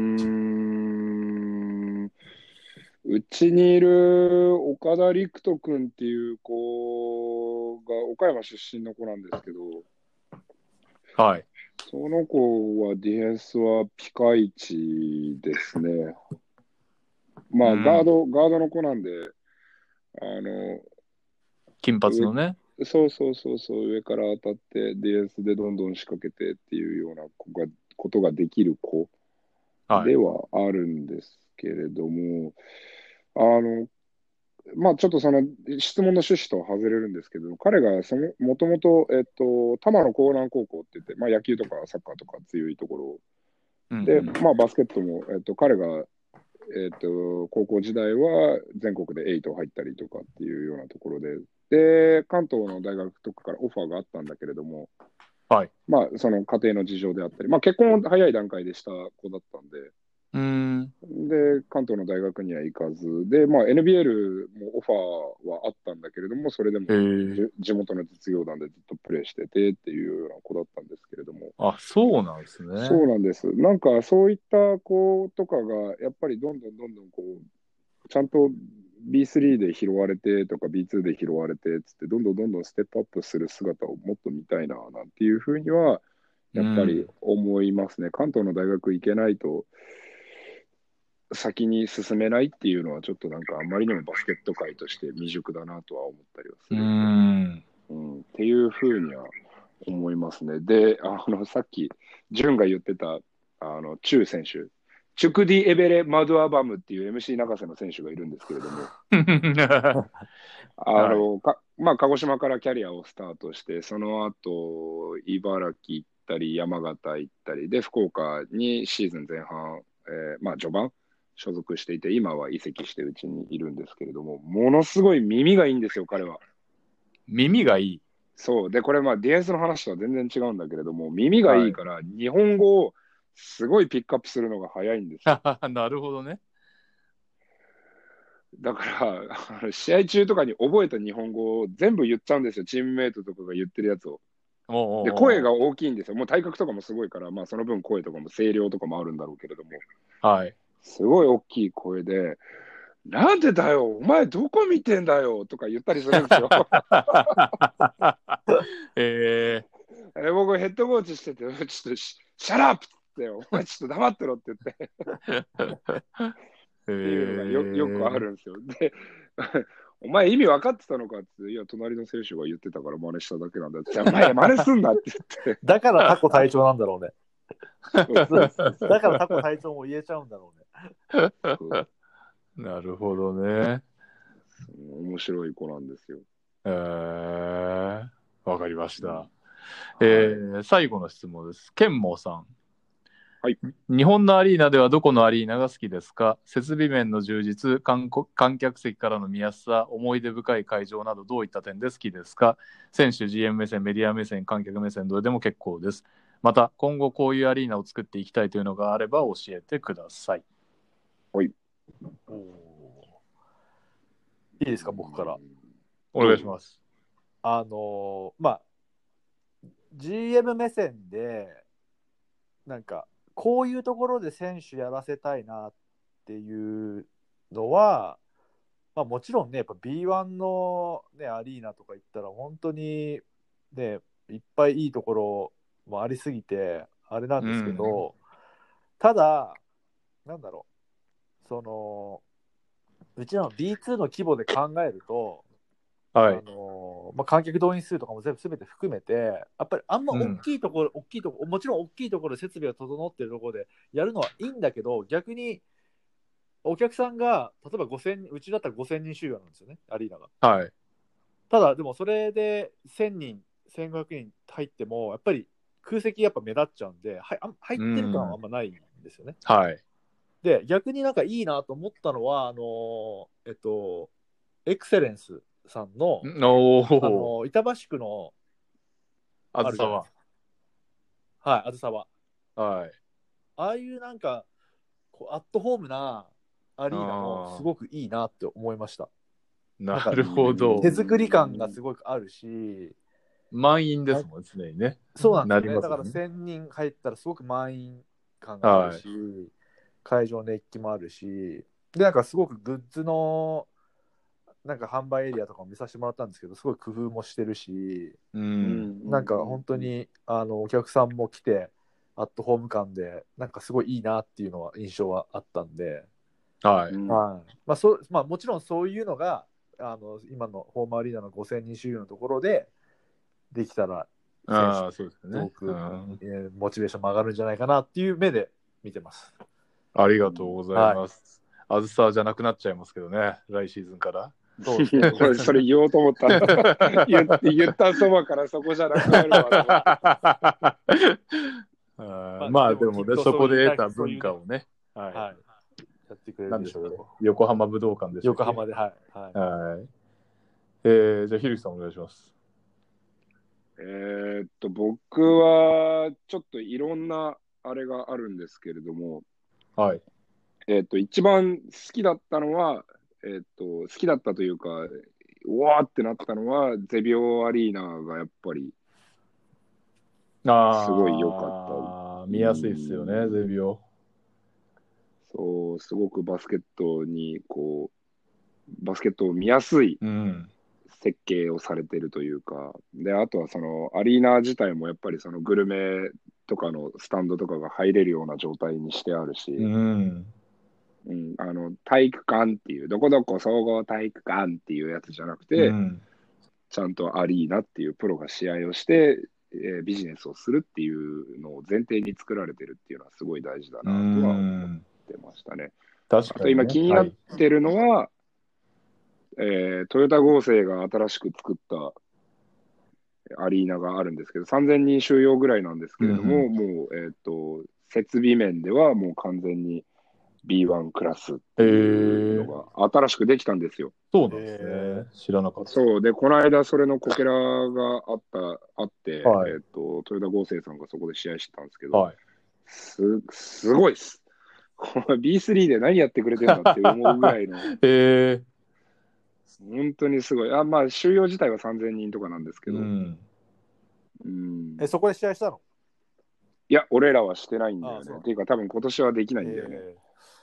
Speaker 2: んうちにいる岡田陸斗君っていう子が岡山出身の子なんですけど、
Speaker 1: はい。
Speaker 2: その子はディフェンスはピカイチですね。まあ、
Speaker 1: うん
Speaker 2: ガード、ガードの子なんで、あの、
Speaker 1: 金髪のね。
Speaker 2: そうそうそうそう、上から当たってディフェンスでどんどん仕掛けてっていうような子がことができる子
Speaker 1: はい。
Speaker 2: ではあるんですけれども、あの、まあちょっとその質問の趣旨とは外れるんですけど、彼がそのもともと、えっと、多摩の江南高校って言って、まあ野球とかサッカーとか強いところ
Speaker 1: うん
Speaker 2: で、まあバスケットも、えっと、彼が、えっと、高校時代は全国でエイト入ったりとかっていうようなところで、で、関東の大学とかからオファーがあったんだけれども、
Speaker 1: はい。
Speaker 2: まあその家庭の事情であったり、まあ結婚を早い段階でした子だったんで、
Speaker 1: うーん。
Speaker 2: で、関東の大学には行かず、で、まあ、エヌビーエル もオファーはあったんだけれども、それでも
Speaker 1: えー、
Speaker 2: じ地元の実業団でずっとプレーしててっていうような子だったんですけれども、
Speaker 1: あ、そうなんですね。
Speaker 2: そうなんです。なんか、そういった子とかが、やっぱりどんどんどんどんこう、ちゃんとビースリー で拾われてとか ビーツー で拾われてつってどんどんどんどんステップアップする姿をもっと見たいななんていうふうにはやっぱり思いますね。関東の大学行けないと先に進めないっていうのはちょっとなんかあんまりにもバスケット界として未熟だなとは思ったりはす
Speaker 1: う
Speaker 2: る、
Speaker 1: ん。
Speaker 2: うん、っていうふうには思いますね。で、あのさっき潤が言ってたあのチュー選手、チュクディ・エベレ・マドゥアバムっていう エムシー 中瀬の選手がいるんですけれども、あの、かまあ、鹿児島からキャリアをスタートして、その後、茨城行ったり、山形行ったり、で、福岡にシーズン前半、えーまあ、序盤、所属していて、今は移籍してうちにいるんですけれども、ものすごい耳がいいんですよ、彼は。
Speaker 1: 耳がいい。
Speaker 2: そう。で、これ、まあ、ディフェンスの話とは全然違うんだけれども、耳がいいから、日本語をすごいピックアップするのが早いんですよ。
Speaker 1: なるほどね。
Speaker 2: だから、試合中とかに覚えた日本語を全部言っちゃうんですよ、チームメイトとかが言ってるやつを。
Speaker 1: おうおうおう
Speaker 2: で、声が大きいんですよ。もう体格とかもすごいから、まあ、その分声とかも声量とかもあるんだろうけれども、
Speaker 1: はい。
Speaker 2: すごい大きい声で、なんでだよ、お前どこ見てんだよとか言ったりするんですよ。
Speaker 1: え
Speaker 2: え僕、ヘッドコーチしてて、ちょっとシャラップって、お前ちょっと黙ってろって言って。
Speaker 1: ー、
Speaker 2: っていうのがよよくあ
Speaker 1: る。
Speaker 2: るんですよ。で、お前意味分かってたのかって、いや、隣の選手が言ってたから真似しただけなんだって、お前真似すんなって言って。
Speaker 3: だからタコ隊長なんだろうね。
Speaker 2: そうそうそうそう
Speaker 3: だからタコ隊長も言えちゃうんだろうね。
Speaker 2: そう
Speaker 1: なるほどね。
Speaker 2: 面白い子なんですよ。
Speaker 1: えー、わかりました。
Speaker 2: はい
Speaker 1: えー最後の質問です。ケンモーさん。
Speaker 2: はい。
Speaker 1: 日本のアリーナではどこのアリーナが好きですか？設備面の充実、観観客席からの見やすさ、思い出深い会場などどういった点で好きですか？選手、ジーエム 目線、メディア目線、観客目線、どれでも結構です。また、今後こういうアリーナを作っていきたいというのがあれば教えてください。
Speaker 2: はい。
Speaker 3: いいですか、僕から。
Speaker 1: お願いします。
Speaker 3: あのーまあ、ジーエム 目線で、なんか、こういうところで選手やらせたいなっていうのは、まあ、もちろんね、やっぱ ビーワン の、ね、アリーナとか行ったら、本当に、ね、いっぱいいいところもありすぎて、あれなんですけど、
Speaker 1: うん
Speaker 3: ただ、なんだろう、その、うちらの ビーツー の規模で考えると、
Speaker 1: はい
Speaker 3: あ。のまあ、観客動員数とかも全部全て含めて、やっぱりあんま大きいところ、大きいところ、もちろん大きいところで設備が整っているところでやるのはいいんだけど、逆にお客さんが例えばごせんにん、うちだったらごせんにん収容なんですよね、アリーナが。
Speaker 1: はい。
Speaker 3: ただ、でもそれでせんにん、せんごひゃくにん入っても、やっぱり空席やっぱ目立っちゃうんで、はい、あ入ってる感はあんまないんですよね。
Speaker 1: はい。
Speaker 3: で、逆になんかいいなと思ったのは、あのえっと、エクセレンスさんの、
Speaker 1: お
Speaker 3: あ
Speaker 1: お。
Speaker 3: の板橋区の
Speaker 1: あずさは。
Speaker 3: はい、あずさは。
Speaker 1: はい。
Speaker 3: ああいうなんか、こうアットホームなアリーナもすごくいいなって思いました。
Speaker 1: なるほど。
Speaker 3: 手作り感がすごくあるし、
Speaker 1: 満員ですもん、常にね。
Speaker 3: そうなんですよね。
Speaker 1: なりますよね
Speaker 3: だからせんにん入ったらすごく満員感があるし、会場熱気もあるし、で、なんかすごくグッズのなんか販売エリアとかも見させてもらったんですけど、すごい工夫もしてるし、
Speaker 1: う。
Speaker 2: うんん
Speaker 3: なんか本当にあのお客さんも来て、アットホーム感で、なんかすごいいいなっていうのは印象はあったんで、
Speaker 1: はい。
Speaker 2: うん
Speaker 3: はいまあそまあ、もちろんそういうのがあの今のホームアリーナのごせんにん収容のところでできたら、
Speaker 1: ああ、そうです
Speaker 3: す
Speaker 1: ね
Speaker 3: ご。く、
Speaker 1: うん
Speaker 3: えーモチベーションも上がるんじゃないかなっていう目で見てます。
Speaker 1: ありがとうございます。あずさじゃなくなっちゃいますけどね、来シーズンから。
Speaker 3: そうですね
Speaker 2: これそれ言おうと思ったんだ言言ったそばからそこじゃなくなるわと思って
Speaker 1: あーまあでもね、そこで得た文化をね、は
Speaker 3: はい、やってくれ
Speaker 1: い。
Speaker 3: るでしょうよ
Speaker 1: なんでしょうね。横浜武道館でしょう。
Speaker 3: 横浜で、はい。はい
Speaker 1: はい。えー、じゃあ、ひるきさんお願いします。
Speaker 2: えーっと僕はちょっといろんなあれがあるんですけれども、
Speaker 1: はい。
Speaker 2: えーっと一番好きだったのは、えーっと好きだったというか、うわーってなったのはゼビオアリーナがやっぱり
Speaker 1: あ
Speaker 2: すごい良かった。
Speaker 1: 見やすいですよね、ゼビオ。
Speaker 2: そう、すごくバスケットにこバスケットを見やすい
Speaker 1: うん。
Speaker 2: 設計をされてるというか、で、あとはそのアリーナ自体もやっぱりそのグルメとかのスタンドとかが入れるような状態にしてあるし、
Speaker 1: うん。
Speaker 2: うん、あの体育館っていう、どこどこ総合体育館っていうやつじゃなくて、
Speaker 1: うん。
Speaker 2: ちゃんとアリーナっていうプロが試合をして、えービジネスをするっていうのを前提に作られてるっていうのはすごい大事だ
Speaker 1: う
Speaker 2: なとは思っ
Speaker 1: ん。
Speaker 2: てましたね。
Speaker 1: 確かに、ね。
Speaker 2: あと今気になっ
Speaker 1: はい
Speaker 2: てるのは、えートヨタ合成が新しく作ったアリーナがあるんですけど、さんぜんにん収容ぐらいなんですけれども、
Speaker 1: うんう
Speaker 2: もう、えっと、設備面ではもう完全に ビーワン クラスっていうのが新しくできたんですよ。
Speaker 1: そうなんですね。
Speaker 3: え
Speaker 1: 知らなかった。
Speaker 2: そう。で、この間それのこけらがあった、あって、
Speaker 1: はい
Speaker 2: えっと、トヨタ合成さんがそこで試合してたんですけど、
Speaker 1: はい。
Speaker 2: す、すごいっす。この ビースリー で何やってくれてんだって思うぐらいの、
Speaker 1: え
Speaker 2: 本当にすごい。あ、まあ、収容自体はさんぜんにんとかなんですけ
Speaker 1: ー、
Speaker 2: ど、
Speaker 1: うん。
Speaker 2: うん
Speaker 3: え、そこで試合したの？
Speaker 2: いや、俺らはしてないんだよね。
Speaker 3: ああそう
Speaker 2: っていうか、多分今年はできないんだよね。
Speaker 3: え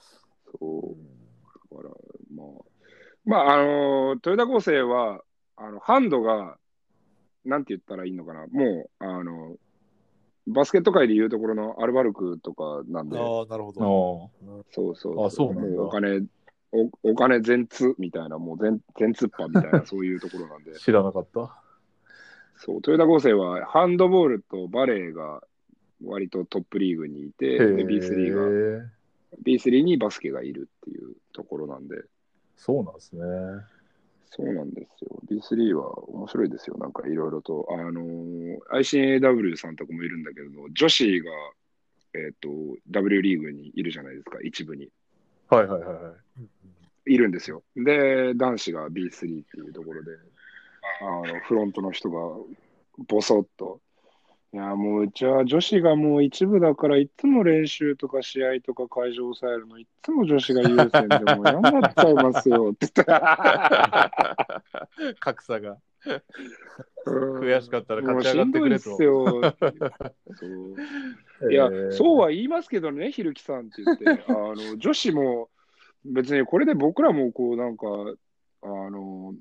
Speaker 2: そう。だから、まあ、まあ、あのトヨタ合成は、あの、ハンドが、なんて言ったらいいのかな。もう、あの、バスケット界でいうところのアルバルクとかなんで、
Speaker 3: ー、ああ、なるほ
Speaker 1: あ
Speaker 3: ど。
Speaker 1: ー
Speaker 2: そうそう
Speaker 1: あそうなんだ
Speaker 2: もうお金、お、お金全通みたいな、もう全、全通っぱみたいな、そういうところなんで。
Speaker 1: 知らなかった。
Speaker 2: そう、トヨタ合成はハンドボールとバレーが割とトップリーグにいて、で、ビースリー が、ビースリー にバスケがいるっていうところなんで、
Speaker 1: そうなんですね。
Speaker 2: そうなんですよ。ビースリー は面白いですよ。なんかいろいろと。あのー、アイシーエーダブリュー さんとかもいるんだけど、女子が、えっと、W リーグにいるじゃないですか、一部に。
Speaker 1: はいはいはいはい。
Speaker 2: いるんですよ。で、男子が ビースリー っていうところで、あの、フロントの人がボソッと、いや、もううちは女子がもう一部だから、いつも練習とか試合とか会場を抑えるの、いつも女子が優先でもう嫌になっちゃいますよって言った
Speaker 1: 格差が。
Speaker 2: うん
Speaker 1: 悔しかったら
Speaker 2: もう
Speaker 1: 勝ち上がってくれと。
Speaker 2: しんどいっすよ。そういや、
Speaker 1: えー
Speaker 2: そうは言いますけどね、ひるきさんって言って、あの女子も別にこれで僕らもこうなんか、あの、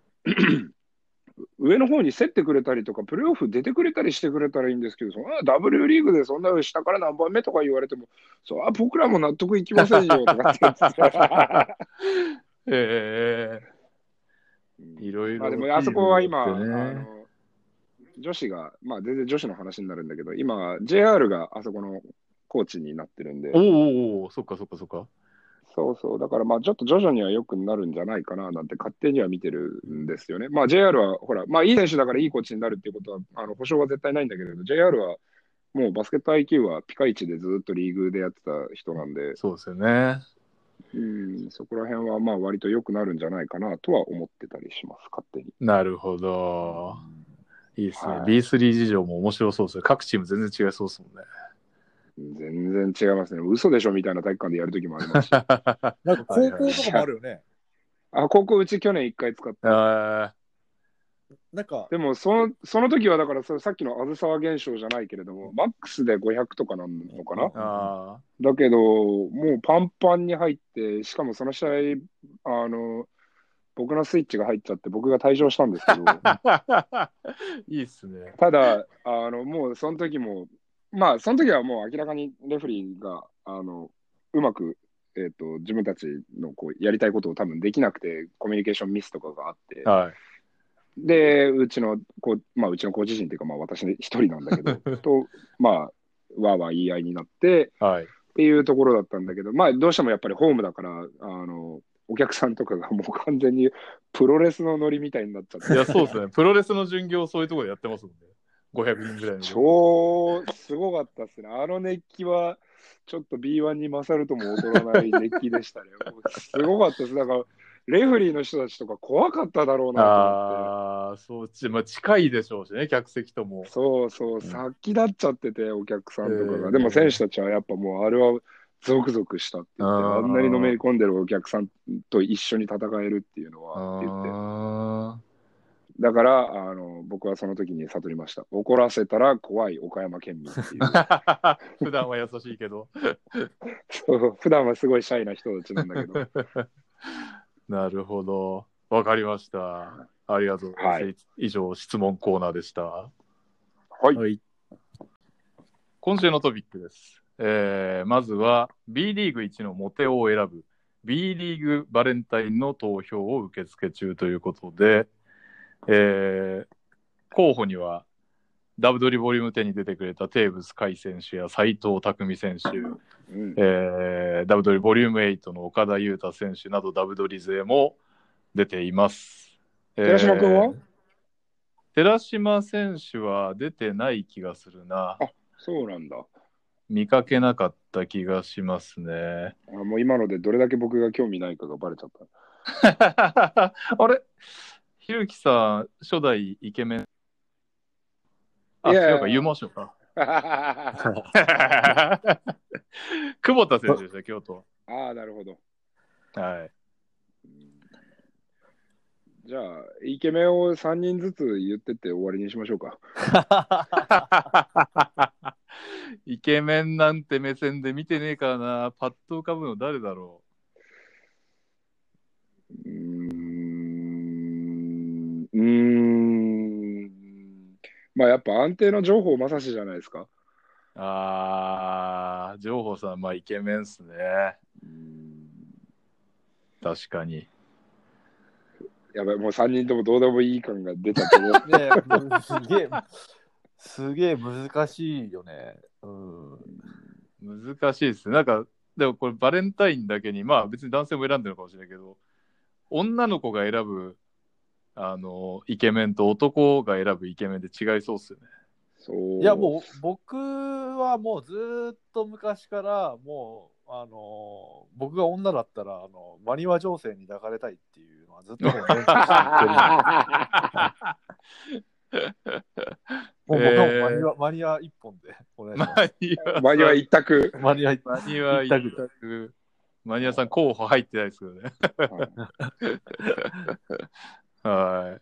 Speaker 2: 上の方に競ってくれたりとか、プレーオフ出てくれたりしてくれたらいいんですけど、そんな W リーグでそんな下から何番目とか言われても、そあ僕らも納得いきませんよとかって言ってた。
Speaker 1: えー、いろいろ。
Speaker 2: まあでもあそこは今、
Speaker 1: チームによってね
Speaker 2: あの女子が、まあ全然女子の話になるんだけど、今、ジェイアール があそこのコーチになってるんで、
Speaker 1: おーおーおーそっかそっかそっか。
Speaker 2: そうそう、だからまあちょっと徐々には良くなるんじゃないかななんて勝手には見てるんですよね。まあ ジェイアール はほら、まあいい選手だからいいコーチになるっていうことは、あの保証は絶対ないんだけれど、ジェイアール はもうバスケット アイキュー はピカイチでずっとリーグでやってた人なんで、
Speaker 1: そうですよね。
Speaker 2: うん、そこら辺はまあ割と良くなるんじゃないかなとは思ってたりします、勝手に。
Speaker 1: なるほど。いいですね。
Speaker 2: はい
Speaker 1: ビースリー 事情も面白そうですね。各チーム全然違いそうですもんね。
Speaker 2: 全然違いますね。嘘でしょみたいな体育館でやるときもありますし。
Speaker 3: なんか高校とかもあるよね。
Speaker 2: あ、高校うち去年一回使った。
Speaker 1: あ
Speaker 3: なんか、
Speaker 2: でもその、その時はだからそれさっきのあずさわ現象じゃないけれども、マックスでごひゃくとかなのかな
Speaker 1: ーあ
Speaker 2: だけど、もうパンパンに入って、しかもその試合、あの、僕のスイッチが入っちゃって僕が退場したんですけど、
Speaker 1: ー。いいっすね。
Speaker 2: ただ、あの、もうその時も、まあ、その時はもう明らかにレフェリーが、あの、うまく、えっと、自分たちのこうやりたいことを多分できなくて、コミュニケーションミスとかがあって、
Speaker 1: はい。
Speaker 2: で、うちの、こうまあ、うちのコーチ陣っていうか、まあ、私一人なんだけど、と、まあ、わーわー言い合いになって、
Speaker 1: はい。
Speaker 2: っていうところだったんだけど、まあ、どうしてもやっぱりホームだから、あの、お客さんとかがもう完全にプロレスのノリみたいになっちゃって。
Speaker 1: いや、そうですね。プロレスの巡業そういうところでやってますもんね。ごひゃくにんぐらいの。
Speaker 2: 超すごかったですね。あの熱気は、ちょっと ビーワン に勝るとも劣らない熱気でしたね。もうすごかったです。だから、レフェリーの人たちとか怖かっただろうなと思って。
Speaker 1: ああ、そうち、まあ、近いでしょうしね、客席とも。
Speaker 2: そうそう、先立っちゃってて、お客さんとかが。
Speaker 1: えー
Speaker 2: でも選手たちはやっぱもう、あれはゾクゾクしたって言って、
Speaker 1: あー
Speaker 2: あんなにのめり込んでるお客さんと一緒に戦えるっていうのは、って言って。
Speaker 1: あ
Speaker 2: だからあの、僕はその時に悟りました。怒らせたら怖い岡山県民っていう。
Speaker 1: ー普段は優しいけど。
Speaker 2: そう普段はすごいシャイな人たちなんだけど。
Speaker 1: なるほど。わかりました。ありがとうございます。
Speaker 2: はい
Speaker 1: 以上、質問コーナーでした。
Speaker 2: はい。
Speaker 3: はい。
Speaker 1: 今週のトピックです。えーまずは B リーグ一のモテを選ぶ B リーグバレンタインの投票を受付中ということで、えー候補にはダブドリボリュームじゅうに出てくれたテーブス海選手や斉藤匠選手、
Speaker 2: うん
Speaker 1: えーダブドリボリュームはちの岡田優太選手などダブドリ勢も出ています。
Speaker 2: 寺島君は、
Speaker 1: えー寺島選手は出てない気がするな。
Speaker 2: あ、そうなんだ。
Speaker 1: 見かけなかった気がしますね。
Speaker 2: あもう今のでどれだけ僕が興味ないかがバレちゃった。
Speaker 1: あれひるきさん、初代イケメン。あ、
Speaker 2: いやいや
Speaker 1: 違うか、言いましょうか。久保田選手でした、京都。
Speaker 2: ああ、なるほど。
Speaker 1: はい。
Speaker 2: じゃあ、イケメンをさんにんずつ言ってって終わりにしましょうか。
Speaker 1: イケメンなんて目線で見てねえからな。パッと浮かぶの誰だろ
Speaker 2: うーん。うーん。まあ、やっぱ安定の情報まさしじゃないですか。
Speaker 1: う。あー、情報さん、まあイケメンっすね。
Speaker 2: うーん
Speaker 1: 確かに。
Speaker 2: やばい、もうさんにんともどうでもいい感が出ちゃってる。
Speaker 3: ねえ、すげえ、すげえ難しいよね。うん。
Speaker 1: 難しいですね。なんか、でもこれバレンタインだけに、まあ別に男性も選んでるのかもしれないけど、女の子が選ぶあのイケメンと男が選ぶイケメンで違いそうっすよね。
Speaker 2: そう
Speaker 3: いやもう僕はもうずーっと昔からもうあの僕が女だったらあのマニワ情勢に抱かれたいっていうのはずっともう連続して言ってるもう僕はもうマニワ、マニワ一本でお願いします。
Speaker 1: マニア
Speaker 2: マニは一択。
Speaker 3: マニワ一
Speaker 1: マニア一択。マニアさん候補入ってないですけどね。はい。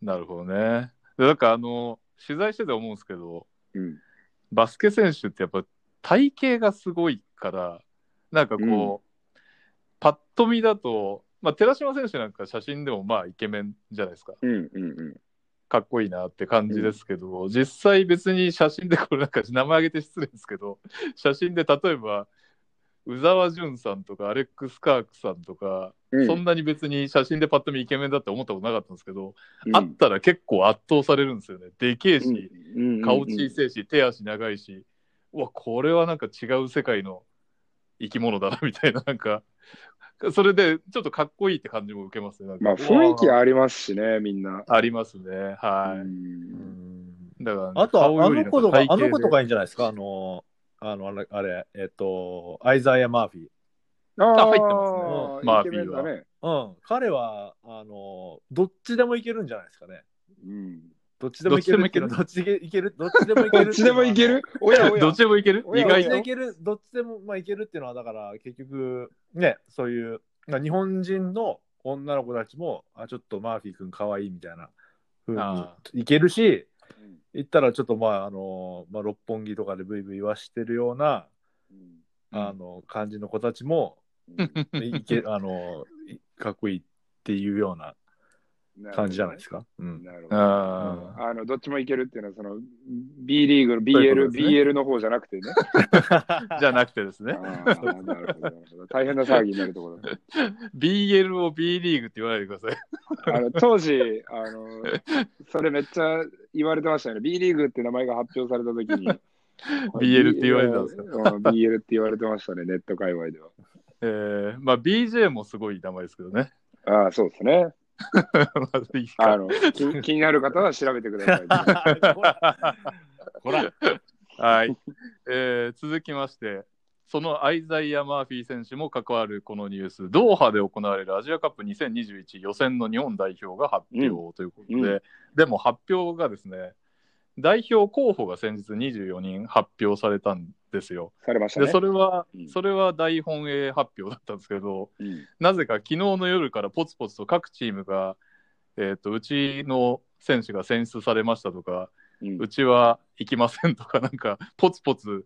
Speaker 1: なるほどね。でなんかあの取材してて思うんですけど、
Speaker 2: うん、
Speaker 1: バスケ選手ってやっぱ体型がすごいからなんかこう、うん、パッと見だと、まあ、寺島選手なんか写真でもまあイケメンじゃないですか、
Speaker 2: うんうんうん、
Speaker 1: かっこいいなって感じですけど、うん、実際別に写真でこれなんか名前挙げて失礼ですけど写真で例えば宇沢潤さんとかアレックス・カークさんとか、うん、そんなに別に写真でパッと見イケメンだって思ったことなかったんですけど、うん、会ったら結構圧倒されるんですよね。でけえし、うん、顔小さいし、手足長いし、うわこれはなんか違う世界の生き物だなみたいな、なんかそれでちょっとかっこいいって感じも受けますね。なんか
Speaker 2: まあ雰囲気ありますしね、みんな。
Speaker 1: ありますね。はい。うんだから、ね、
Speaker 3: あとあの子とかあの子とかいいんじゃないですか。あのあのあれあれえっとアイザイア・マーフィー。
Speaker 2: ああ
Speaker 1: 入ってますね。うん、マーフィーは、
Speaker 2: ね。
Speaker 3: うん、彼はあのどっちでもいけるんじゃないですかね。
Speaker 2: うん。
Speaker 3: どっちでもいける。どっちでもいける。どっちでいける。どっちでもいける。
Speaker 2: どっちでもいける。おやおや。
Speaker 1: どっちでもいける。意外と
Speaker 3: いける。どっちでもまあいけるっていうのはだから結局ねそういう日本人の女の子たちもあちょっとマーフィー君かわいいみたいな風にいけるし、言ったらちょっとまああのまあ六本木とかでブイブイ言わしてるような、うん、あの感じの子たちも、うん、いけあのかっこいいっていうような感じじゃないですか。うん、
Speaker 2: なるほど。あ, あのどっちもいけるっていうのはその B リーグの ビーエル、ね、ビーエル の方じゃなくてね。
Speaker 1: じゃなくてですね。
Speaker 2: あなるほどなるほど。大変な騒ぎになるところ。
Speaker 1: ビーエル を B リーグって言わないでください。
Speaker 2: あの当時あのそれめっちゃ言われてましたよね。B リーグって名前が発表されたときに
Speaker 1: ビーエル って言われてたんですか。
Speaker 2: ビーエル って言われてましたね、ネット界隈では。
Speaker 1: えー、まあ ビージェー もすごい名前ですけどね。
Speaker 2: ああ、そうですね。
Speaker 1: まずいい
Speaker 2: あの気、気になる方は調べてください。
Speaker 3: ほら。
Speaker 1: はい、えー。続きまして、そのアイザイア・マーフィー選手も関わるこのニュース、ドーハで行われるアジアカップにせんにじゅういち予選の日本代表が発表ということで、うんうん、でも発表がですね、代表候補が先日にじゅうよにん発表されたんですよ。
Speaker 2: されましたね。
Speaker 1: でそれは、うん、それは大本営発表だったんですけど、うん、なぜか昨日の夜からポツポツと各チームが、えーと、うちの選手が選出されましたとか、うん、うちは行きませんとか、なんかポツポツ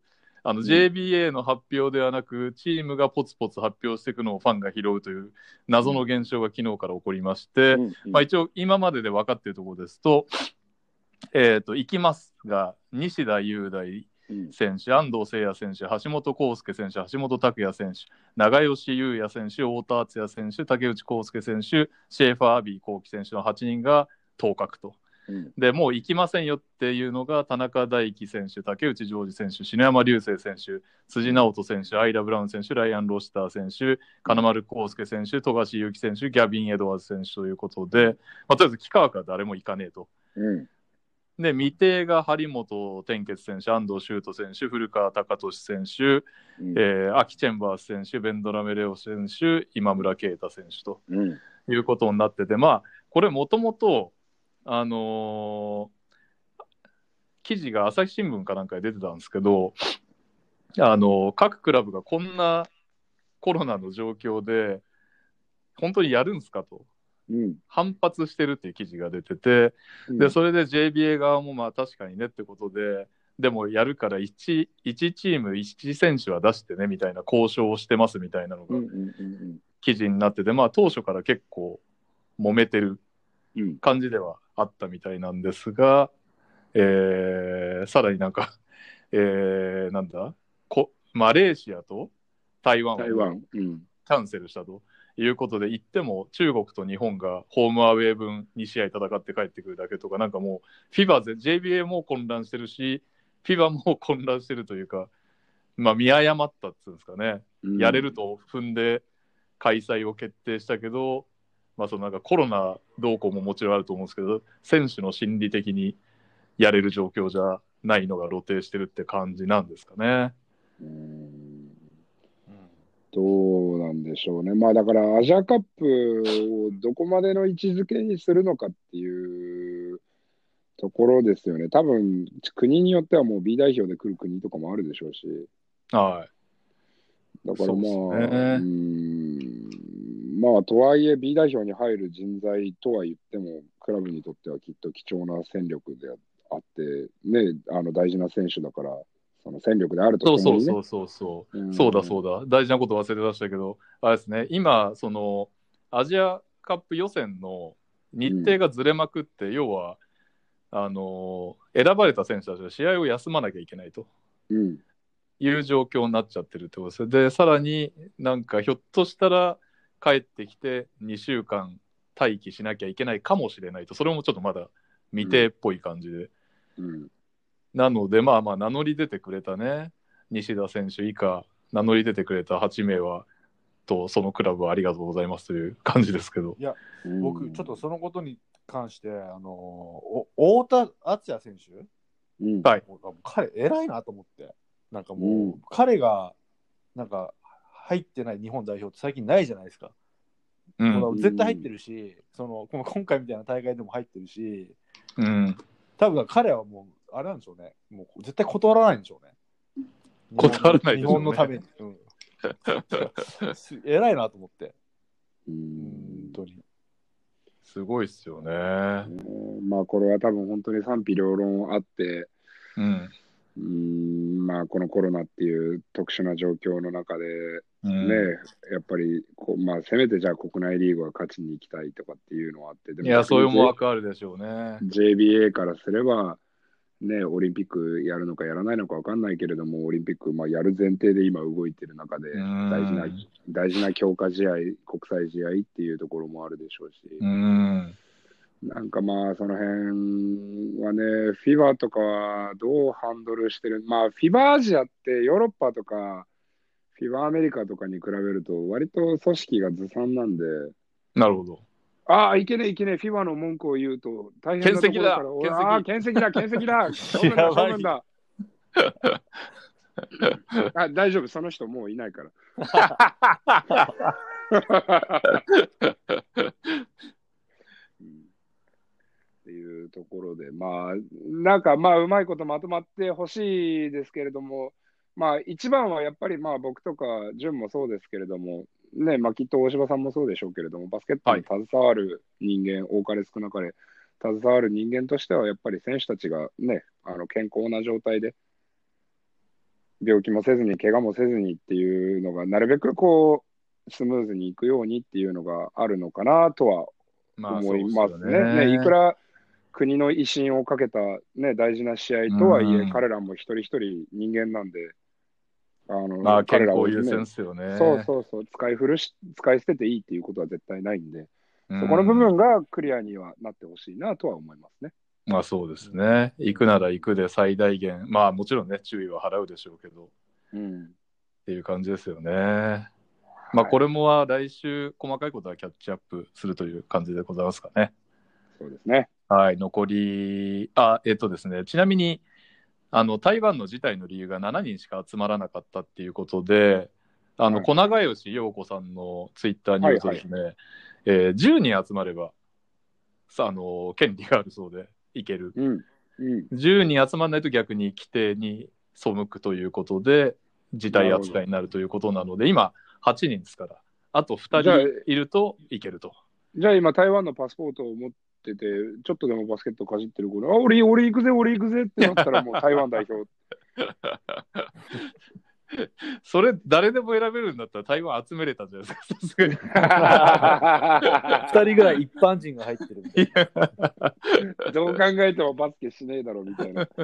Speaker 1: あの ジェイビーエー の発表ではなく、チームがポツポツ発表していくのをファンが拾うという謎の現象が昨日から起こりまして、
Speaker 2: うんうん
Speaker 1: まあ、一応今までで分かっているところですと、えーと、行きますが、西田優大選手、安藤誠也選手、橋本康介選手、橋本拓也選手、長吉優也選手、太田敦也選手、竹内康介選手、シェーファー・アビー幸輝選手のはちにんが当確と。うん、でもう行きませんよっていうのが田中大輝選手、竹内譲二選手、篠山竜星選手、辻直人選手、アイラ・ブラウン選手、ライアン・ロシター選手、金丸康介選手、富樫勇樹選手、ギャビン・エドワーズ選手ということで、まあ、とりあえず幾川から誰も行かねえと。うんで未定が張本天傑選手、安藤修斗選手、古川貴俊選手、うんえー、アキ・チェンバース選手、ベンドラメレオ選手、今村啓太選手ということになってて、うん、まあこれもともとあのー、記事が朝日新聞かなんかで出てたんですけど、あのー、各クラブがこんなコロナの状況で本当にやるんですかと。うん、反発してるっていう記事が出てて、うん、でそれで ジェイビーエー 側もまあ確かにねってことで、でもやるから 1, 1チームいち選手は出してねみたいな交渉をしてますみたいなのが記事になってて、まあ当初から結構揉めてる感じではあったみたいなんですが、うんえー、さらになんか、えー、なんだこマレーシアと台湾をキャンセルしたと。いうことで、言っても中国と日本がホームアウェー分に試合戦って帰ってくるだけとか、なんかもう フィバ で ジェイビーエー も混乱してるし フィバ も混乱してるというか、まあ見誤ったっていうんですかね、うん、やれると踏んで開催を決定したけど、まあそのなんかコロナ動向ももちろんあると思うんですけど、選手の心理的にやれる状況じゃないのが露呈してるって感じなんですかね。
Speaker 2: うんどうなんでしょうね。まあだからアジアカップをどこまでの位置づけにするのかっていうところですよね。多分国によってはもう B 代表で来る国とかもあるでしょうし。
Speaker 1: はい。
Speaker 2: だからまあ、う、ね、んまあとはいえ B 代表に入る人材とは言ってもクラブにとってはきっと貴重な戦力であってね、あの大事な選手だから。その戦力であるとともにね。
Speaker 1: そうそうそうそう、うん、そうだそうだ、大事なこと忘れてましたけど、あれですね、今そのアジアカップ予選の日程がずれまくって、うん、要はあの選ばれた選手たちは試合を休まなきゃいけないと、うん、いう状況になっちゃってるってことです。でさらになんかひょっとしたら帰ってきてにしゅうかん待機しなきゃいけないかもしれないと、それもちょっとまだ未定っぽい感じで、うんうんなので、まあまあ、名乗り出てくれたね、西田選手以下、名乗り出てくれたはちめいは、と、そのクラブはありがとうございますという感じですけど。
Speaker 3: いや、僕、ちょっとそのことに関して、あのお太田敦也選手、
Speaker 1: うん、はい、
Speaker 3: 彼、偉いなと思って、なんかもう、うん、彼が、なんか、入ってない日本代表って最近ないじゃないですか。うん、絶対入ってるし、その今回みたいな大会でも入ってるし、うん、多分彼はもう、あれなんでしょうね。もう絶対断らないんでしょうね。
Speaker 1: 断らないでしょうね。
Speaker 3: 日本のために。うん、偉いなと思って。うん本当に。
Speaker 1: すごいっすよね。
Speaker 2: まあこれは多分本当に賛否両論あって、うん、うんまあこのコロナっていう特殊な状況の中で、ね、うん、やっぱりこう、まあ、せめてじゃあ国内リーグは勝ちに行きたいとかっていうのはあって、
Speaker 1: でもいやそういう思惑あるでしょうね。
Speaker 2: ジェイビーエー からすればね、オリンピックやるのかやらないのか分かんないけれども、オリンピック、まあ、やる前提で今動いてる中で大事な、大事な強化試合、国際試合っていうところもあるでしょうし、うんなんかまあその辺はね、フィバとかはどうハンドルしてる、まあフィバアジアってヨーロッパとかフィバアメリカとかに比べると割と組織がずさんなんで。
Speaker 1: なるほど。
Speaker 2: ああ、いけねえいけねえ、フィバの文句を言うと大変なところから、ああ、懸石だ、懸石だ、勝負だ、勝負だ。あ大丈夫、その人もういないから。うん、っていうところで、まあ、なんかまあ、うまいことまとまってほしいですけれども、まあ、一番はやっぱりまあ僕とか、潤もそうですけれども、ねまあ、きっと大柴さんもそうでしょうけれども、バスケットに携わる人間、はい、多かれ少なかれ携わる人間としては、やっぱり選手たちが、ね、あの健康な状態で、 病気もせずに、怪我もせずにっていうのが、なるべくこう、スムーズにいくようにっていうのがあるのかなとは思いますね。まあ、ね、ね、いくら国の威信をかけた、ね、大事な試合とはいえ、うん、彼らも一人一人人間なんで、あの、
Speaker 1: まあ、健康優先ですよね。
Speaker 2: そうそうそう、使い古し、使い捨てていいっていうことは絶対ないんで、うん、そこの部分がクリアにはなってほしいなとは思いますね。
Speaker 1: まあそうですね。行くなら行くで最大限、まあもちろんね、注意は払うでしょうけど、うん、っていう感じですよね。まあこれもは来週、細かいことはキャッチアップするという感じでございますかね。
Speaker 2: そうですね。
Speaker 1: はい、残り、あ、えっとですね、ちなみに、あの台湾の辞退の理由がしちにんしか集まらなかったっていうことで、あの、はい、小永吉陽子さんのツイッターによるとですね、はいはい、えー、じゅうにん集まればさあの権利があるそうでいける、うんうん、じゅうにん集まらないと逆に規定に背くということで辞退扱いになるということなので、今はちにんですから、あとふたりいるといけると。
Speaker 2: じゃあ今台湾のパスポートを持っててちょっとでもバスケットかじってる頃、あ、俺俺行くぜ俺行くぜってなったらもう台湾代表
Speaker 1: それ誰でも選べるんだったら台湾集めれたんじゃないですか、さすがに
Speaker 3: ふたりぐらい一般人が入ってるみたい
Speaker 2: などう考えてもバスケしねえだろみたいな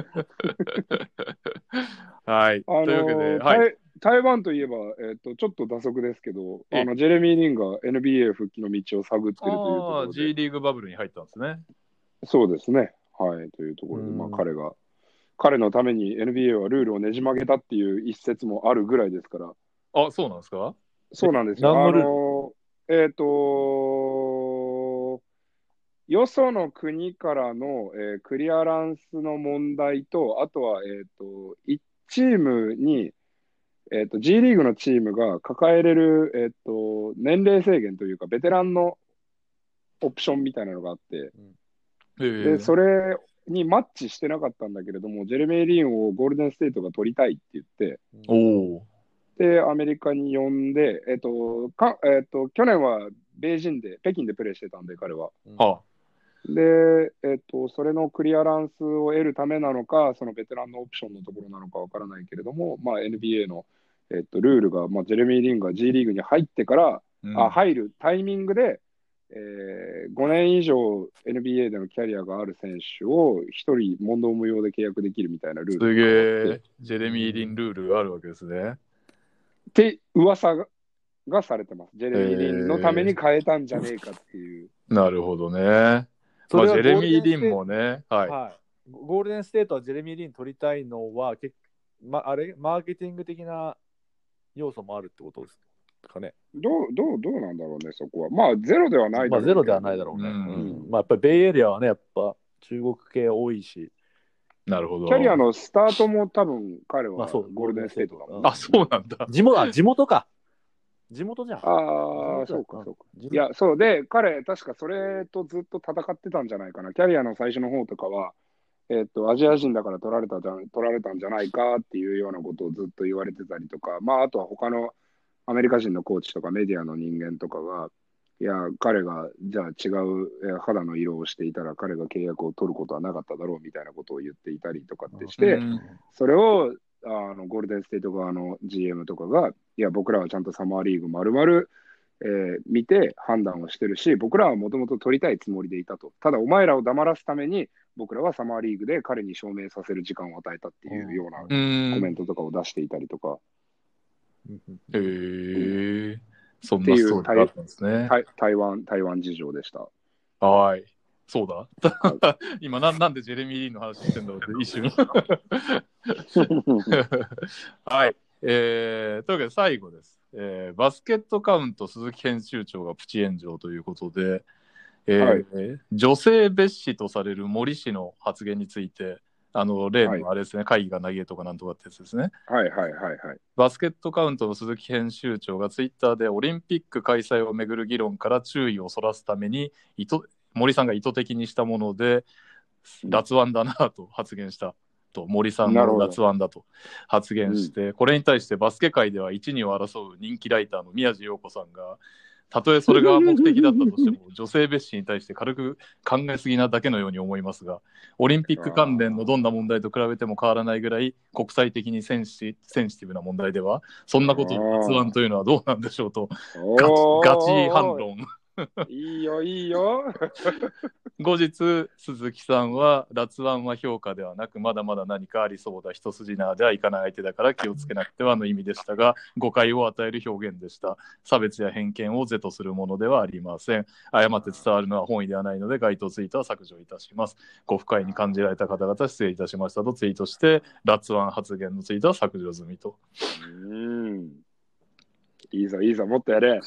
Speaker 1: はい、
Speaker 2: あのー、
Speaker 1: というわけで、
Speaker 2: はい、台湾といえば、えー、とちょっと打足ですけど、あのジェレミー・リンが エヌビーエー 復帰の道を探っているというところで、
Speaker 1: G リーグバブルに入ったんですね。
Speaker 2: そうですね、はい、というところで、まあ、彼が彼のために エヌビーエー はルールをねじ曲げたっていう一説もあるぐらいですから。
Speaker 1: あ、そうなんですか？
Speaker 2: そうなんですよ。あの、えっと、よその国からの、えー、クリアランスの問題と、あとは、えっと、いちチームに、えっと、G リーグのチームが抱えれる、えっと、年齢制限というか、ベテランのオプションみたいなのがあって、うん、で、それにマッチしてなかったんだけれども、ジェレミー・リンをゴールデンステートが取りたいって言って、
Speaker 1: お
Speaker 2: で、アメリカに呼んで、えっと、かえっと、去年は米人で、北京でプレーしてたんで、彼は。
Speaker 1: はあ、
Speaker 2: で、えっと、それのクリアランスを得るためなのか、そのベテランのオプションのところなのかわからないけれども、まあ、エヌビーエー の、えっと、ルールが、まあ、ジェレミー・リンが G リーグに入ってから、うん、あ入るタイミングで、えー、ごねん以上 エヌビーエー でのキャリアがある選手をひとり問答無用で契約できるみたいなルール
Speaker 1: すげえ、ジェレミー・リンルールがあるわけですね。
Speaker 2: って噂ががされてます。ジェレミー・リンのために変えたんじゃねえかっていう。
Speaker 1: えー、なるほどね。まあ、ジェレミー・リンもね、はい
Speaker 3: はい、ゴールデンステートはジェレミー・リン取りたいのは、ま、あれマーケティング的な要素もあるってことですかね。
Speaker 2: どう、どう、どうなんだろうね、そこは。まあ、ゼロではないだろう、ね。
Speaker 3: まあ、ゼロではないだろうね。うんうん、まあ、やっぱりベイエリアはね、やっぱ中国系多いし。
Speaker 1: なるほど。
Speaker 2: キャリアのスタートも多分彼はゴールデンステートだもん、
Speaker 1: まあ、そう、あ、そうなんだ。
Speaker 3: 地元、あ、地元か。地元じゃん。
Speaker 2: ああ、そうか、そうか。いや、そうで、彼、確かそれとずっと戦ってたんじゃないかな。キャリアの最初の方とかは、えっと、アジア人だから取られたじゃん、取られたんじゃないかっていうようなことをずっと言われてたりとか、まあ、あとは他のアメリカ人のコーチとかメディアの人間とかが、いや、彼が、じゃあ違う肌の色をしていたら、彼が契約を取ることはなかっただろうみたいなことを言っていたりとかってして、それを、あのゴールデンステート側の ジーエム とかが、いや、僕らはちゃんとサマーリーグ丸々、えー、見て判断をしてるし、僕らはもともと取りたいつもりでいたと。ただ、お前らを黙らすために、僕らはサマーリーグで彼に証明させる時間を与えたっていうようなコメントとかを出していたりとか。
Speaker 1: へえー、そんなストーリーがあったんですね。
Speaker 2: 台湾、台湾事情でした。
Speaker 1: はい。そうだ今な、なんでジェレミー・リンの話してんだろうって一瞬。はい、えー。というわけで最後です。えー、バスケットカウント鈴木編集長がプチ炎上ということで、えーはい、女性蔑視とされる森氏の発言について、あの例のあれですね、はい、会議が長えとかなんとかってやつですね。
Speaker 2: はいはいはいはい。
Speaker 1: バスケットカウントの鈴木編集長がツイッターでオリンピック開催をめぐる議論から注意をそらすために意図森さんが意図的にしたもので脱腕だなと発言したと、森さんの脱腕だと発言して、うん、これに対してバスケ界では一、二を争う人気ライターの宮地陽子さんがたとえそれが目的だったとしても女性蔑視に対して軽く考えすぎなだけのように思いますが、オリンピック関連のどんな問題と比べても変わらないぐらい国際的にセンシ、センシティブな問題では、そんなことを発案というのはどうなんでしょうとガチ、ガチ反論。
Speaker 2: いいよいいよ。
Speaker 1: 後日鈴木さんは辣腕は評価ではなくまだまだ何かありそうだ一筋縄ではいかない相手だから気をつけなくてはの意味でしたが、誤解を与える表現でした。差別や偏見を是とするものではありません。誤って伝わるのは本意ではないので該当ツイートは削除いたします。ご不快に感じられた方々失礼いたしましたとツイートして、辣腕発言のツイートは削除済みと。
Speaker 2: うーん、いいぞいいぞ、もっとやれ。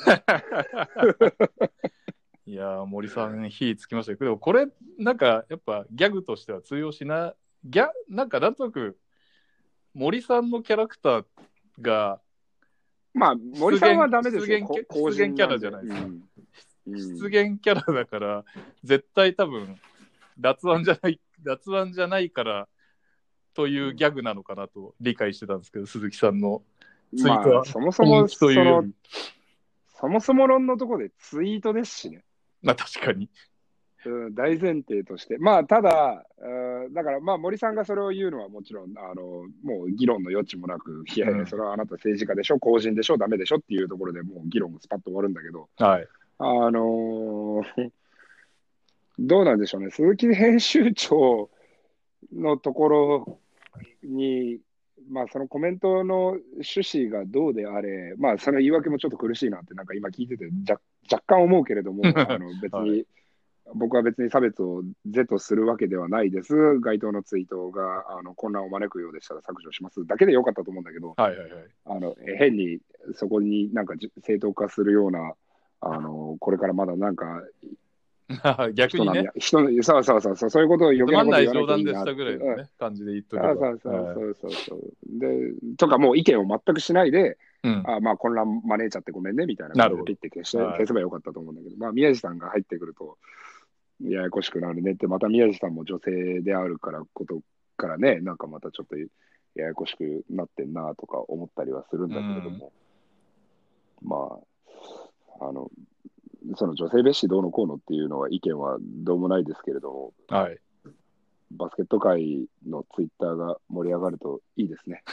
Speaker 1: いやー、森さん火つきましたけど、これなんかやっぱギャグとしては通用しない。ギャなんかなんとなく森さんのキャラクターが、
Speaker 2: まあ森さんはダメですよ。
Speaker 1: 出現出現キャラじゃないですか。
Speaker 2: うんうん、
Speaker 1: 出現キャラだから絶対多分辣腕じゃない辣腕じゃないからというギャグなのかなと理解してたんですけど、鈴木さんのツイートは、
Speaker 2: まあ、そもそも
Speaker 1: というより
Speaker 2: そもそも論のところでツイートですしね。
Speaker 1: まあ確かに、
Speaker 2: うん、大前提として。まあただ、うん、だからまあ森さんがそれを言うのはもちろん、あの、もう議論の余地もなく、いやいや、それはあなた政治家でしょ、公人でしょ、ダメでしょっていうところでもう議論がスパッと終わるんだけど、
Speaker 1: はい、
Speaker 2: あのー、どうなんでしょうね。鈴木編集長のところに、まあそのコメントの趣旨がどうであれ、まあその言い訳もちょっと苦しいなってなんか今聞いてて若若干思うけれども、あの別に、はい、僕は別に差別を是とするわけではないです。該当のツイートがあの混乱を招くようでしたら削除しますだけでよかったと思うんだけど、
Speaker 1: はいはいはい、
Speaker 2: あの変にそこになんか正当化するような、あのこれからまだなんか
Speaker 1: 逆にね、
Speaker 2: 人のそうそうそうそう、そういうことを余計なこと言わなきゃいいな。
Speaker 1: 冗談でしたぐらいのね、感じで言っとけば。
Speaker 2: そうそうそうそうそう。で、とかもう意見を全くしないで、うん、あまあ混乱招いちゃってごめんねみたいなことでピッて消して、消せばよかったと思うんだけど、まあ宮地さんが入ってくるとややこしくなるねって、また宮地さんも女性であるからことからね、なんかまたちょっとややこしくなってんなとか思ったりはするんだけれども、うん、まあ、あの、その女性蔑視どうのこうのっていうのは意見はどうもないですけれども、
Speaker 1: はい、
Speaker 2: バスケット界のツイッターが盛り上がるといいですね。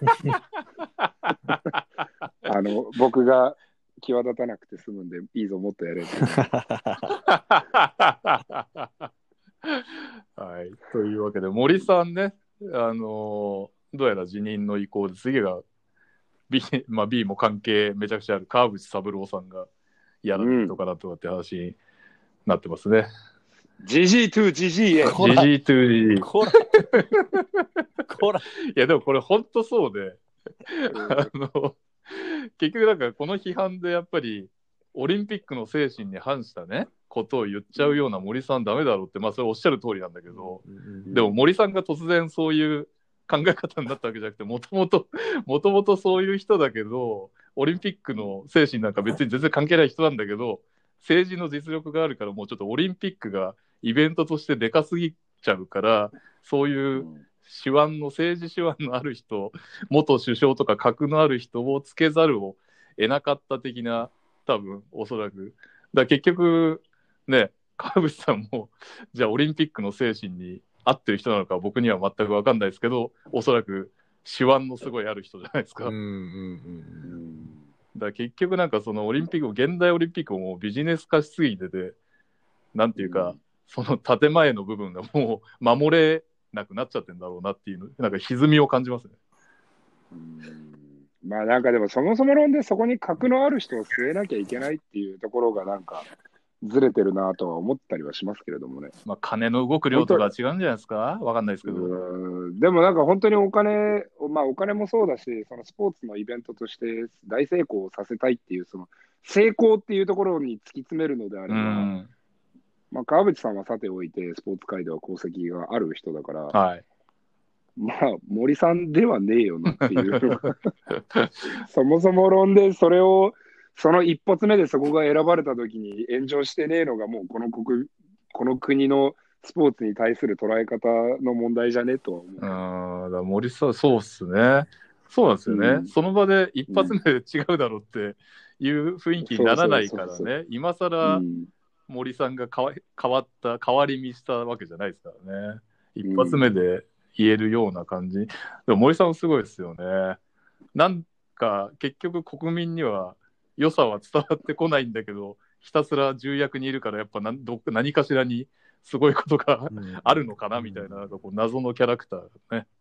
Speaker 2: あの僕が際立たなくて済むんでいいぞもっとやれって。
Speaker 1: はい、というわけで森さんね、あのー、どうやら辞任の意向で次が B、まあ、B も関係めちゃくちゃある川淵三郎さんがやるとかだとかって話になってますね。
Speaker 2: ジージー to ジージー へ。
Speaker 1: ジージー to ジージー。
Speaker 3: こら。こら。
Speaker 1: いやでもこれ本当そうで、あの結局なんかこの批判でやっぱりオリンピックの精神に反したねことを言っちゃうような森さんダメだろうって、まあそれおっしゃる通りなんだけど、でも森さんが突然そういう考え方になったわけじゃなくて、もともともともとそういう人だけど、オリンピックの精神なんか別に全然関係ない人なんだけど、政治の実力があるからもうちょっとオリンピックがイベントとしてでかすぎちゃうから、そういう手腕の政治手腕のある人、元首相とか格のある人をつけざるを得なかった的な、多分おそらくだ結局ね、川淵さんもじゃあオリンピックの精神に合ってる人なのか僕には全く分かんないですけど、おそらく手腕のすごいある人じゃないですか。うんうんうん、だから結局なんかそのオリンピック現代オリンピックをもうビジネス化しすぎてて、なんていうか、うん、その建前の部分がもう守れなくなっちゃってんだろうなっていう、なんか歪みを感じますね。
Speaker 2: うん、まあなんかでもそもそも論でそこに格のある人を据えなきゃいけないっていうところがなんかずれてるなとは思ったりはしますけれどもね。
Speaker 1: まあ金の動く量とか違うんじゃないですか、わかんないですけど。
Speaker 2: うん、でもなんか本当にお金、まあお金もそうだし、そのスポーツのイベントとして大成功させたいっていう、その成功っていうところに突き詰めるのであれば、うん、まあ川淵さんはさておいてスポーツ界では功績がある人だから、はい、まあ森さんではねえよなっていうそもそも論でそれをその一発目でそこが選ばれた時に炎上してねえのがもうこの国この国のスポーツに対する捉え方の問題じゃねとは思う。
Speaker 1: ああ、だ森さんそうっすね。そうなんですよね、うん、その場で一発目で違うだろうっていう雰囲気にならないから
Speaker 2: そうそうそう
Speaker 1: ね、今
Speaker 2: う
Speaker 1: 更
Speaker 2: ん
Speaker 1: 森さんが変わ変わった、変わり身したわけじゃないですからね。一
Speaker 2: うん
Speaker 1: 発目で言えるような感じ。でも森さんもすごいですよね。なんか結局国民には良さは伝わってこないんだけど、ひたすら重役にいるからやっぱ何ど何かしらにすごいことが
Speaker 3: うん
Speaker 1: あるのかなみたいな、なんかこう謎のキャラクターがね。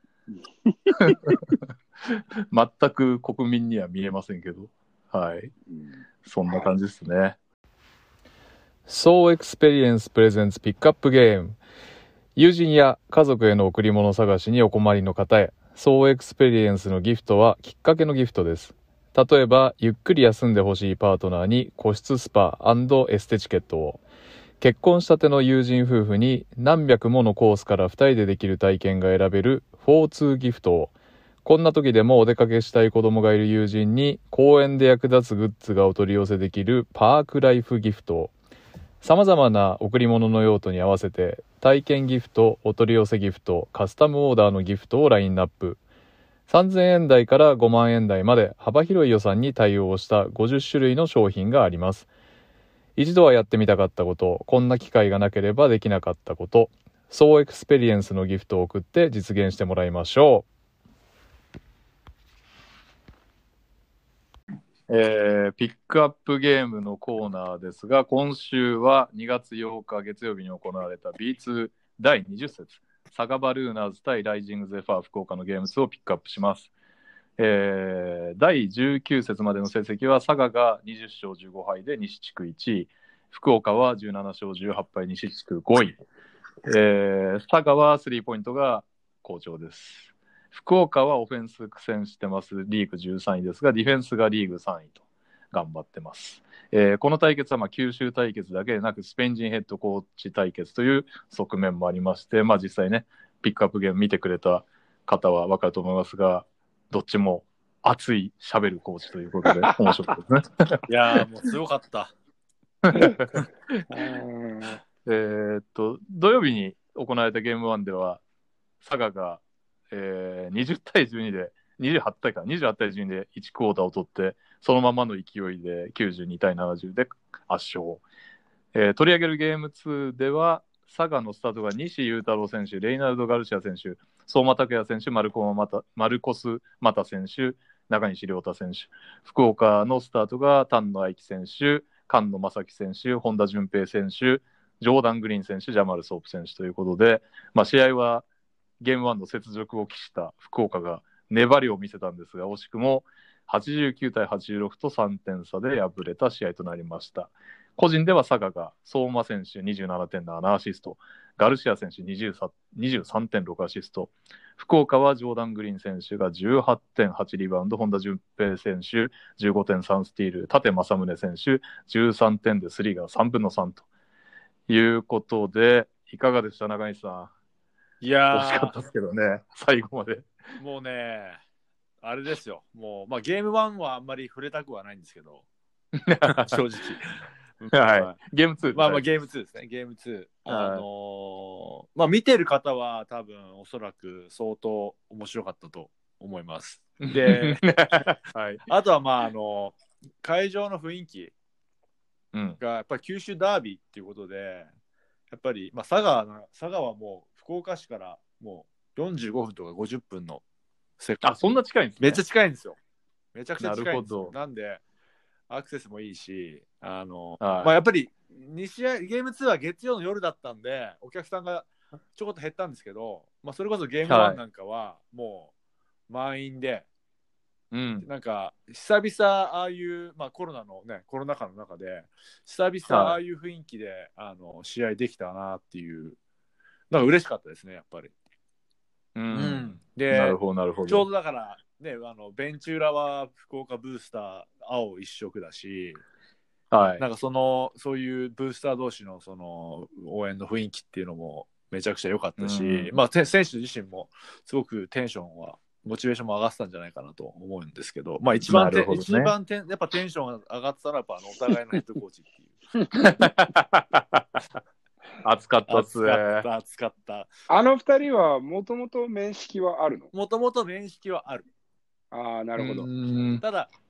Speaker 1: 全く国民には見えませんけど、はい。
Speaker 2: うん
Speaker 1: そんな感じですね。So Experience Presents Pickup Game。友人や家族への贈り物探しにお困りの方へ、So Experience のギフトはきっかけのギフトです。例えば、ゆっくり休んでほしいパートナーに個室スパ&エステチケットを、結婚したての友人夫婦に何百ものコースからふたりでできる体験が選べるフォーツーギフトを、こんな時でもお出かけしたい子供がいる友人に公園で役立つグッズがお取り寄せできるパークライフギフトを、様々な贈り物の用途に合わせて体験ギフト、お取り寄せギフト、カスタムオーダーのギフトをラインナップ。さんぜんえん台からごまんえん台まで幅広い予算に対応したごじゅっしゅるいの商品があります。一度はやってみたかったこと、こんな機会がなければできなかったこと、そうエクスペリエンスのギフトを送って実現してもらいましょう。えー、ピックアップゲームのコーナーですが、今週はにがつようか月曜日に行われた ビーツー だいにじゅっ節、サガバルーナーズ対ライジングゼファー福岡のゲームツーをピックアップします。えー、だいじゅうきゅう節までの成績は、佐賀がにじゅっしょうじゅうごはいで西地区いちい、福岡はじゅうななしょうじゅうはっぱい西地区ごい、えー、佐賀はスリーポイントが好調です。福岡はオフェンス苦戦してます。リーグじゅうさんいですが、ディフェンスがリーグさんいと頑張ってます。えー、この対決はまあ九州対決だけでなく、スペイン人ヘッドコーチ対決という側面もありまして、まあ、実際ね、ピックアップゲーム見てくれた方は分かると思いますが、どっちも熱い喋るコーチということで、面白かったですね。
Speaker 3: いやー、もうすごかった。
Speaker 1: えーっと、土曜日に行われたゲームワンでは、佐賀がえー、にじゅうたいじゅうにで、にじゅうはちたいか、にじゅうはちたいじゅうにでいちクォーターを取って、そのままの勢いできゅうじゅうにたいななじゅうで圧勝。えー、取り上げるゲームツーでは、佐賀のスタートが西裕太郎選手、レイナルド・ガルシア選手、相馬拓也選手、マルコマタマルコス・マタ選手、中西亮太選手。福岡のスタートが丹野愛希選手、菅野正樹選手、本田淳平選手、ジョーダン・グリーン選手、ジャマル・ソープ選手ということで、まあ、試合はゲームワンの雪辱を期した福岡が粘りを見せたんですが、惜しくもはちじゅうきゅうたいはちじゅうろくとさんてん差で敗れた試合となりました。個人では佐賀が相馬選手にじゅうななてんななアシスト、ガルシア選手にじゅうさんてんろくアシスト、福岡はジョーダン・グリーン選手が じゅうはちてんはち リバウンド、本田淳平選手 じゅうごてんさん スティール、立正宗選手じゅうさんてんでスリーがさんぶんのさんということで、いかがでした中西さん。
Speaker 3: いやー、
Speaker 1: 惜しかったですけどね、最後まで。
Speaker 3: もうね、あれですよ。もう、まあ、ゲームワンはあんまり触れたくはないんですけど、正直。
Speaker 1: はい。ゲームツー。
Speaker 3: まあまあゲームツーですね。ゲームツー。あのー、まあ見てる方は多分おそらく相当面白かったと思います。で、はい、あとはまああの会場の雰囲気がやっぱり九州ダービーっていうことで、やっぱりまあ佐賀佐賀はもう福岡市からもうよんじゅうごふんとかごじゅっぷんの世界。
Speaker 1: あ、そんな近いんですね。
Speaker 3: めっちゃ近いんですよ。めちゃくちゃ近いんですよ。
Speaker 1: なるほど。
Speaker 3: なんでアクセスもいいし、あの、
Speaker 1: はい、
Speaker 3: まあやっぱりに試合ゲームツーは月曜の夜だったんでお客さんがちょこっと減ったんですけど、まあそれこそゲームワンなんかはもう満員で、
Speaker 1: はい、
Speaker 3: なんか久々ああいうまあコロナのねコロナ禍の中で久々ああいう雰囲気で、はい、あの試合できたなっていうなんか嬉しかったですねやっぱり。
Speaker 1: うん。うん、
Speaker 3: で、
Speaker 1: なるほどなるほど。
Speaker 3: ちょうどだから。ね、あのベンチ裏は福岡ブースター青一色だし、はい、なんかそのそういうブースター同士のその応援の雰囲気っていうのもめちゃくちゃ良かったし、うん、まあ選手自身もすごくテンションはモチベーションも上がってたんじゃないかなと思うんですけど、まあ一番、ね、一番てやっぱテンションが上がってたのはやっぱあのお互いのヘッドコーチっていう。
Speaker 1: 熱かったっすね。
Speaker 3: 熱かった、熱かった。
Speaker 2: あの二人はもともと面識はあるの？
Speaker 3: もともと面識はある。
Speaker 2: ああ、なるほど。
Speaker 3: ただ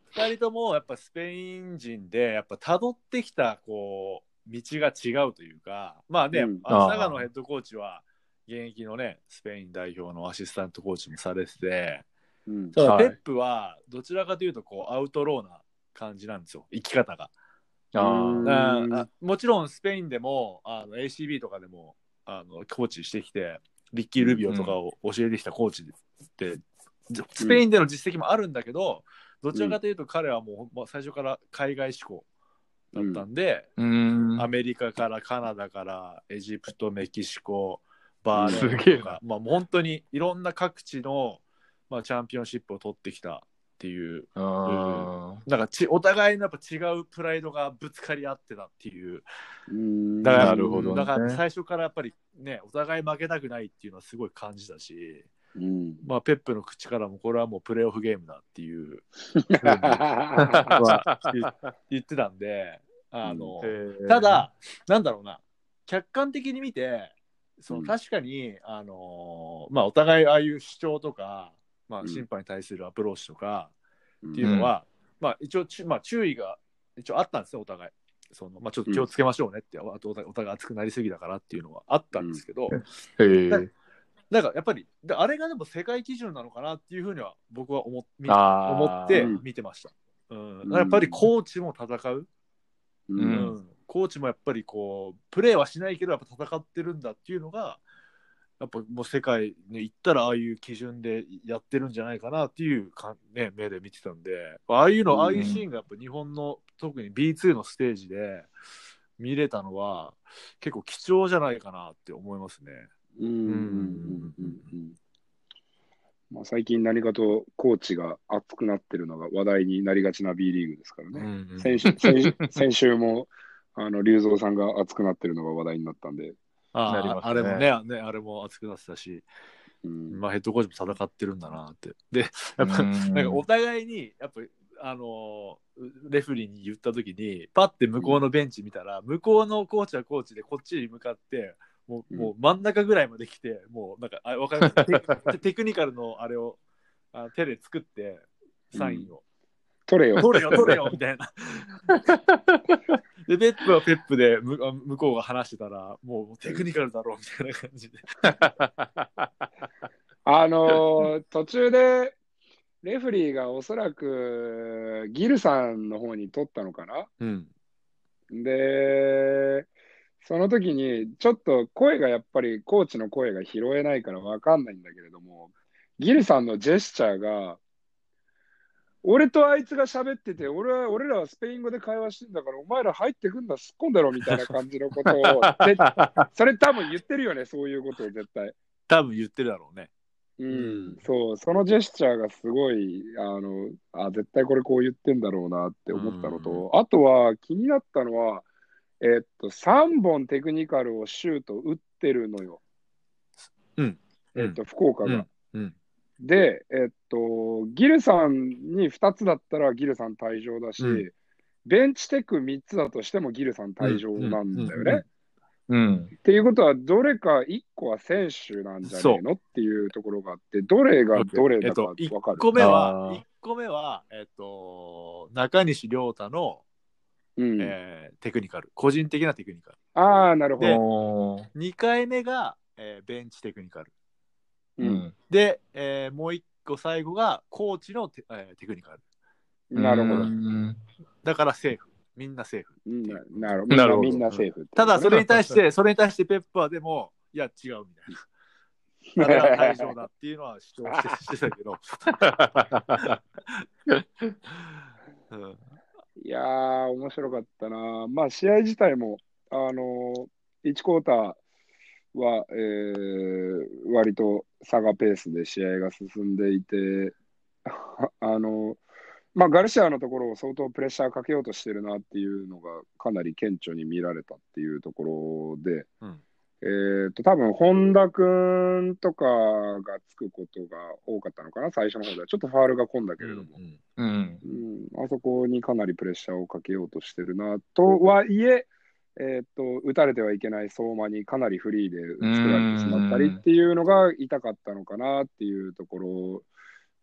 Speaker 3: ふたりともやっぱスペイン人でやっぱ辿ってきたこう道が違うというか、まあね、
Speaker 2: うん
Speaker 3: あの佐賀のヘッドコーチは現役のねスペイン代表のアシスタントコーチもされてて、
Speaker 2: うん
Speaker 3: ただ
Speaker 1: はい
Speaker 3: ペップはどちらかというとこうアウトローな感じなんですよ、生き方が。
Speaker 1: あ
Speaker 2: うん
Speaker 1: ー
Speaker 3: ああもちろんスペインでもあの エーシービー とかでもあのコーチしてきてリッキー・ルビオとかを教えてきたコーチってスペインでの実績もあるんだけど、どちらかというと彼はもう、まあ、最初から海外志向だったんで、
Speaker 1: うーん
Speaker 3: アメリカからカナダからエジプト、メキシコ、バー
Speaker 1: す
Speaker 3: レ
Speaker 1: げえな
Speaker 3: ーンとか、まあ、もう本当にいろんな各地の、まあ、チャンピオンシップを取ってきたっていう、
Speaker 1: あー
Speaker 3: なんかちお互いのやっぱ違うプライドがぶつかり合ってたっていう。
Speaker 2: うん
Speaker 3: だから
Speaker 1: なるほどね
Speaker 3: だから最初からやっぱりね、お互い負けたくないっていうのはすごい感じたし、
Speaker 2: うん
Speaker 3: まあ、ペップの口からもこれはもうプレーオフゲームだっていうふうには言言ってたんで、あの、
Speaker 1: へー
Speaker 3: ただなんだろうな、客観的に見てその
Speaker 2: うん
Speaker 3: 確かに、あのまあ、お互いああいう主張とか、まあ、
Speaker 2: うん
Speaker 3: 審判に対するアプローチとか
Speaker 2: っ
Speaker 3: っていうのは、まあ、一応ち、まあ、注意が一応あったんですよ、お互い。そのまあ、ちょっと気をつけましょうねって、あとお互いお互い熱くなりすぎだからっていうのはあったんですけど、
Speaker 1: へー
Speaker 3: なんかやっぱりであれがでも世界基準なのかなっていうふうには僕は思み
Speaker 1: あー
Speaker 3: 思って
Speaker 2: うん
Speaker 3: 見てました。うん
Speaker 2: うん
Speaker 3: やっぱりコーチも戦う、
Speaker 2: う
Speaker 3: うんんコーチもやっぱりこうプレーはしないけどやっぱ戦ってるんだっていうのがやっぱもう世界に行ったらああいう基準でやってるんじゃないかなっていうか、ね、目で見てたんで、ああいうの、
Speaker 2: うん
Speaker 3: ああいうシーンがやっぱ日本の特に ビーツー のステージで見れたのは結構貴重じゃないかなって思いますね。
Speaker 2: うんうんうんうんうんまあ、最近何かとコーチが熱くなってるのが話題になりがちな B リーグですからね。
Speaker 3: うんうん
Speaker 2: 先週先先週もあの龍造さんが熱くなってるのが話題になったんで、
Speaker 3: あ
Speaker 1: なりましたね
Speaker 3: あれもねあねあれも熱くなってたし、
Speaker 2: うん
Speaker 3: まあ、ヘッドコーチも戦ってるんだなって。でやっぱ
Speaker 1: うん
Speaker 3: なんかお互いにやっぱあのレフェリーに言った時にパッて向こうのベンチ見たら、向こうのコーチはコーチでこっちに向かってもう、
Speaker 2: うん
Speaker 3: もう真ん中ぐらいまで来てもうなんかあわかりますテテクニカルのあれをあ手で作ってサインを、
Speaker 2: 取れよ。
Speaker 3: 取れよ取れよみたいな。でペップはペップでむあ向こうが話してたらもうテクニカルだろうみたいな感じで。
Speaker 2: あのー途中でレフリーがおそらくギルさんの方に取ったのかな。
Speaker 3: うん
Speaker 2: で、その時にちょっと声がやっぱりコーチの声が拾えないからわかんないんだけれども、ギルさんのジェスチャーが、俺とあいつが喋ってて、俺は俺らはスペイン語で会話してんだから、お前ら入ってくんだ、突っ込んだろみたいな感じのことを、でそれ多分言ってるよね、そういうことを絶対。
Speaker 3: 多分言ってるだろうね。
Speaker 2: うん、
Speaker 3: うん
Speaker 2: そう、そのジェスチャーがすごい、あの、あ、絶対これこう言ってんだろうなって思ったのと、あとは気になったのは、えっと、さんぼんテクニカルをシュート打ってるのよ。
Speaker 3: うん
Speaker 2: えっと、福岡が。
Speaker 3: うんうん
Speaker 2: で、えっと、ギルさんにふたつだったらギルさん退場だし、
Speaker 3: うん
Speaker 2: ベンチテクみっつだとしてもギルさん退場なんだよね。
Speaker 1: うん。
Speaker 2: っていうことは、どれかいっこは選手なんじゃねえのっていうところがあって、どれがどれだかわかる。
Speaker 3: えっと、いっこめは、
Speaker 1: あー
Speaker 3: いっこめは、えっと、中西亮太の、
Speaker 2: うん、
Speaker 3: えーテクニカル、個人的なテクニカル。
Speaker 2: ああ、なるほ
Speaker 3: で
Speaker 2: ど。
Speaker 1: おー
Speaker 3: にかいめが、えーベンチテクニカル。
Speaker 2: う
Speaker 1: うんん。
Speaker 3: で、えーもういっこ最後がコーチのテ,、えーテクニカル。
Speaker 2: なるほど。
Speaker 1: うん
Speaker 3: だからセーフ。みんなセーフ。
Speaker 2: うんななるほど。
Speaker 1: なるほど
Speaker 2: みんなセーフって
Speaker 3: ただそれに対
Speaker 2: し
Speaker 3: して、それに対してペッパーでも、いや違うみたいな。あれは退場だっていうのは主張してしてたけど。うん
Speaker 2: いやー、面白かったな。まあ、試合自体も、あのー、いちクォーターは、えー割と差がペースで試合が進んでいて、あのーまあ、ガルシアのところを相当プレッシャーかけようとしてるなっていうのがかなり顕著に見られたっていうところで、
Speaker 3: うん
Speaker 2: えーと、多分本田君とかがつくことが多かったのかな、最初の方では。ちょっとファールが込んだけれども。
Speaker 3: うん
Speaker 1: うん。
Speaker 2: うん、あそこにかなりプレッシャーをかけようとしてるなとはいえ、えーっと打たれてはいけない相馬にかなりフリーで作られてしまったりっていうのが痛かったのかなっていうところ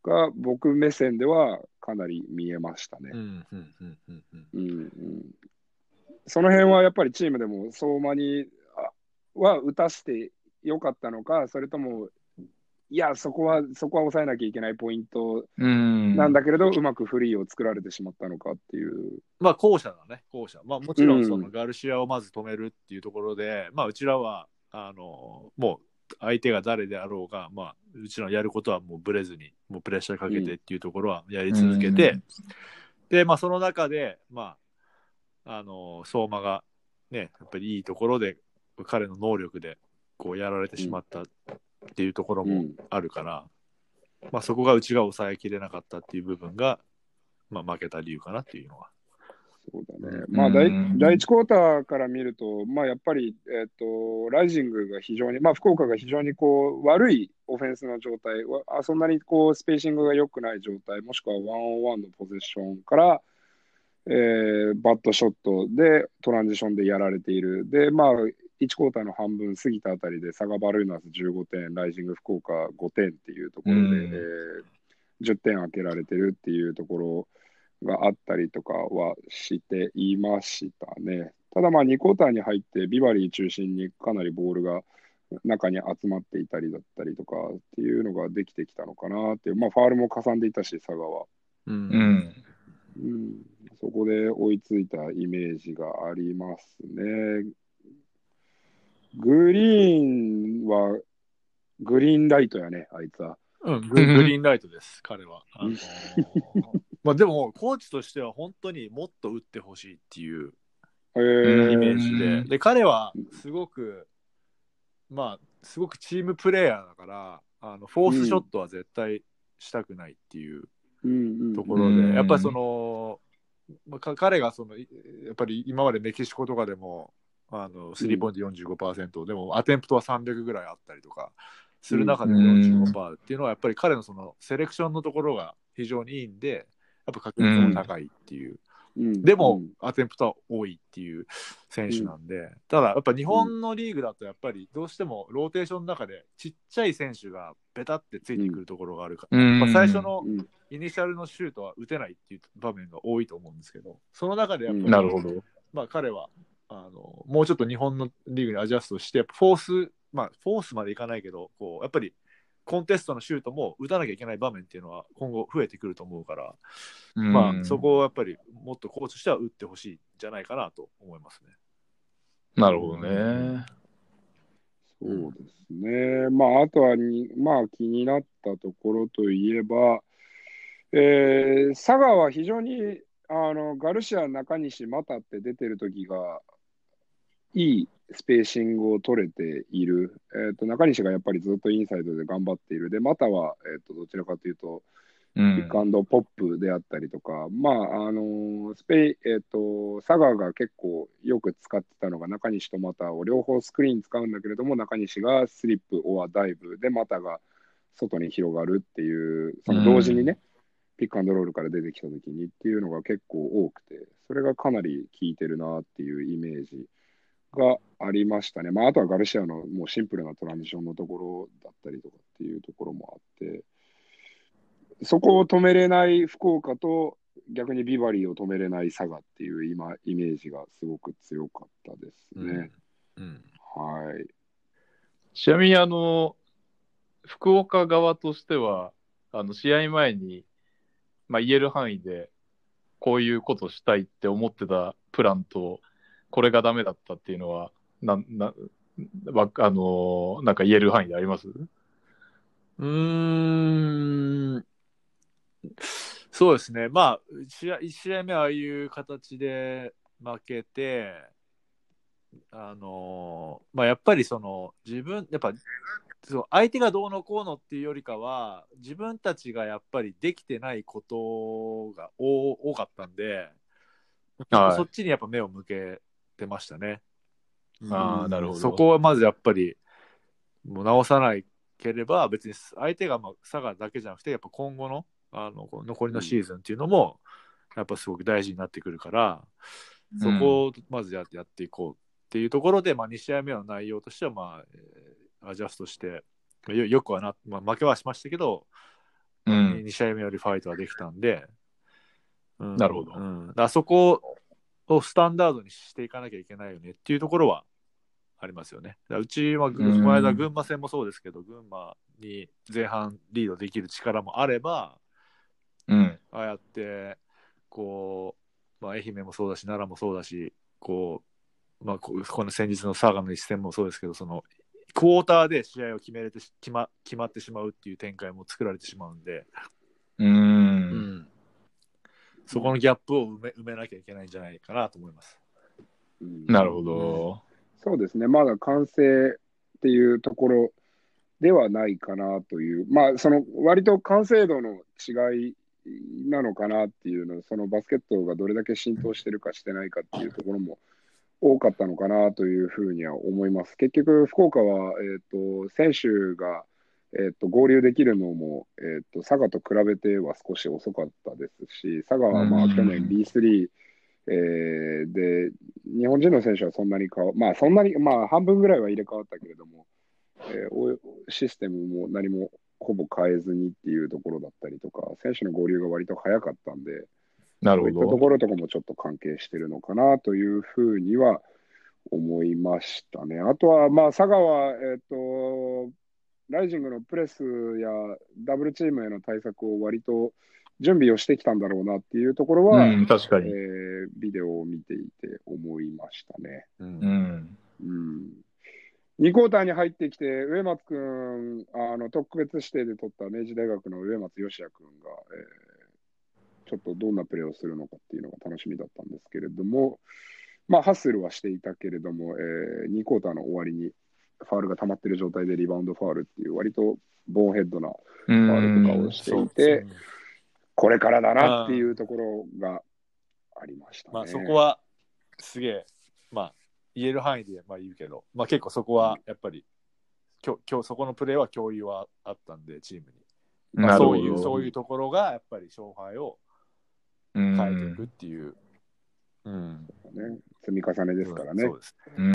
Speaker 2: が僕目線ではかなり見えましたね。
Speaker 3: うんうんうんうんうん
Speaker 2: うんうん、その辺はやっぱりチームでも相馬には打たせてよかったのか、それともいやそこはそこは抑えなきゃいけないポイントなんだけれど、うまくフリーを作られてしまったのかっていう。
Speaker 3: まあ後者だね、後者。まあもちろんそのガルシアをまず止めるっていうところで、うん、まあうちらはあのもう相手が誰であろうが、まあうちらのやることはもうブレずに、もうプレッシャーかけてっていうところはやり続けて、うん、でまあその中でまああの相馬がねやっぱりいいところで彼の能力でこうやられてしまったっていうところもあるから。うんまあ、そこがうちが抑えきれなかったっていう部分が、まあ、負けた理由かなっていうのは。
Speaker 2: そうだね。まあ第、第一クォーターから見ると、まあ、やっぱり、えっと、ライジングが非常に、まあ、福岡が非常にこう悪いオフェンスの状態、あそんなにこうスペーシングが良くない状態、もしくはワンオンワンのポゼッションから、えー、バットショットでトランジションでやられている。で、まあ、いちクォーターの半分過ぎたあたりで、サガバルーナスじゅうごてん、ライジング福岡ごてんっていうところで、うんえー、じゅってん開けられてるっていうところがあったりとかはしていましたね。ただまあにクォーターに入ってビバリー中心にかなりボールが中に集まっていたりだったりとかっていうのができてきたのかなっていう、まあファールもかさんでいたし、佐賀は。
Speaker 3: うん
Speaker 2: うん、そこで追いついたイメージがありますね。グリーンはグリーンライトやね、あいつは。
Speaker 3: うん、グリーンライトです、彼は。あのーまあでも、コーチとしては本当にもっと打ってほしいっていうイメージで、で、彼はすごく、まあ、すごくチームプレーヤーだから、あのフォースショットは絶対したくないっていうところで、うん、やっぱりその、まあ、彼がその、やっぱり今までメキシコとかでも、あのスリーポイント よんじゅうごパーセント、うん、でもアテンプトはさんびゃくぐらいあったりとかする中で よんじゅうごパーセント っていうのはやっぱり彼のそのセレクションのところが非常にいいんでやっぱ確率も高いっていう、うん、でも、うん、アテンプトは多いっていう選手なんで、うん、ただやっぱ日本のリーグだとやっぱりどうしてもローテーションの中でちっちゃい選手がベタってついてくるところがあるから、うんまあ、最初のイニシャルのシュートは打てないっていう場面が多いと思うんですけど、その中でやっぱり、
Speaker 1: なるほど、
Speaker 3: まあ、彼はあのもうちょっと日本のリーグにアジャストしてフォース、まあ、フォースまでいかないけどこうやっぱりコンテストのシュートも打たなきゃいけない場面っていうのは今後増えてくると思うから、うんまあ、そこをやっぱりもっとコーチとしては打ってほしいんじゃないかなと思いますね。
Speaker 1: なるほどね。
Speaker 2: そうですね。まあ、あとはに、まあ、気になったところといえば、えー、佐賀は非常にあのガルシア、中西、またって出てる時がいいスペーシングを取れている。えーと、中西がやっぱりずっとインサイドで頑張っている。で、または、えーと、どちらかというと、ピックアンドポップであったりとか、うん、まあ、あのスペイ、えっ、ー、と、佐賀が結構よく使ってたのが中西とまたを両方スクリーン使うんだけれども、中西がスリップ、オアダイブで、またが外に広がるっていう、その同時にね、うんピックアンドロールから出てきたときにっていうのが結構多くて、それがかなり効いてるなっていうイメージがありましたね。まあ、あとはガルシアのもうシンプルなトランジションのところだったりとかっていうところもあって、そこを止めれない福岡と逆にビバリーを止めれない佐賀っていう今イメージがすごく強かったですね。うんうん、はい。
Speaker 1: ちなみにあの福岡側としてはあの試合前にまあ、言える範囲でこういうことしたいって思ってたプランとこれがダメだったっていうのはななわあのなんか言える範囲であります？
Speaker 3: うーんそうですね。まあいち試合目はああいう形で負けてあのまあやっぱりその自分やっぱそう相手がどうのこうのっていうよりかは自分たちがやっぱりできてないことが多かったんで、はい、そっちにやっぱ目を向けてましたね。
Speaker 1: ああ、なるほど。
Speaker 3: そこはまずやっぱりもう直さなければ別に相手がまあ佐賀だけじゃなくてやっぱ今後のあの残りのシーズンっていうのもやっぱすごく大事になってくるから、うん、そこをまずやってやっていこうっていうところで、まあ、に試合目の内容としてはまあ、えーアジャストしてよ, よくはな、まあ、負けはしましたけど
Speaker 1: うん、
Speaker 3: に試合目よりファイトはできたんで、うん、
Speaker 1: なるほど。
Speaker 3: うん、あそこをスタンダードにしていかなきゃいけないよねっていうところはありますよね。だうちは、この間、群馬戦もそうですけど、群馬に前半リードできる力もあれば、
Speaker 1: うん、
Speaker 3: ああやって、こう、まあ、愛媛もそうだし、奈良もそうだし、こう、まあ、この先日の佐賀の一戦もそうですけど、その、クォーターで試合を決めれて決ま、決まってしまうっていう展開も作られてしまうんで、
Speaker 1: うん、うん、
Speaker 3: そこのギャップを埋め、埋めなきゃいけないんじゃないかなと思います。
Speaker 2: うん、
Speaker 1: なるほど。
Speaker 2: そうですね、まだ完成っていうところではないかなという、まあ、その割と完成度の違いなのかなっていうの、そのバスケットがどれだけ浸透してるかしてないかっていうところも多かったのかなというふうには思います。結局、福岡は、えーと、選手が、えーと、合流できるのも、えーと、佐賀と比べては少し遅かったですし、佐賀はまあ去年 ビースリー、えー、で、日本人の選手はそんなに変わ、まあそんなに、まあ半分ぐらいは入れ替わったけれども、えー、システムも何もほぼ変えずにっていうところだったりとか、選手の合流が割と早かったんで、
Speaker 1: なるほど。
Speaker 2: そういったところとかもちょっと関係してるのかなというふうには思いましたね。あとは、まあ、佐賀は、えっと、ライジングのプレスやダブルチームへの対策を割と準備をしてきたんだろうなっていうところは、
Speaker 1: うん、確かに、
Speaker 2: えー、ビデオを見ていて思いましたね。
Speaker 3: うん。
Speaker 1: うん
Speaker 2: うんにクォーターに入ってきて、植松君、あの特別指定で取った明治大学の植松義也君が、えー、ちょっとどんなプレーをするのかっていうのが楽しみだったんですけれども、まあ、ハッスルはしていたけれども、えー、にクォーターの終わりにファウルが溜まっている状態でリバウンドファウルっていう、割とボーンヘッドなファウルとかをしていて、これからだなっていうところがありましたね。
Speaker 3: まあ、そこはすげえ、まあ、言える範囲でまあ言うけど、まあ、結構そこはやっぱり、うん、今日そこのプレーは共有はあったんで、チームに。まあ、そういう、そういうところがやっぱり勝敗を変えていくっていう。うん。
Speaker 2: うんね、積み重ねですからね。
Speaker 3: そうです。うん。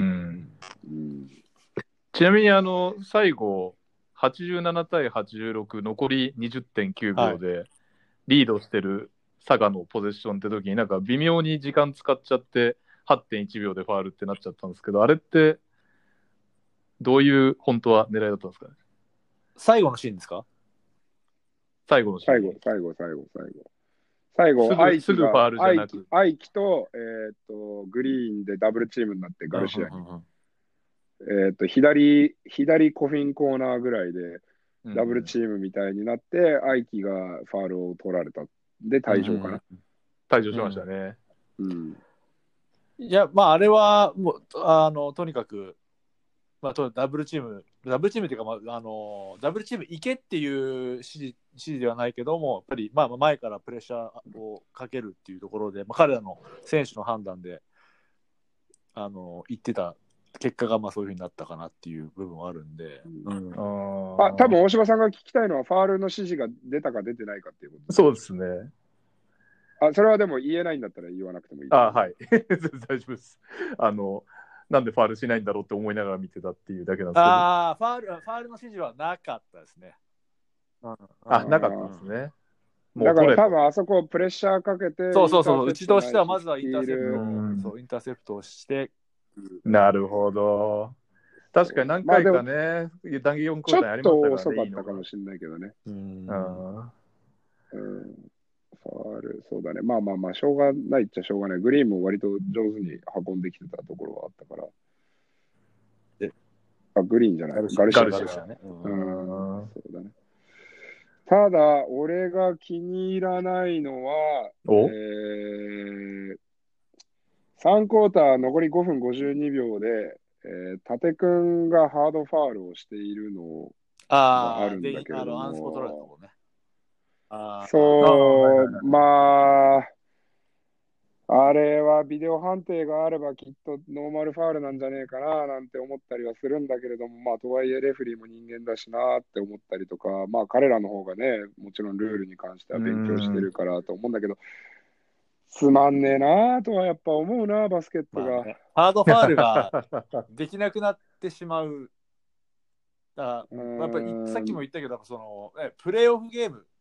Speaker 1: うん、ちなみに、あの、最後、はちじゅうななたいはちじゅうろく、残り にじゅってんきゅうびょうで、リードしてる佐賀のポゼッションって時に、なんか微妙に時間使っちゃって、はってんいちびょうでファールってなっちゃったんですけど、あれって、どういう本当は狙いだったんですかね。
Speaker 3: 最後のシーンですか？
Speaker 1: 最後のシーン。
Speaker 2: 最後、最後、最後、最後。最後、愛
Speaker 1: すぐファールじゃなく。
Speaker 2: 愛機と、えー、っと、グリーンでダブルチームになってガルシアに。うんうんうんえー、っと、左、左コフィンコーナーぐらいで、ダブルチームみたいになって、うん、愛機がファールを取られた。で、退場かな。うんうん、
Speaker 1: 退場しましたね。
Speaker 2: うん。うん、
Speaker 3: いや、まあ、あれは、もう、あの、とにかく、まあ、ダブルチーム、ダブルチームっていうか、まあ、あのダブルチーム行けっていう指示、指示ではないけども、やっぱり、まあ、前からプレッシャーをかけるっていうところで、まあ、彼らの選手の判断で、あの言ってた結果がまあそういうふうになったかなっていう部分はあるんで、うん、
Speaker 2: あ多分大島さんが聞きたいのは、ファールの指示が出たか出てないかっていうことです。
Speaker 1: そうですね。
Speaker 2: あ、それはでも言えないんだったら言わなくてもいい。
Speaker 1: あ、はい。大丈夫です。あの、なんでファールしないんだろうって思いながら見てたっていうだけなんですけど。
Speaker 3: ああ、ファール、ファールの指示はなかったですね。
Speaker 1: あ、なかったですね。
Speaker 2: もうだから多分あそこをプレッシャーかけて、
Speaker 3: そうそうそう、うちとしてはまずはインターセプトを、
Speaker 1: うん、
Speaker 3: そうインターセプトをして。
Speaker 1: なるほど。確かに何回かね、
Speaker 2: 打撃よんクォーターありましたからね。ちょっと遅かったかもしれないけどね。うん。うんファール、そうだね。まあまあまあ、しょうがないっちゃしょうがない。グリーンも割と上手に運んできてたところはあったから。えあ、グリーンじゃない。ガルシア。ガルシアね。うん、そうだね。ただ、俺が気に入らないのは、えー、さんクォーター残りごふんごじゅうにびょうで、えー、立君がハードファールをしているのがあるんだけれども、あそう、まあ、あれはビデオ判定があればきっとノーマルファールなんじゃねえかななんて思ったりはするんだけれども、まあ、とはいえレフェリーも人間だしなって思ったりとか、まあ、彼らの方がね、もちろんルールに関しては勉強してるからと思うんだけど、つまんねえなとはやっぱ思うな、バスケットが。まあね、
Speaker 3: ハードファールができなくなってしまう。だやっぱりさっきも言ったけど、そのプレーオフゲーム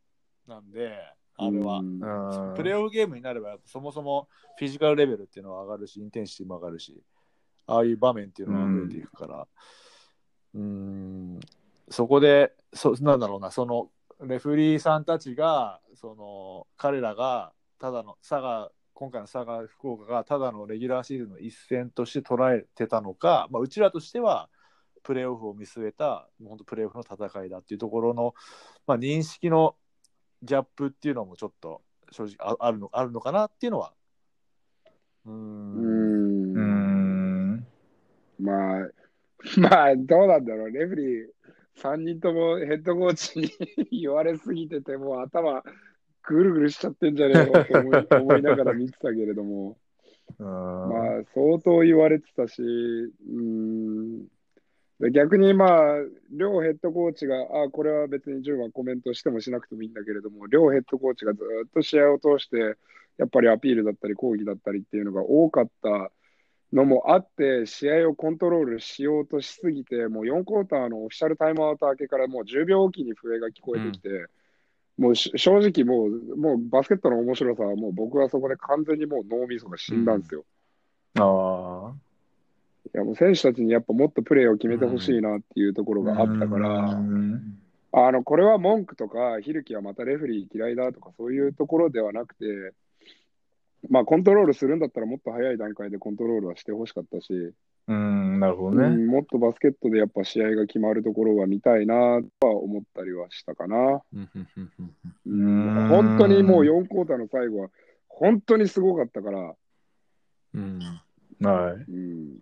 Speaker 3: なんで、あれは、
Speaker 2: うん
Speaker 3: プレーオフゲームになれば、そもそもフィジカルレベルっていうのは上がるし、インテンシティも上がるし、ああいう場面っていうのは増えていくから、うーん、そこで、そなんだろうな、そのレフェリーさんたちが、その彼らが、ただの佐賀、今回の佐賀、福岡がただのレギュラーシーズンの一戦として捉えてたのか、まあ、うちらとしては、プレーオフを見据えた、本当プレーオフの戦いだっていうところの、まあ、認識のギャップっていうのもちょっと正直 あ, あ, るのあるのかなっていうのは。うーん。
Speaker 2: うーん
Speaker 1: うーん。
Speaker 2: まあ、まあ、どうなんだろう。レフェリーさんにんともヘッドコーチに言われすぎてて、もう頭ぐるぐるしちゃってんじゃねえのって思い思いながら見てたけれども、
Speaker 1: あ
Speaker 2: まあ、相当言われてたし、うーん。で逆にまあ、両ヘッドコーチが、あこれは別に順はコメントしてもしなくてもいいんだけれども、両ヘッドコーチがずっと試合を通して、やっぱりアピールだったり、抗議だったりっていうのが多かったのもあって、試合をコントロールしようとしすぎて、もうよんクォーターのオフィシャルタイムアウト明けからもうじゅうびょうおきに笛が聞こえてきて、うん、もう正直もう、もうバスケットの面白さはもう僕はそこで完全にもう脳みそが死んだんですよ。
Speaker 1: うん、ああ。
Speaker 2: いやもう選手たちにやっぱもっとプレーを決めてほしいなっていうところがあったから、あのこれは文句とか、ヒルキはまたレフェリー嫌いだとかそういうところではなくて、まあコントロールするんだったらもっと早い段階でコントロールはしてほしかったし、
Speaker 1: うん、なるほどね、
Speaker 2: うん、もっとバスケットでやっぱ試合が決まるところは見たいなとは思ったりはしたかな。うん、本当にもうよんクォーターの最後は本当にすごかったから、
Speaker 3: うん、
Speaker 1: はい。
Speaker 2: うん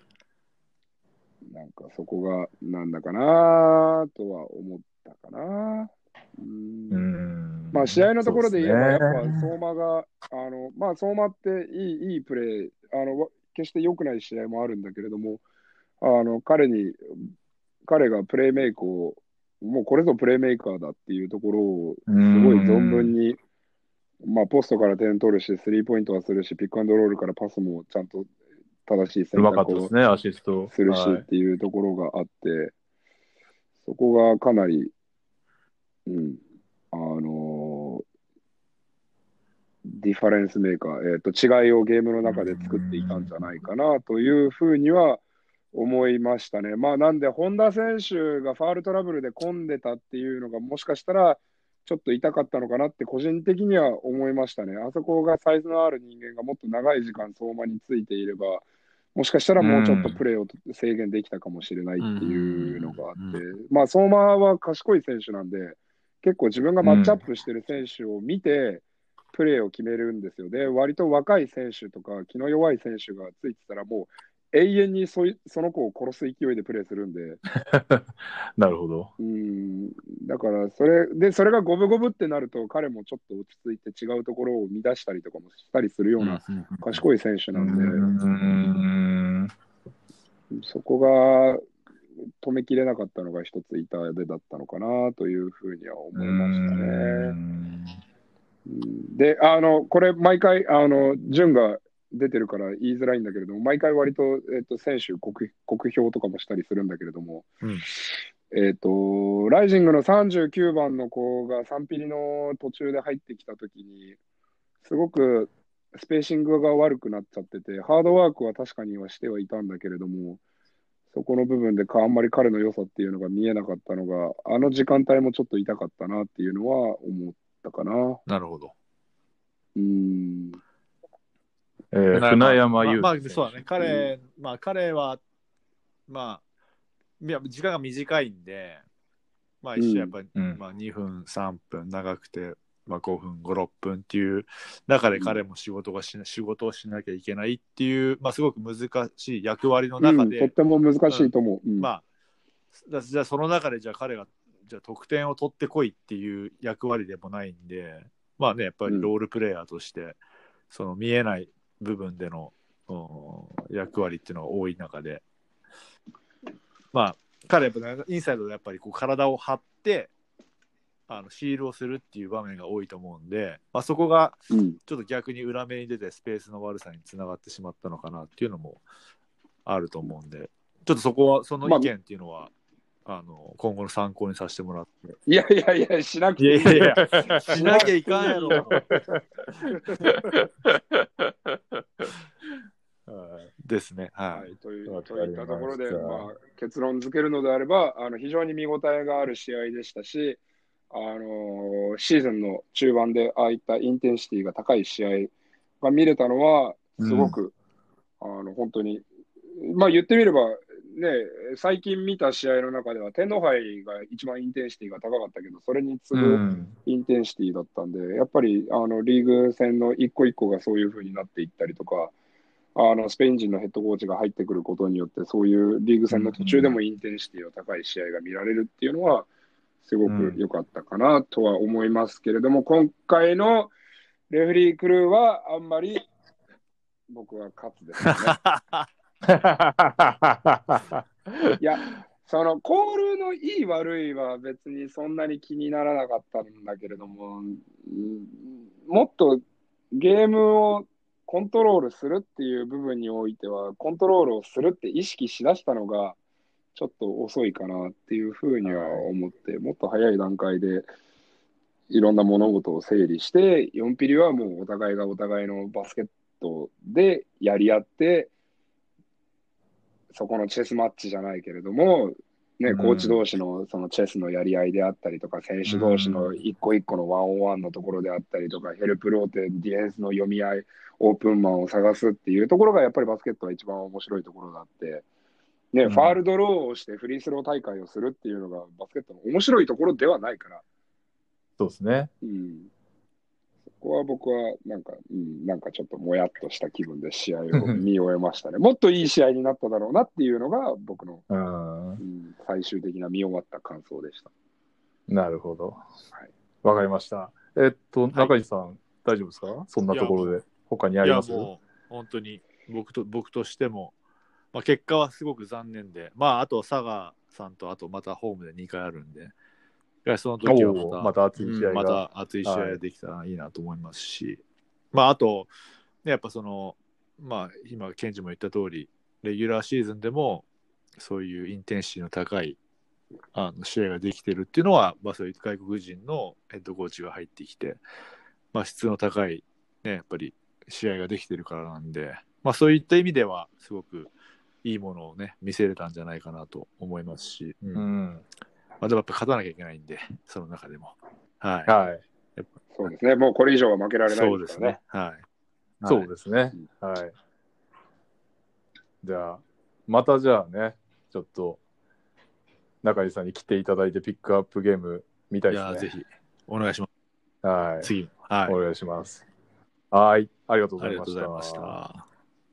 Speaker 2: なんかそこがなんだかなとは思ったかな。うんうんまあ試合のところで言えば、やっぱ相馬が、あのまあ相馬っていいいいプレー、あの決して良くない試合もあるんだけれども、あの彼に、彼がプレーメイクを、もうこれぞプレーメーカーだっていうところを、すごい存分に、まあポストから点取るし、スリーポイントはするし、ピックアンドロールからパスもちゃんと正しい選択をするしっていうところがあって、そこがかなり、うん、あのー、ディファレンスメーカー、えーと、違いをゲームの中で作っていたんじゃないかなというふうには思いましたね。まあなんで、本田選手がファールトラブルで混んでたっていうのが、もしかしたらちょっと痛かったのかなって個人的には思いましたね。あそこがサイズのある人間がもっと長い時間相馬についていれば、もしかしたらもうちょっとプレーを制限できたかもしれないっていうのがあって、まあ相馬は賢い選手なんで、結構自分がマッチアップしてる選手を見て、プレーを決めるんですよ。で、割と若い選手とか、気の弱い選手がついてたら、もう永遠にそいその子を殺す勢いでプレーするんで。
Speaker 1: なるほど。
Speaker 2: うんだからそれで、それが五分五分ってなると、彼もちょっと落ち着いて違うところを乱したりとかもしたりするような賢い選手なんで、
Speaker 1: うん
Speaker 2: そこが止めきれなかったのが一つ痛手だったのかなというふうには思いましたね。で、あの、これ、毎回、あの、順が出てるから言いづらいんだけれども、毎回割と、えっと、選手国、国評とかもしたりするんだけれども、うん、えっと、ライジングのさんじゅうきゅうばんの子がさんピリの途中で入ってきたときに、すごくスペーシングが悪くなっちゃってて、ハードワークは確かにはしてはいたんだけれども、そこの部分でかあんまり彼の良さっていうのが見えなかったのが、あの時間帯もちょっと痛かったなっていうのは思って、だかな。
Speaker 3: なるほど。
Speaker 2: うん。
Speaker 1: えー、船山優、
Speaker 3: まあ、まあ、そうだね。彼、まあ、彼は、まあ、いや時間が短いんで、まあ、一緒やっぱり、うん、まあ、にふん、さんぷん、長くて、まあ、ごふん、ご、ろっぷんっていう中で彼も仕事がしな、仕事をしなきゃいけないっていう、まあ、すごく難しい役割の中で。
Speaker 2: うん、とっても難しいと思う。
Speaker 3: うん、まあ、じゃあその中で、じゃあ彼が、じゃあ得点を取ってこいっていう役割でもないんで、まあね、やっぱりロールプレイヤーとして、うん、その見えない部分での、うん、役割っていうのが多い中で、まあ彼やっぱ、ね、インサイドでやっぱりこう体を張ってあのシールをするっていう場面が多いと思うんで、まあ、そこがちょっと逆に裏目に出てスペースの悪さにつながってしまったのかなっていうのもあると思うんで、ちょっとそこはその意見っていうのは、まああの今後の参考にさせてもらって。
Speaker 2: いやいやいや、しなくていい。
Speaker 3: いやいやいや、しなきゃいかんやろ。ですね。はい。
Speaker 2: はい、というといったところで、まあ、結論付けるのであれば、あの非常に見応えがある試合でしたし、あのシーズンの中盤でああいったインテンシティが高い試合が見れたのは、すごく、うん、あの本当に、まあ言ってみれば、ね、最近見た試合の中では、天皇杯が一番インテンシティが高かったけど、それに次ぐインテンシティだったんで、うん、やっぱりあのリーグ戦の一個一個がそういう風になっていったりとか、あのスペイン人のヘッドコーチが入ってくることによって、そういうリーグ戦の途中でもインテンシティの高い試合が見られるっていうのは、すごく良かったかなとは思いますけれども、うん、今回のレフェリークルーはあんまり僕は勝つですね。いや、そのコールのいい悪いは別にそんなに気にならなかったんだけれども、もっとゲームをコントロールするっていう部分においては、コントロールをするって意識しだしたのが、ちょっと遅いかなっていうふうには思って、はい、もっと早い段階でいろんな物事を整理して、よんピリはもうお互いがお互いのバスケットでやり合って、そこのチェスマッチじゃないけれども、ね、コーチ同士のそのチェスのやり合いであったりとか、選手同士の一個一個のワンオンワンのところであったりとか、ヘルプローテ、ディフェンスの読み合い、オープンマンを探すっていうところがやっぱりバスケットは一番面白いところがあって、ね、ファールドローをしてフリースロー大会をするっていうのがバスケットの面白いところではないから。
Speaker 1: そうですね。
Speaker 2: うん。そこは僕はなんか、うん、なんかちょっともやっとした気分で試合を見終えましたね。もっといい試合になっただろうなっていうのが僕の、うん、最終的な見終わった感想でした。
Speaker 1: なるほど。はい。わかりました。えっと、中西さん、はい、大丈夫ですか？そんなところで他にあります？
Speaker 3: いやもう本当に僕と僕としても、まあ、結果はすごく残念で、まああと佐賀さんとあとまたホームでにかいあるんで、その時はまた
Speaker 1: また熱い試合が、
Speaker 3: うん、また熱い試合ができたらいいなと思いますし、はい、まああと、ね、やっぱそのまあ今ケンジも言った通り、レギュラーシーズンでもそういうインテンシティの高いあの試合ができてるっていうのは、まあ、そういう外国人のヘッドコーチが入ってきて、まあ、質の高い、ね、やっぱり試合ができてるからなんで、まあ、そういった意味ではすごくいいものをね見せれたんじゃないかなと思いますし、うんうんまあ、でもやっぱ勝たなきゃいけないんで、その中でもはい、
Speaker 1: はい、
Speaker 2: やっぱそうですね、もうこれ以上は負けられないですからね。
Speaker 1: そうですね、はい、そうですね、はい、じゃあまたじゃあねちょっと中井さんに来ていただいてピックアップゲーム見たいですね。
Speaker 3: いやぜひお願いします。
Speaker 1: はい。
Speaker 3: 次、はい、
Speaker 1: お願いします。はい、ありがとうございました。
Speaker 3: ありがとうございました。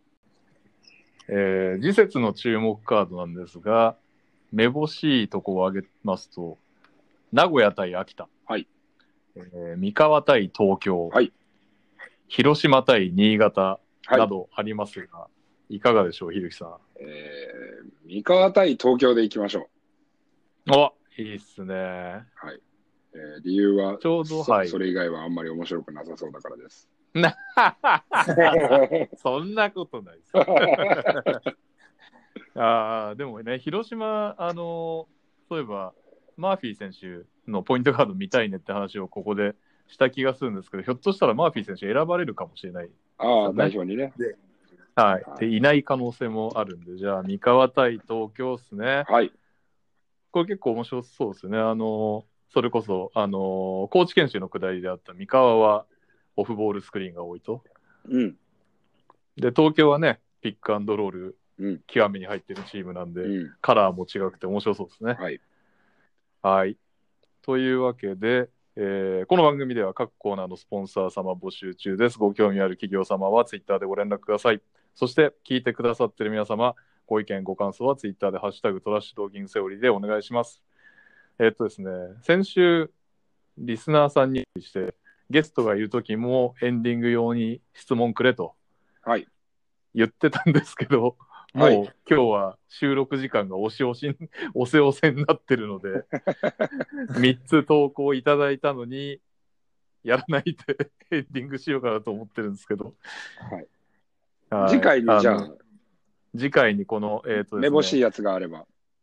Speaker 1: えー、次節の注目カードなんですが、めぼしいとこを挙げますと、名古屋対秋田、
Speaker 2: はい
Speaker 1: えー、三河対東京、
Speaker 2: はい、
Speaker 1: 広島対新潟などありますが、はい、いかがでしょう、ひるきさん。
Speaker 2: えー、三河対東京でいきましょ
Speaker 1: う。お、いいっすね。
Speaker 2: はい。えー、理由は
Speaker 1: ちょうど
Speaker 2: そ、
Speaker 1: はい、
Speaker 2: それ以外はあんまり面白くなさそうだからです。
Speaker 1: そんなことないですあでもね、広島、あのそういえばマーフィー選手のポイントガード見たいねって話をここでした気がするんですけど、ひょっとしたらマーフィー選手選ばれるかもしれない、ね、
Speaker 2: ああ、代表にね。
Speaker 1: で、はい、でいない可能性もあるんで、じゃあ三河対東京ですね。
Speaker 2: はい。
Speaker 1: これ結構面白そうですね。あのそれこそあの高知県州の下りであった三河はオフボールスクリーンが多いと。
Speaker 2: うん。
Speaker 1: で東京はねピックアンドロール、
Speaker 2: うん、
Speaker 1: 極めに入ってるチームなんで、
Speaker 2: うん、
Speaker 1: カラーも違くて面白そうですね。
Speaker 2: はい。
Speaker 1: はい。というわけで、えー、この番組では各コーナーのスポンサー様募集中です。ご興味ある企業様はツイッターでご連絡ください。そして聞いてくださっている皆様、ご意見ご感想はツイッターでハッシュタグトラッシュトーキングセオリーでお願いします。えー、っとですね、先週リスナーさんにしてゲストがいるときもエンディング用に質問くれと言ってたんですけど、はい、もう今日は収録時間が押し押し押せ押せになってるのでみっつ投稿いただいたのにやらないでエンディングしようかなと思ってるんですけど、
Speaker 2: はいはい、次回にじゃあ
Speaker 1: 次回にこの、えーとですね、
Speaker 2: めぼしいやつがあれば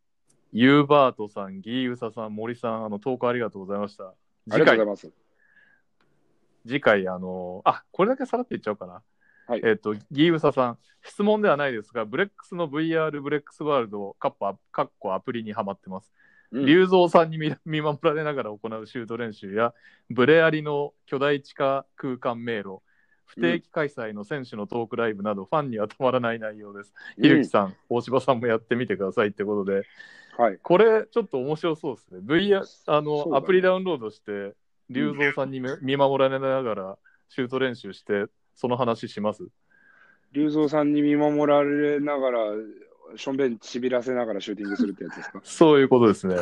Speaker 1: ユーバートさん、ギーウサさん、森さん、あの投稿ありがとうございました。
Speaker 2: ありがとうございます。
Speaker 1: 次回、あの、あ、これだけさらっていっちゃおうかな。
Speaker 2: はい、
Speaker 1: えっ、ー、と、ギーウサさん、質問ではないですが、ブレックスの ブイアール ブレックスワールド、カッパ、カッコアプリにハマってます。龍造、うん、さんに 見, 見守られながら行うシュート練習や、ブレアリの巨大地下空間迷路、不定期開催の選手のトークライブなど、ファンにはたまらない内容です。うん、ひるきさん、大柴さんもやってみてくださいってことで、はい、これちょっと面白そうですね。ブイアール、あの、ね、アプリダウンロードして、龍造さんに見守られながらシュート練習して、その話します。
Speaker 2: 龍造さんに見守られながら、しょんべんちびらせながらシューティングするってやつですか？
Speaker 1: そういうことですね。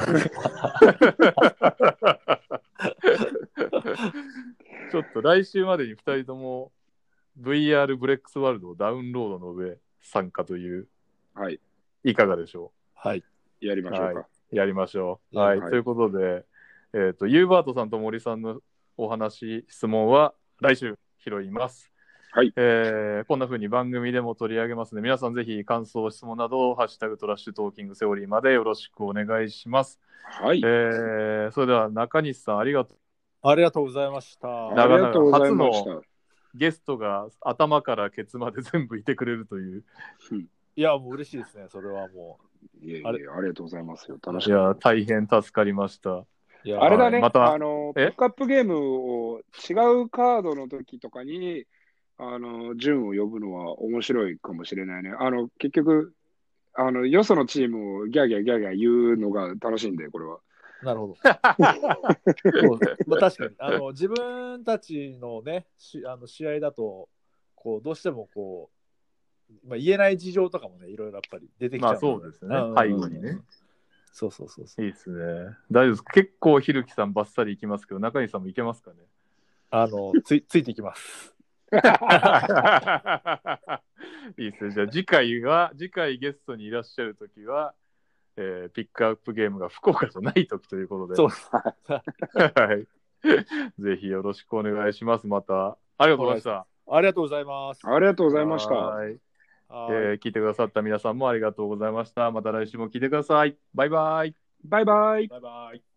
Speaker 1: ちょっと来週までにふたりとも ブイアール ブレックスワールドをダウンロードの上参加という、
Speaker 2: はい、
Speaker 1: いかがでしょう？
Speaker 3: はい。
Speaker 2: やりましょうか。
Speaker 1: はい、やりましょう。はい。はい、ということで、えっと、ユーバートさんと森さんのお話、質問は来週拾います。
Speaker 2: はい、
Speaker 1: えー、こんな風に番組でも取り上げますので、皆さんぜひ感想、質問などをハッシュタグトラッシュトーキングセオリーまでよろしくお願いします。
Speaker 2: はい。
Speaker 1: えー、それでは中西さんありがとう。
Speaker 3: ありがとうございました。
Speaker 2: ありがとうございました。
Speaker 1: 初のゲストが頭からケツまで全部いてくれるという。
Speaker 3: いや、もう嬉しいですね。それはも
Speaker 2: う。いやいや、あれありがとうございますよ。楽し
Speaker 1: いや、大変助かりました。
Speaker 2: いやあれだね、またあのピックアップゲームを違うカードの時とかにあの順を呼ぶのは面白いかもしれないね。あの結局あのよそのチームをギャーギャーギャーギャー言うのが楽しいんで、これは。
Speaker 3: なるほど。そうまあ、確かにあの自分たちのねしあの試合だとこうどうしてもこう、まあ、言えない事情とかもねいろいろやっぱり出てきちゃう、
Speaker 1: まあそうですね。背後にね。
Speaker 3: そうそうそうそう。
Speaker 1: いいですね。大丈夫です。結構ひるきさんバッサリいきますけど、中西さんもいけますかね。
Speaker 3: あのついついていきます。
Speaker 1: いいですね。じゃあ次回は次回ゲストにいらっしゃるときは、えー、ピックアップゲームが福岡じゃないときということで、
Speaker 3: そうです。
Speaker 1: はい。ぜひよろしくお願いします。またありがとうございました。
Speaker 3: ありがとうございます。
Speaker 2: ありがとうございました。
Speaker 1: はい。えー、聞いてくださった皆さんもありがとうございました。また来週も聞いてください。バイバイ。
Speaker 2: バイバイ。
Speaker 3: バイバイ。